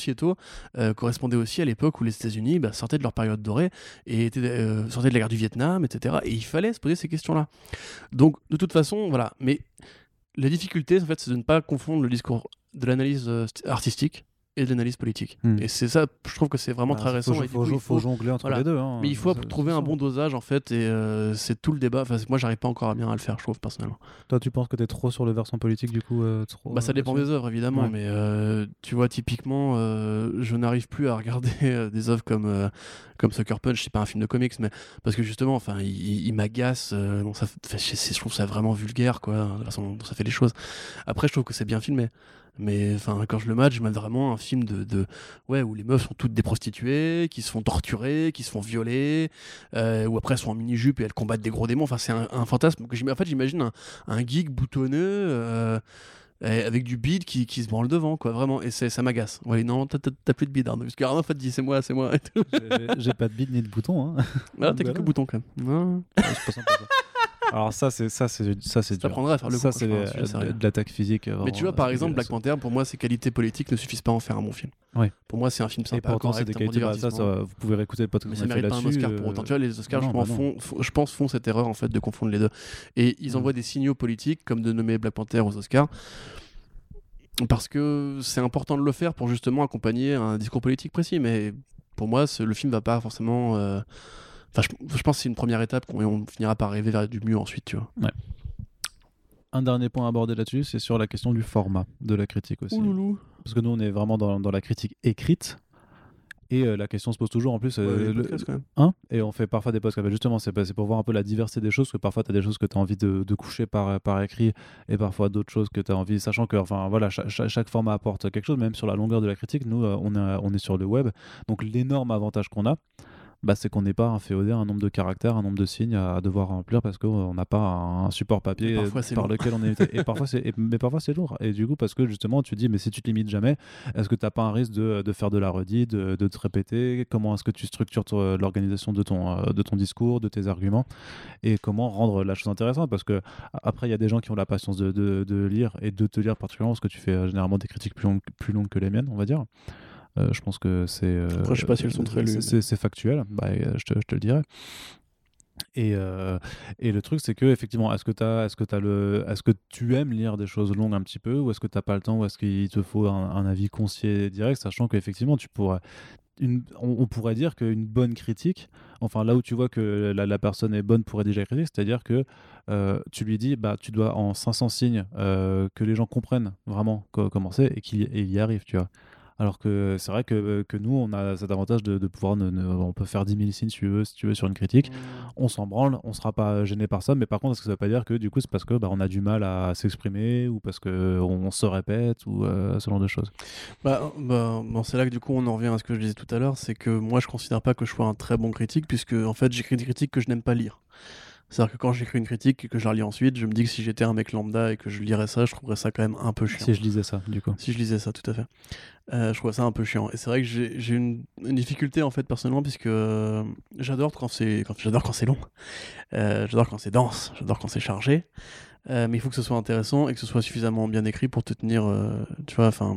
B: euh, correspondait aussi à l'époque où les États-Unis bah, sortaient de leur période dorée et étaient, euh, sortaient de la guerre du Vietnam, et cetera. Et il fallait se poser ces questions-là. Donc, de toute façon, voilà. Mais la difficulté, en fait, c'est de ne pas confondre le discours de l'analyse euh, artistique et de l'analyse politique.
A: Hmm.
B: Et c'est ça, je trouve que c'est vraiment
A: Bah,
B: très récent.
A: Faut,
B: et du
A: faut,
B: coup,
A: faut,
B: il faut,
A: faut jongler entre
B: voilà.
A: les deux. Hein.
B: Mais il faut
A: C'est-
B: trouver
A: c'est
B: un
A: ça.
B: bon dosage, en fait, et euh, c'est tout le débat. Enfin, moi, j'arrive pas encore à bien à le faire, je trouve, personnellement.
A: Toi, tu penses que t'es trop sur le versant politique, du coup euh, trop,
B: Bah, ça
A: euh,
B: dépend
A: là-dessus
B: des œuvres, évidemment,
A: Ouais.
B: mais euh, tu vois, typiquement, euh, je n'arrive plus à regarder euh, des œuvres comme, euh, comme Sucker Punch, c'est pas un film de comics, mais parce que justement, enfin, il, il, il m'agace, euh, bon, ça, fait- je, je trouve ça vraiment vulgaire, quoi, de la façon dont ça fait les choses. Après, je trouve que c'est bien filmé. Mais enfin, quand je le match, je mets vraiment un film de, de ouais où les meufs sont toutes des prostituées, qui se font torturer, qui se font violer, euh, ou après elles sont en mini jupe et elles combattent des gros démons. Enfin, c'est un, un fantasme que j'im- en fait j'imagine un, un geek boutonneux euh, avec du bide qui, qui se branle devant, quoi, vraiment. Et c'est, ça m'agace. Ouais, non, t'as, t'as, t'as plus de bide, Arnaud. Parce qu'Arnaud en fait dit c'est moi, c'est moi. Et tout.
A: J'ai- j'ai- J'ai pas de bide ni de bouton. Hein.
B: Ah, t'as
A: Voilà.
B: quelques boutons quand même. Non.
A: Ouais, je pense un peu ça. Alors ça, c'est ça, c'est ça, c'est
B: Ça
A: dur.
B: t'apprendra à faire le
A: Ça,
B: coup,
A: c'est
B: quand je
A: euh,
B: ferai un sujet
A: de,
B: sérieux.
A: de l'attaque physique.
B: Mais
A: vraiment,
B: tu vois, par
A: euh,
B: exemple, Black
A: dégueulasse.
B: Panther, pour moi, ses qualités politiques ne suffisent pas à en faire un bon film.
A: Ouais.
B: Pour moi, c'est un film
A: Et
B: sympa,
A: pourtant, c'est
B: correct,
A: des
B: un bon
A: qualités. Bah, ça,
B: divertissement.
A: ça, vous pouvez réécouter le podcast
B: Mais
A: qu'on
B: ça
A: a fait
B: mérite pas un
A: là-dessus.
B: Oscar pour
A: euh,
B: autant. Tu vois, les Oscars,
A: non,
B: je,
A: bah
B: pense,
A: non.
B: font, font- je pense, font cette erreur en fait de confondre les deux. Et ils
A: Mm.
B: envoient des signaux politiques, comme de nommer Black Panther aux Oscars, parce que c'est important de le faire pour justement accompagner un discours politique précis. Mais pour moi, ce- le film va pas forcément. euh, Enfin, je, je pense que c'est une première étape qu'on on finira par arriver vers du mieux ensuite, tu vois.
A: Un dernier point à aborder là-dessus, c'est sur la question du format de la critique aussi.
B: Ouloulou.
A: Parce que nous, on est vraiment dans, dans la critique écrite. Et euh, la question se pose toujours en plus.
B: Ouais,
A: euh,
B: les
A: le-
B: podcasts, quand même.
A: Hein et on fait parfois des podcasts. Justement, c'est pas- c'est pour voir un peu la diversité des choses. Parce que parfois, tu as des choses que tu as envie de, de coucher par, par écrit. Et parfois, d'autres choses que tu as envie. Sachant que enfin, voilà, cha- cha- chaque format apporte quelque chose. Même sur la longueur de la critique, nous, euh, on, est, on est sur le web. Donc, l'énorme avantage qu'on a, bah, c'est qu'on n'est pas inféodé à un nombre de caractères, un nombre de signes à, à devoir remplir parce qu'on n'a pas un, un support papier
B: Et parfois, c'est
A: par
B: lourd.
A: lequel on est invité. Et parfois, c'est, et- mais parfois c'est lourd. Et du coup, parce que justement, tu te dis, mais si tu te limites jamais, est-ce que tu n'as pas un risque de, de faire de la redite, de, de te répéter? Comment est-ce que tu structures ton- l'organisation de ton, euh, de ton discours, de tes arguments? Et comment rendre la chose intéressante? Parce que après, il y a des gens qui ont la patience de, de, de lire et de te lire particulièrement parce que tu fais euh, généralement des critiques plus longues, plus longues que les miennes, on va dire. Euh, je pense que c'est. euh,
B: Après, je sais pas si elles sont très lues,
A: c'est-
B: mais-
A: C'est c'est factuel, bah, euh, je, te, je te le dirai. Et, euh, et le truc, c'est que effectivement, est-ce que, t'as, est-ce, que t'as le, est-ce que tu aimes lire des choses longues un petit peu, ou est-ce que tu n'as pas le temps, ou est-ce qu'il te faut un, un avis concis et direct, sachant qu'effectivement, tu pourrais. Une, on, on pourrait dire qu'une bonne critique, enfin là où tu vois que la, la personne est bonne pour rédiger la critique, c'est-à-dire que euh, tu lui dis, bah, tu dois en cinq cents signes euh, que les gens comprennent vraiment co- comment c'est et qu'il y, et il y arrive, tu vois. Alors que c'est vrai que, que nous, on a cet avantage de, de pouvoir, ne, ne- on peut faire dix mille signes si tu veux, si tu veux sur une critique. On s'en branle, on sera pas gêné par ça, mais par contre, est-ce que ça veut pas dire que du coup, c'est parce que bah, on a du mal à s'exprimer ou parce que on, se répète ou euh, ce genre de choses.
B: Bah, bah, bon, c'est là que du coup on en revient à ce que je disais tout à l'heure, c'est que moi je considère pas que je sois un très bon critique, puisque en fait j'écris des critiques que je n'aime pas lire. C'est-à-dire que quand j'écris une critique et que je la relis ensuite, je me dis que si j'étais un mec lambda et que je lirais ça, je trouverais ça quand même un peu chiant.
A: Si je lisais ça, du coup.
B: Si je lisais ça, tout à fait. Euh, je trouve ça un peu chiant. Et c'est vrai que j'ai, j'ai une, une difficulté en fait personnellement, puisque euh, j'adore quand c'est, quand, j'adore quand c'est long, euh, j'adore quand c'est dense, j'adore quand c'est chargé. Euh, mais il faut que ce soit intéressant et que ce soit suffisamment bien écrit pour te tenir, euh, tu vois, enfin.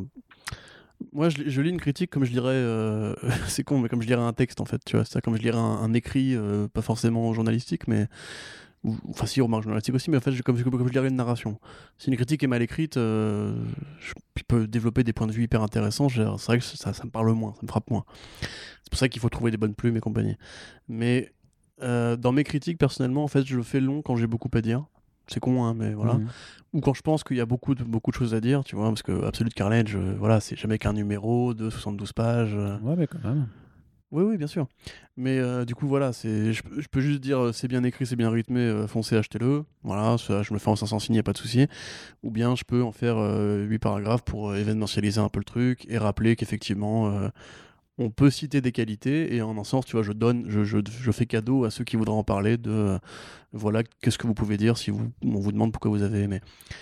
B: Moi, je, je lis une critique comme je lirais, euh, c'est con, mais comme je lirais un texte en fait, tu vois, c'est comme je lirais un, un écrit, euh, pas forcément journalistique, mais ou, enfin si, remarque journalistique aussi, mais en fait, je, comme, comme je lirais une narration. Si une critique est mal écrite, euh, je, je peux développer des points de vue hyper intéressants. Je, c'est vrai que ça, ça me parle moins, ça me frappe moins. C'est pour ça qu'il faut trouver des bonnes plumes et compagnie. Mais euh, dans mes critiques, personnellement, en fait, je le fais long quand j'ai beaucoup à dire. C'est con, hein, mais voilà.
A: Mhm.
B: Ou quand je pense qu'il y a beaucoup de, beaucoup de choses à dire, tu vois, parce que Absolute Carnage, euh, voilà, c'est jamais qu'un numéro de soixante-douze pages. euh.
A: Ouais, mais quand même.
B: Oui, oui, bien sûr. Mais euh, du coup, voilà, c'est, je, peux- je peux juste dire euh, c'est bien écrit, c'est bien rythmé, euh, foncez, achetez-le. Voilà, ça, je me le fais en cinq cents signes, y a pas de souci. Ou bien je peux en faire euh, huit paragraphes pour euh, événementialiser un peu le truc et rappeler qu'effectivement, euh, on peut citer des qualités et en un sens, tu vois, je donne, je, je, je fais cadeau à ceux qui voudraient en parler de euh, voilà, qu'est-ce que vous pouvez dire si vous, on vous demande pourquoi vous avez aimé.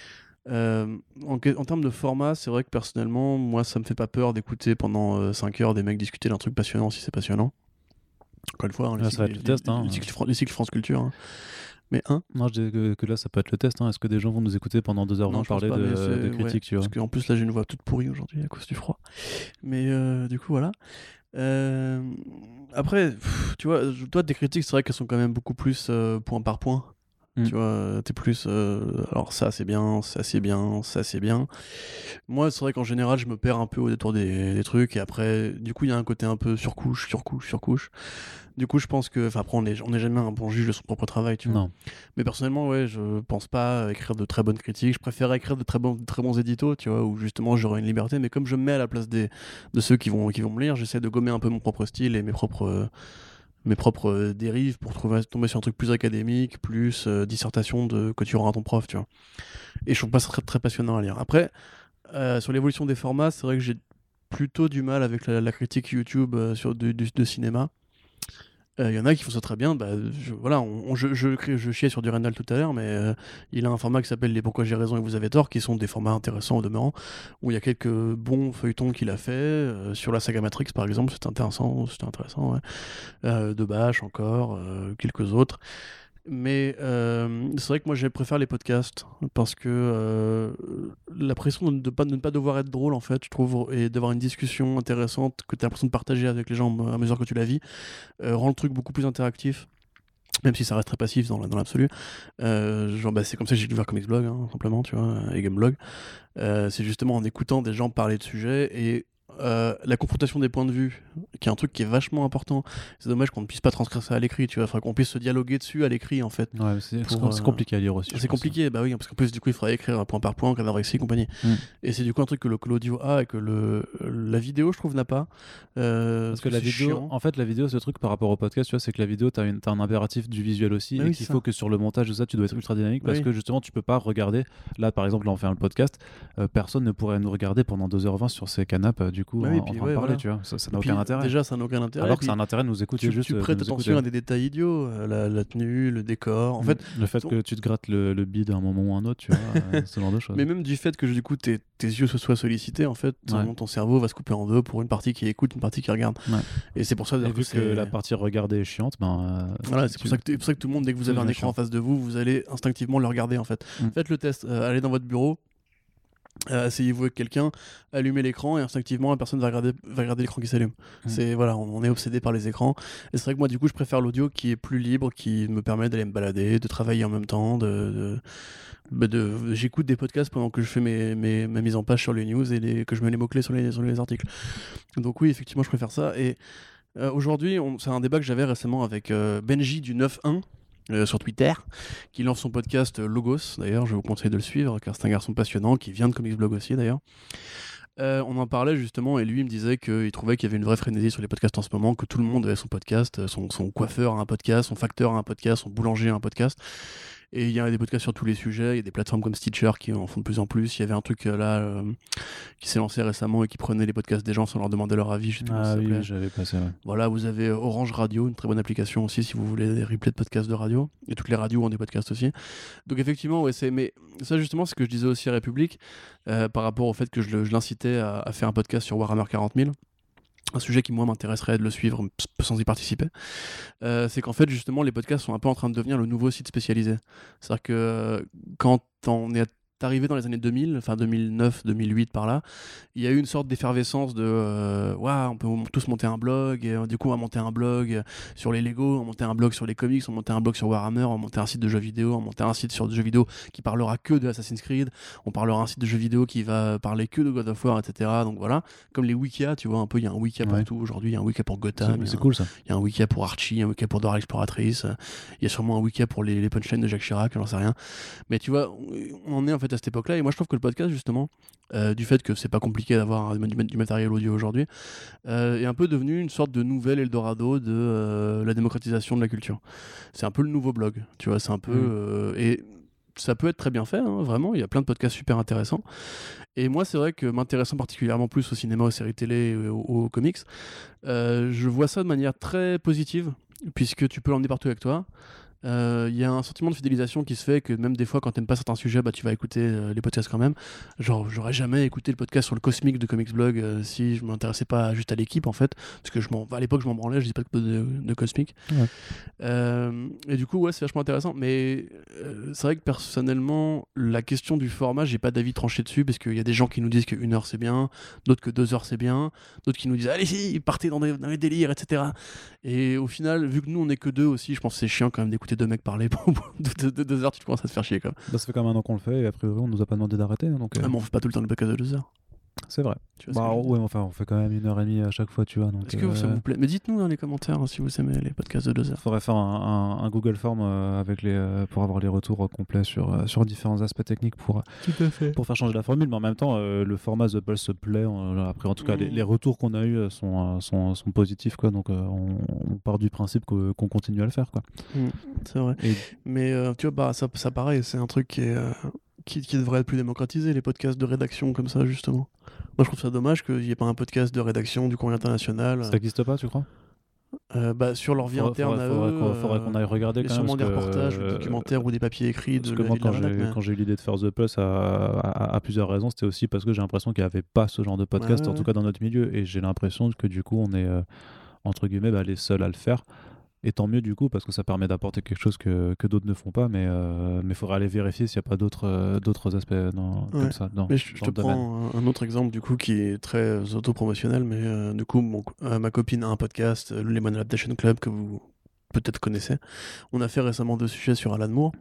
B: Euh, en, que- en termes de format, c'est vrai que personnellement, moi, ça me fait pas peur d'écouter pendant euh, cinq heures des mecs discuter d'un truc passionnant si c'est passionnant. Encore une fois, hein, les,
A: Là, ça va
B: cycles,
A: être le test, hein.
B: les cycles Fran- les cycles France Culture. hein. Mais un
A: Non, je dis que, que là, ça peut être le test. Hein. Est-ce que des gens vont nous écouter pendant deux heures vingt parler
B: pas,
A: de,
B: de
A: critiques,
B: ouais,
A: tu vois.
B: Parce qu'en plus, là, j'ai une voix toute pourrie aujourd'hui à cause du froid. Mais euh, du coup, voilà. Euh, après, pff, tu vois, toi, tes critiques, c'est vrai qu'elles sont quand même beaucoup plus euh, point par point. Mm. Tu vois, t'es plus. Euh, alors, ça, c'est bien, ça, c'est bien, ça, c'est bien. Moi, c'est vrai qu'en général, je me perds un peu au détour des, des trucs. Et après, du coup, il y a un côté un peu surcouche, surcouche, surcouche. Du coup, je pense que. Enfin, après, on n'est on est jamais un bon juge de son propre travail, tu vois.
A: Non.
B: Mais personnellement, ouais, je pense pas écrire de très bonnes critiques. Je préfère écrire de très bons, de très bons éditos, tu vois, où justement j'aurai une liberté. Mais comme je me mets à la place des, de ceux qui vont, qui vont me lire, j'essaie de gommer un peu mon propre style et mes propres. Euh, mes propres euh, dérives pour trouver, tomber sur un truc plus académique, plus euh, dissertation de, que tu auras à ton prof, tu vois. Et je trouve pas ça très, très passionnant à lire. Après, euh, sur l'évolution des formats, c'est vrai que j'ai plutôt du mal avec la, la critique YouTube euh, sur de, de, de cinéma. Il euh, y en a qui font ça très bien. Bah, je, voilà, on, on, je, je, je chiais sur du Randall tout à l'heure, mais euh, il a un format qui s'appelle Les Pourquoi j'ai raison et vous avez tort, qui sont des formats intéressants au demeurant, où il y a quelques bons feuilletons qu'il a fait. Euh, sur la saga Matrix, par exemple, c'était intéressant. C'était intéressant ouais. euh, De Bâche encore, euh, quelques autres. Mais euh, c'est vrai que moi, je préfère les podcasts parce que euh, la pression de, de, pas, de ne pas devoir être drôle, en fait, je trouve, et d'avoir une discussion intéressante que tu as l'impression de partager avec les gens à mesure que tu la vis, euh, rend le truc beaucoup plus interactif. Même si ça reste très passif dans, dans l'absolu. Euh, genre, bah, c'est comme ça que j'ai découvert Comics Blog, hein, simplement, tu vois, et Gameblog. Euh, c'est justement en écoutant des gens parler de sujets et euh, la confrontation des points de vue, qui est un truc qui est vachement important. C'est dommage qu'on ne puisse pas transcrire ça à l'écrit, tu vois. Il faudrait qu'on puisse se dialoguer dessus à l'écrit, en fait.
A: Ouais, c'est,
B: pour,
A: c'est
B: euh...
A: compliqué à lire aussi.
B: C'est compliqué, bah oui, parce qu'en plus, du coup, il faudrait écrire point par point, cadavre et compagnie. Mm. Et c'est du coup un truc que, le, que l'audio a et que le, la vidéo, je trouve, n'a pas.
A: Euh, parce que, que la vidéo, chiant. En fait, la vidéo, ce truc par rapport au podcast, tu vois, c'est que la vidéo, t'as, une, t'as un impératif du visuel aussi, bah et oui, qu'il faut que sur le montage de ça, tu dois être ultra dynamique, parce oui. que justement, tu peux pas regarder. Là, par exemple, là, on fait un podcast, euh, personne ne pourrait nous regarder pendant deux heures vingt sur ces canapes, du coup, bah oui, en, en train ouais, de parler, voilà. Tu vois. Ça, ça n'a aucun intérêt.
B: Déjà, ça n'a aucun intérêt.
A: Alors que c'est un intérêt de nous écouter
B: tu,
A: juste.
B: Tu prêtes attention à des détails idiots, la, la tenue, le décor. En mmh. fait,
A: le fait ton... que tu te grattes le, le bide à un moment ou un autre, tu vois, ce genre de choses.
B: Mais même du fait que du coup tes, tes yeux se soient sollicités, en fait, ouais. ton cerveau va se couper en deux pour une partie qui écoute, une partie qui regarde. Ouais. Et c'est pour ça
A: et
B: que,
A: vu que la partie regardée est chiante, ben. Euh,
B: voilà, c'est tu... pour, ça que c'est pour ça que tout le monde, dès que vous avez un écran en face de vous, vous allez instinctivement le regarder en fait. Mmh. Faites le test, euh, allez dans votre bureau. Euh, asseyez-vous avec quelqu'un, allumez l'écran et instinctivement la personne va regarder, va regarder l'écran qui s'allume. Mmh. C'est, voilà, on, on est obsédé par les écrans. Et c'est vrai que moi du coup je préfère l'audio qui est plus libre, qui me permet d'aller me balader, de travailler en même temps, de, de, de, de j'écoute des podcasts pendant que je fais mes, mes, ma mise en page sur les news et les, que je mets les mots-clés sur les, sur les articles. Donc oui, effectivement je préfère ça. Et euh, aujourd'hui, on, c'est un débat que j'avais récemment avec euh, Benji du neuf un. Euh, sur Twitter, qui lance son podcast euh, Logos, d'ailleurs, je vous conseille de le suivre, car c'est un garçon passionnant, qui vient de Comics Blog aussi, d'ailleurs. Euh, on en parlait justement, et lui, il me disait qu'il trouvait qu'il y avait une vraie frénésie sur les podcasts en ce moment, que tout le monde avait son podcast, son, son coiffeur a un podcast, son facteur a un podcast, son boulanger a un podcast. Et il y a des podcasts sur tous les sujets, il y a des plateformes comme Stitcher qui en font de plus en plus. Il y avait un truc euh, là euh, qui s'est lancé récemment et qui prenait les podcasts des gens sans leur demander leur avis. Je sais plus
A: ah oui, j'avais passé. Ouais.
B: Voilà, vous avez Orange Radio, une très bonne application aussi si vous voulez des replays de podcasts de radio. Et toutes les radios ont des podcasts aussi. Donc effectivement, ouais, c'est. Mais ça justement, c'est ce que je disais aussi à République euh, par rapport au fait que je, le, je l'incitais à, à faire un podcast sur Warhammer quarante mille. Un sujet qui moi m'intéresserait de le suivre sans y participer, euh, c'est qu'en fait justement les podcasts sont un peu en train de devenir le nouveau site spécialisé. C'est-à-dire que euh, quand on est arrivé dans les années deux mille, enfin deux mille neuf deux mille huit par là, il y a eu une sorte d'effervescence de euh, waouh, on peut tous monter un blog, et euh, du coup on va monter un blog sur les Lego, on va monter un blog sur les comics, on va monter un blog sur Warhammer, on va monter un site de jeux vidéo, on va monter un site sur des jeux vidéo qui parlera que de Assassin's Creed, on parlera un site de jeux vidéo qui va parler que de God of War, et cetera. Donc voilà, comme les wikia, tu vois un peu, il y a un wiki ouais. partout aujourd'hui, il y a un wiki pour Gotham,
A: c'est, c'est cool ça.
B: Il y a un wiki pour Archie, un wiki pour Dora l'Exploratrice, il y a sûrement un wiki pour les, les punchlines de Jacques Chirac, j'en sais rien. Mais tu vois, on en est en fait à cette époque-là, et moi je trouve que le podcast justement, euh, du fait que c'est pas compliqué d'avoir du, du matériel audio aujourd'hui, euh, est un peu devenu une sorte de nouvel Eldorado de euh, la démocratisation de la culture. C'est un peu le nouveau blog, tu vois, c'est un peu... Mmh. Euh, et ça peut être très bien fait, hein, vraiment, il y a plein de podcasts super intéressants. Et moi, c'est vrai que m'intéressant particulièrement plus au cinéma, aux séries télé et aux, aux comics, euh, je vois ça de manière très positive, puisque tu peux l'emmener partout avec toi. Euh, Il y a un sentiment de fidélisation qui se fait que même des fois, quand t'aimes pas certains sujets, bah, tu vas écouter euh, les podcasts quand même. Genre, j'aurais jamais écouté le podcast sur le Cosmic de Comics Blog euh, si je m'intéressais pas juste à l'équipe, en fait. Parce que je m'en... à l'époque, je m'en branlais, je dis pas de, de, de Cosmic.
A: Ouais.
B: Euh, et du coup, ouais, c'est vachement intéressant. Mais euh, c'est vrai que personnellement, la question du format, j'ai pas d'avis tranché dessus, parce qu'il y a des gens qui nous disent qu'une heure c'est bien, d'autres que deux heures c'est bien, d'autres qui nous disent allez, si, partez dans, des, dans les délires, et cetera. Et au final, vu que nous on est que deux aussi, je pense que c'est chiant quand même d'écouter deux mecs parler. Pour de, de, de deux heures, tu commences à te faire chier, quoi.
A: Bah, ça fait quand même un an qu'on le fait et a priori on nous a pas demandé d'arrêter. hein, Donc, euh,
B: Ah, mais on fait pas tout le temps le podcast de deux heures.
A: c'est vrai.
B: Tu vois ce
A: Bah,
B: que je veux dire.
A: ouais, mais enfin, on fait quand même une heure et demie à chaque fois, tu vois. Donc,
B: Est-ce que
A: euh,
B: ça vous plaît? Mais dites-nous dans les commentaires hein, si vous aimez les podcasts de deux heures.
A: faudrait faire un, un- un Google Form euh, avec les, euh, pour avoir les retours euh, complets sur, euh, sur différents aspects techniques pour,
B: Tout à fait.
A: pour faire changer la formule. Mais en même temps, euh, le format The Pulse se plaît. euh, après, en tout cas, les,
B: Mm.
A: les retours qu'on a eus euh, sont, euh, sont, sont positifs. Quoi, donc, euh, on, on part du principe que- qu'on continue à le faire. Quoi.
B: Mm, c'est vrai.
A: Et
B: Mais euh, tu vois, bah, ça, ça pareil, c'est un truc qui, est, euh, qui, qui devrait être plus démocratisé, les podcasts de rédaction comme ça, justement. Moi, je trouve ça dommage qu'il n'y ait pas un podcast de rédaction du Courrier International
A: ça n'existe pas, tu crois?
B: euh, bah, sur leur vie
A: Faudrait,
B: interne
A: faudrait,
B: à
A: faudrait
B: eux.
A: qu'on, faudrait qu'on aille regarder
B: Il y a
A: quand même.
B: sûrement
A: Parce
B: des
A: que,
B: reportages, des documentaires ou des papiers écrits
A: Parce
B: de
A: que
B: la
A: moi,
B: vie de la
A: quand j'ai,
B: rédac, mais-
A: quand j'ai eu l'idée de faire The Plus à, à, à plusieurs raisons, c'était aussi parce que j'ai l'impression qu'il n'y avait pas ce genre de podcast,
B: Ouais,
A: en
B: ouais.
A: tout cas dans notre milieu. Et j'ai l'impression que du coup, on est, euh, entre guillemets, bah, les seuls à le faire. Et tant mieux du coup, parce que ça permet d'apporter quelque chose que, que d'autres ne font pas. Mais euh, il faudra aller vérifier s'il n'y a pas d'autres, euh, d'autres aspects dans,
B: Ouais.
A: comme ça dans,
B: Mais je, je
A: dans
B: te
A: le domaine.
B: prends un, un autre exemple du coup qui est très euh, autopromotionnel, mais euh, du coup mon co- euh, ma copine a un podcast, euh, le Lemon Adaptation Club, que vous peut-être connaissez. On a fait récemment deux sujets sur Alan Moore.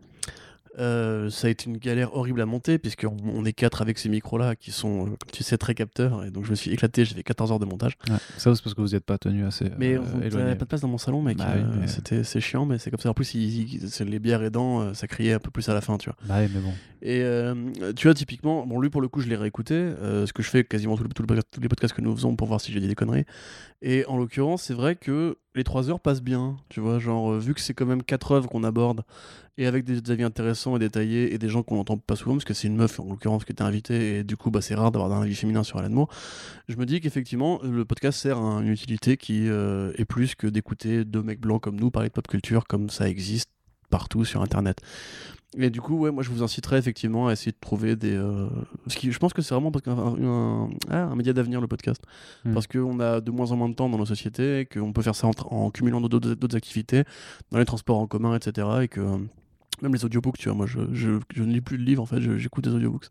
B: Euh, ça a été une galère horrible à monter puisqu'on on est quatre avec ces micros là qui sont, euh, comme tu sais, très capteurs, et donc je me suis éclaté, j'ai fait quatorze heures de montage.
A: Ouais. Ça, c'est parce que vous n'y êtes pas tenu assez
B: Mais
A: euh,
B: on
A: éloigné.
B: n'avait pas de place dans mon salon, mec.
A: Bah oui,
B: Euh,
A: mais-
B: c'était, c'est chiant, mais c'est comme ça. En plus, il- il- c'est les bières aidant, euh, ça criait un peu plus à la fin, tu vois.
A: Bah oui, mais bon.
B: Et euh, tu vois, typiquement, bon, lui pour le coup, je l'ai réécouté, euh, ce que je fais quasiment tous les, tous les podcasts- tous les podcasts que nous faisons pour voir si j'ai dit des conneries. Et en l'occurrence, c'est vrai que les trois heures passent bien, tu vois. Genre, euh, vu que c'est quand même quatre œuvres qu'on aborde, et avec des avis intéressants et détaillés, et des gens qu'on n'entend pas souvent, parce que c'est une meuf en l'occurrence qui était invitée, et du coup, bah, c'est rare d'avoir un avis féminin sur Alan Moore. Je me dis qu'effectivement, le podcast sert à une utilité qui euh, est plus que d'écouter deux mecs blancs comme nous parler de pop culture, comme ça existe partout sur Internet. Et du coup, ouais, moi je vous inciterais effectivement à essayer de trouver des. Euh... Parce que je pense que c'est vraiment parce qu'un- un, ah, un média d'avenir, le podcast.
A: Mm.
B: Parce qu'on a de moins en moins de temps dans nos sociétés, et qu'on peut faire ça en, tra- en cumulant d'autres d'autres activités, dans les transports en commun, et cetera. Et que. euh, Même les audiobooks, tu vois, moi je, je, je ne lis plus de livres en fait, je- j'écoute des audiobooks.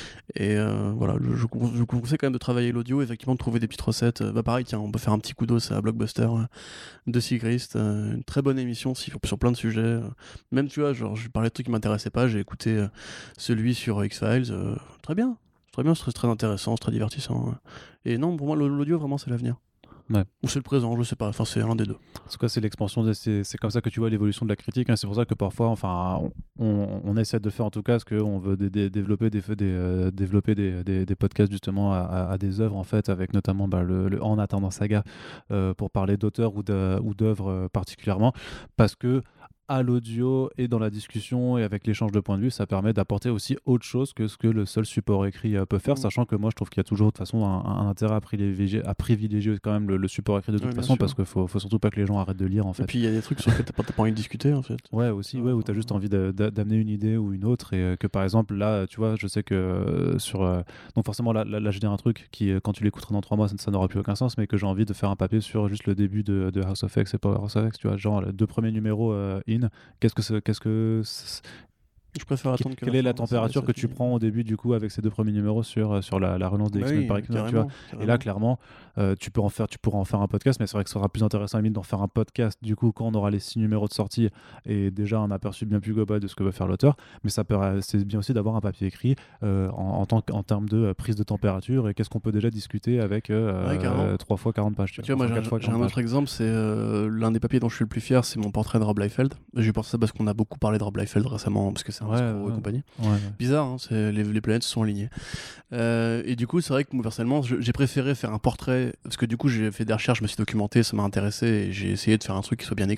B: Et euh, voilà, je, je, con- je vous conseille quand même de travailler l'audio, effectivement, de trouver des petites recettes. Euh, Bah pareil, tiens, on peut faire un petit coup d'os à Blockbuster euh, de Sigrist, euh, une très bonne émission si- sur plein de sujets. euh. Même, tu vois, genre, je parlais de trucs qui m'intéressaient pas, j'ai écouté euh, celui sur X-Files, euh, très bien, très bien, c'est très, très intéressant, c'est très divertissant. ouais. Et non, pour moi, l'audio, vraiment, c'est l'avenir.
A: Ouais.
B: Ou c'est le présent, je sais pas, enfin, c'est l'un des deux.
A: En tout cas, c'est l'expansion, de- c'est c'est comme ça que tu vois l'évolution de la critique. hein. C'est pour ça que parfois, enfin, on, on, on essaie de faire en tout cas ce qu'on veut dé- dé- développer, des, des, euh, développer des, des, des podcasts justement à, à, à des œuvres en fait, avec notamment bah, le, le En attendant saga euh, pour parler d'auteurs ou de- ou d'œuvres euh, particulièrement, parce que à l'audio et dans la discussion et avec l'échange de points de vue, ça permet d'apporter aussi autre chose que ce que le seul support écrit euh, peut faire,
B: Mm.
A: sachant que moi je trouve qu'il y a toujours de toute façon un, un intérêt à privilégier, à privilégier quand même le, le support écrit de toute
B: Ouais, bien
A: façon,
B: sûr.
A: parce qu'il faut, faut surtout pas que les gens arrêtent de lire en fait.
B: Et puis, il y a des trucs sur lesquels t'as pas, t'as pas envie de discuter, en fait.
A: Ouais, aussi, ouais, où tu as juste envie de- de- d'amener une idée ou une autre. Et euh, que par exemple, là, tu vois, je sais que euh, sur. euh, donc, forcément, là, là, là, je dis un truc qui, euh, quand tu l'écouteras dans trois mois, ça, ça n'aura plus aucun sens, mais que j'ai envie de faire un papier sur juste le début de, de House of X et Power House of X, tu vois, genre les deux premiers numéros euh, in. Qu'est-ce que c'est- qu'est-ce que. c'est-
B: Je préfère attendre que
A: Quelle est la
B: fin,
A: température
B: ça-
A: que
B: ça
A: tu
B: finit.
A: prends au début, du coup, avec ces deux premiers numéros sur, sur la, la relance des
B: Bah
A: X-Men
B: oui,
A: par X-Men, tu vois.
B: carrément,
A: Et
B: carrément.
A: là, clairement, euh, tu, peux en faire, tu pourras en faire un podcast, mais c'est vrai que ce sera plus intéressant à la limite d'en faire un podcast, du coup, quand on aura les six numéros de sortie et déjà un aperçu bien plus global de ce que veut faire l'auteur. Mais ça peut, c'est bien aussi d'avoir un papier écrit euh, en, en, tant que- en termes de euh, prise de température et qu'est-ce qu'on peut déjà discuter avec euh,
B: Ouais, carrément.
A: trois fois quarante pages.
B: Tu vois, moi
A: Enfin,
B: j'ai
A: quatre fois
B: j'ai un
A: quarante
B: autre
A: pages.
B: exemple, c'est euh, l'un des papiers dont je suis le plus fier, c'est mon portrait de Rob Liefeld. J'ai pensé ça parce qu'on a beaucoup parlé de Rob Liefeld récemment, parce que c'est un
A: Ouais,
B: Astro
A: ouais.
B: et compagnie.
A: Ouais, ouais.
B: Bizarre, hein, c'est- les, les planètes se sont alignées. Euh, et du coup, c'est vrai que moi, personnellement, je- j'ai préféré faire un portrait, parce que du coup, j'ai fait des recherches, je me suis documenté, ça m'a intéressé, et j'ai essayé de faire un truc qui soit bien écrit,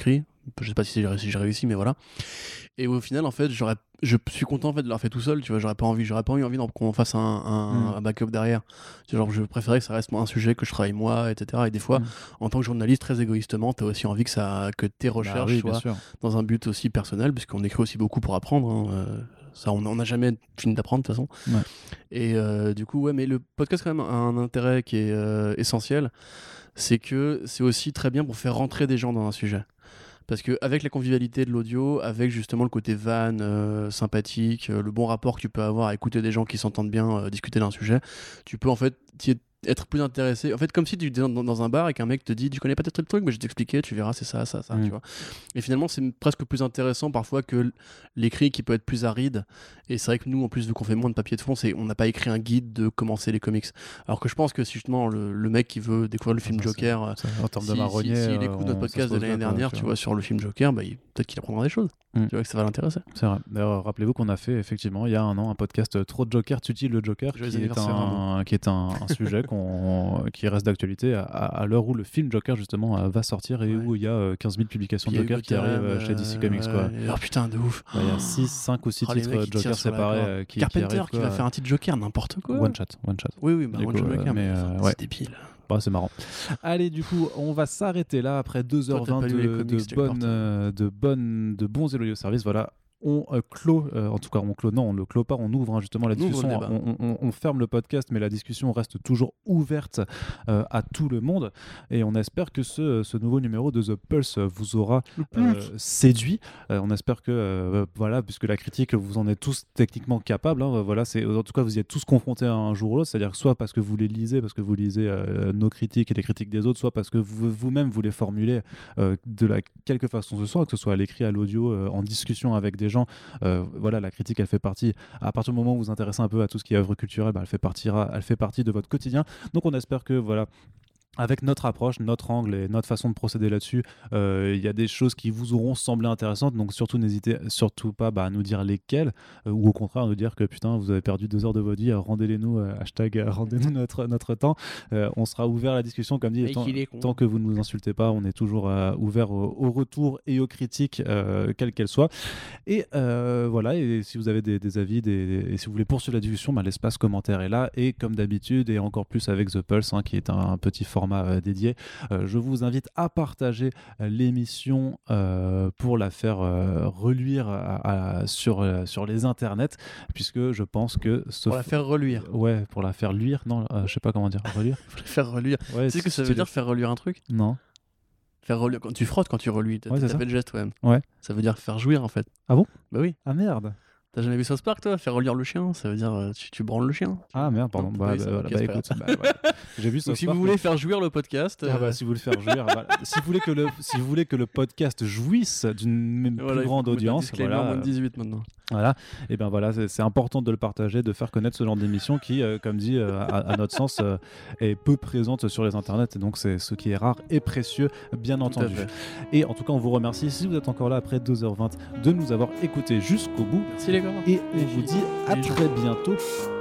B: je sais pas si j'ai, si j'ai réussi, mais voilà. Et au final, en fait, j'aurais, je suis content en fait de l'avoir fait tout seul, tu vois. J'aurais pas envie, j'aurais pas eu envie qu'on fasse un, un, mm. un backup derrière. Genre, je préférais que ça reste un sujet que je travaille moi, et cetera. Et des fois, mm. en tant que journaliste, très égoïstement, t'as aussi envie que ça, que tes recherches bah oui, soient dans un but aussi personnel, puisqu'on écrit aussi beaucoup pour apprendre. Hein. Euh, ça, on n'a jamais fini d'apprendre de toute façon.
A: Ouais.
B: Et euh, du coup, ouais, mais le podcast quand même a un intérêt qui est euh, essentiel, c'est que c'est aussi très bien pour faire rentrer des gens dans un sujet. Parce qu'avec la convivialité de l'audio, avec justement le côté van, euh, sympathique, euh, le bon rapport que tu peux avoir à écouter des gens qui s'entendent bien euh, discuter d'un sujet, tu peux en fait t'y être plus intéressé. En fait, comme si tu étais dans, dans un bar et qu'un mec te dit tu connais pas peut-être le truc, mais je vais t'expliquer, tu verras, c'est ça, ça, ça, mmh. tu vois. Et finalement, c'est presque plus intéressant parfois que l'écrit qui peut être plus aride. Et c'est vrai que nous, en plus, vu qu'on fait moins de papier de fond, c'est, on n'a pas écrit un guide de comment c'est les comics. Alors que je pense que si justement le, le mec qui veut découvrir le film
A: ça,
B: Joker,
A: c'est, c'est, en termes
B: si,
A: de marronnier,
B: si, s'il écoute notre podcast de l'année dernière, tu vois, vois, sur le film Joker, bah, il, peut-être qu'il apprendra des choses. Mmh. Tu vois que ça va l'intéresser.
A: C'est vrai. D'ailleurs, rappelez-vous qu'on a fait effectivement il y a un an un podcast Trop de Joker, tu utilises le Joker, qui est, un, qui est un, un sujet qu'on, qui reste d'actualité à, à l'heure où le film Joker justement va sortir et ouais. où il y a euh, quinze mille publications de Joker qui arrivent euh, chez D C Comics. Quoi.
B: Oh putain, de ouf.
A: Il y a six, cinq ou six oh, titres Joker séparés. Qui,
B: Carpenter
A: qui, arrivent,
B: qui va faire un titre Joker, n'importe quoi.
A: One shot, one shot.
B: Oui, oui, bah, one shot Joker, mais,
A: euh,
B: c'est
A: ouais.
B: débile.
A: Bah, c'est marrant. Allez, du coup, on va s'arrêter là après deux heures vingt de, de, bonnes, euh, de, bonnes, de bons et loyaux services. Voilà. On euh, clôt, euh, en tout cas on clôt, non on ne clôt pas, on ouvre hein, justement la discussion, on, on, on ferme le podcast mais la discussion reste toujours ouverte euh, à tout le monde et on espère que ce, ce nouveau numéro de The Pulse vous aura euh, séduit, euh, on espère que euh, voilà, puisque la critique vous en êtes tous techniquement capables, hein, voilà, c'est, en tout cas vous y êtes tous confrontés un jour ou l'autre, c'est-à-dire soit parce que vous les lisez, parce que vous lisez euh, nos critiques et les critiques des autres, soit parce que vous, vous-même vous les formulez euh, de la quelque façon ce soir, que ce soit à l'écrit, à l'audio, euh, en discussion avec des gens. Euh, voilà, la critique elle fait partie, à partir du moment où vous vous intéressez un peu à tout ce qui est œuvre culturelle, bah, elle, fait partie, elle fait partie de votre quotidien, donc on espère que voilà, avec notre approche, notre angle et notre façon de procéder là-dessus, il euh, y a des choses qui vous auront semblé intéressantes, donc surtout n'hésitez surtout pas bah, à nous dire lesquelles, euh, ou au contraire à nous dire que putain vous avez perdu deux heures de votre vie, rendez-les-nous, euh, hashtag euh, rendez-nous notre, notre temps, euh, on sera ouvert à la discussion comme dit, tant, tant que vous ne nous insultez pas, on est toujours euh, ouvert au, au retour et aux critiques, euh, quelles qu'elles soient, et euh, voilà, et si vous avez des, des avis, des, des, et si vous voulez poursuivre la discussion, bah, l'espace commentaire est là, et comme d'habitude, et encore plus avec The Pulse, hein, qui est un, un petit format format dédié. Euh, je vous invite à partager l'émission euh, pour la faire euh, reluire à, à, sur, euh, sur les internets, puisque je pense que...
B: Pour la faire reluire.
A: Ouais, pour la faire luire. Non, euh, je sais pas comment dire. Relire.
B: Pour la faire reluire. Ouais, tu sais ce que ça veut dire faire reluire un truc ?
A: Non.
B: Faire reluire, quand tu frottes quand tu reluis, t'as,
A: ouais,
B: t'as fait le geste toi-même.
A: Ouais.
B: Ça veut dire faire jouir en fait.
A: Ah bon ?
B: Bah oui.
A: Ah merde.
B: T'as jamais vu South Park toi ? Faire relire le chien, ça veut dire euh, tu, tu branles le chien.
A: Ah merde, pardon. Non, bah, bah, voilà, bah, écoute, bah, ouais. J'ai vu South
B: Donc, si
A: Park,
B: vous voulez
A: mais...
B: faire jouir le podcast, euh...
A: ah bah, si vous voulez faire jouir, bah, si vous voulez que le si vous voulez que le podcast jouisse d'une voilà, plus grande audience,
B: voilà, moins de dix-huit maintenant.
A: Voilà, et ben voilà, c'est, c'est important de le partager, de faire connaître ce genre d'émission qui, euh, comme dit, euh, à, à notre sens, euh, est peu présente sur les internets, et donc c'est ce qui est rare et précieux, bien entendu. Et en tout cas, on vous remercie si vous êtes encore là après deux heures vingt de nous avoir écoutés jusqu'au bout.
B: Merci les gars.
A: Et on vous dit à très bientôt